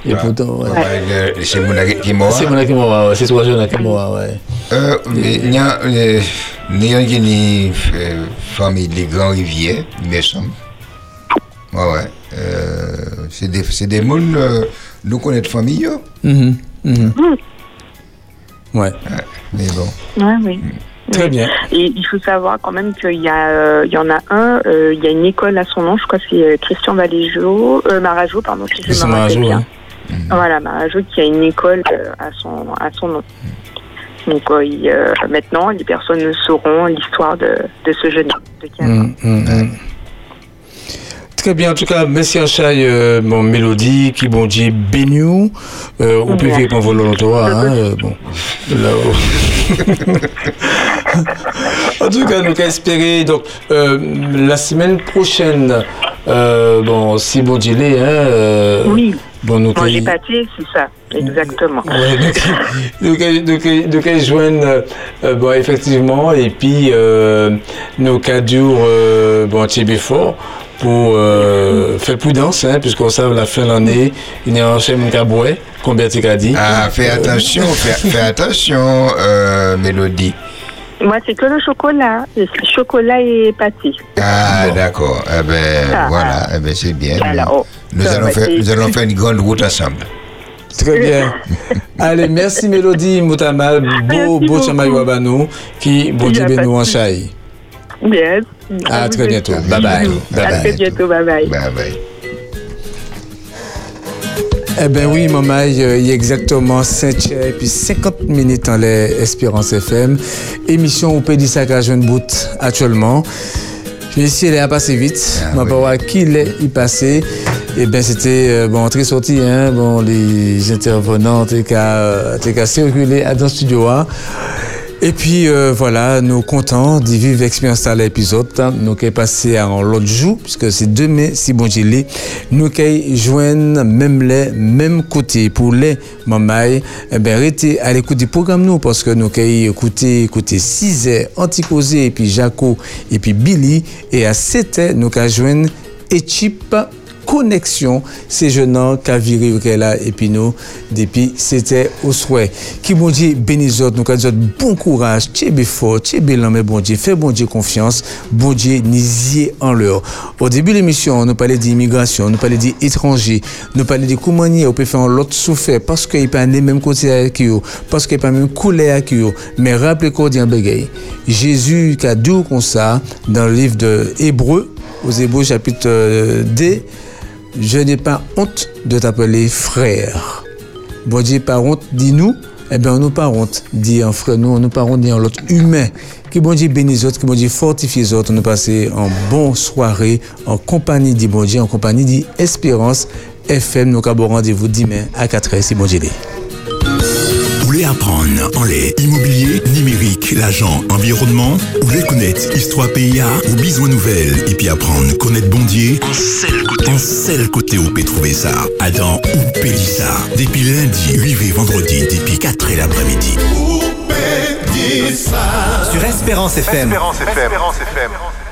Et pourtant, ouais. Ouais. C'est mon qui est mort. C'est mon qui est mort, ouais. C'est trois jeunes qui est mort, ouais. Euh, mais il y a une famille des Grands Rivières, il me semble. Ouais, ouais. Euh, c'est des, c'est des mondes, euh, nous connaissons famille. Mm-hmm. Mm-hmm. Mm. Ouais. Mais bon. Ouais, oui. Très bien. Et il faut savoir quand même qu'il y, euh, il y en a un, euh, il y a une école à son nom, je crois que c'est euh, Christian Valéjo, euh, Marajo, pardon, si je me rappelle bien. Hein. Mmh. Voilà, Marajo qui a une école euh, à, son, à son nom. Donc euh, il, euh, maintenant, les personnes sauront l'histoire de, de ce jeune homme de quinze ans. Mmh, mmh. Très bien, en tout cas, merci à Chai, euh, bon, Mélodie, qui bon Dieu béni, euh, on peut vivre en volontaire, hein, euh, bon, là-haut. En tout cas, nous allons espérer, donc, euh, la semaine prochaine, euh, bon, si bon Dieu l'est, hein, euh, oui. Bon, nous j'ai pâté, c'est ça, exactement. Ouais, donc, donc, donc, donc, joindre, euh, bon, effectivement, et puis, euh, nos cadures, euh, bon, Thierry fort, pour euh, faire prudence, hein, puisqu'on sait la fin de l'année, il y a un chez mon cabouet, combien tu as dit? Ah, fais attention, fais, fais attention, euh, Mélodie. Moi, c'est que le chocolat, le chocolat et pâté. Ah, bon. D'accord, eh ben, ah, voilà, eh ben, c'est bien. Voilà, oh, nous, allons faire, nous allons faire une grande route ensemble. Très bien. Allez, merci Mélodie Moutamal, beau, beau Chamaïwabano, qui, bon Dieu, nous en chaille. Bien. À très bientôt. Bye bye. bye, à bye. très bientôt. Bye bye. Bye bye. Eh bien oui, maman, il y a exactement cinq et puis cinquante minutes dans les Espérance F M. Émission où peut dire ça qu'à jeune bout actuellement. Je vais essayer de passer vite. Ah, je ne sais pas qui l'est y passé. Eh bien, c'était euh, bon, entrée sortie, hein, bon, les intervenants, t'es qu'à circuler dans le studio. Hein. Et puis euh, voilà, nous contents d'y vivre l'expérience à l'épisode. Nous qui passé en l'autre jour, puisque c'est demain, si bon Dieu. Nous qui joignent même les mêmes côtés pour les mamailles. Eh bien, restez à l'écoute du programme nous, parce que nous qui écouter, écouter six heures, Anticosé, et puis Jaco, et puis Billy. Et à sept heures, nous qui joignent Équipe Connexion, ces jeunes gens qui ont viré au là et puis nous, depuis c'était au souhait. Qui bon Dieu bénisse autres, nous avons bon courage, tchébé fort, tchébé l'homme, bon Dieu, fait bon Dieu confiance, bon Dieu n'isiez en leur. Au début de l'émission, nous parlait d'immigration, nous parlait d'étrangers, nous parlait de comment on peut faire l'autre souffert parce qu'il n'y a pas les mêmes côtés que eux, parce qu'il n'y a pas la même couleur que eux. Mais rappelez qu'on dit un bégay. Jésus qui a dit comme ça dans le livre de Hébreux, aux Hébreux chapitre deux, je n'ai pas honte de t'appeler frère. Bon Dieu, pas honte, dis-nous. Eh bien, on n'a pas honte, dit un frère, nous, on n'a pas honte, dit un l'autre humain. Que bon Dieu bénisse les autres, que bon Dieu fortifie les autres. On a passé en bonne soirée, en compagnie du bon Dieu, en compagnie d'Espérance F M. Nous avons rendez-vous demain à quatre heures, si bon Dieu l'est. Vous voulez apprendre en les immobilier, numérique, l'agent, environnement, ou les connaître, histoire P I A, ou besoin nouvelles, et puis apprendre, connaître Bondier, en seul côté, en seul côté où peut trouver ça, Adam ou Pélissa, depuis lundi, huit vendredi, depuis quatre heures l'après-midi. Sur Espérance F M. Espérance F M. Espérance F M.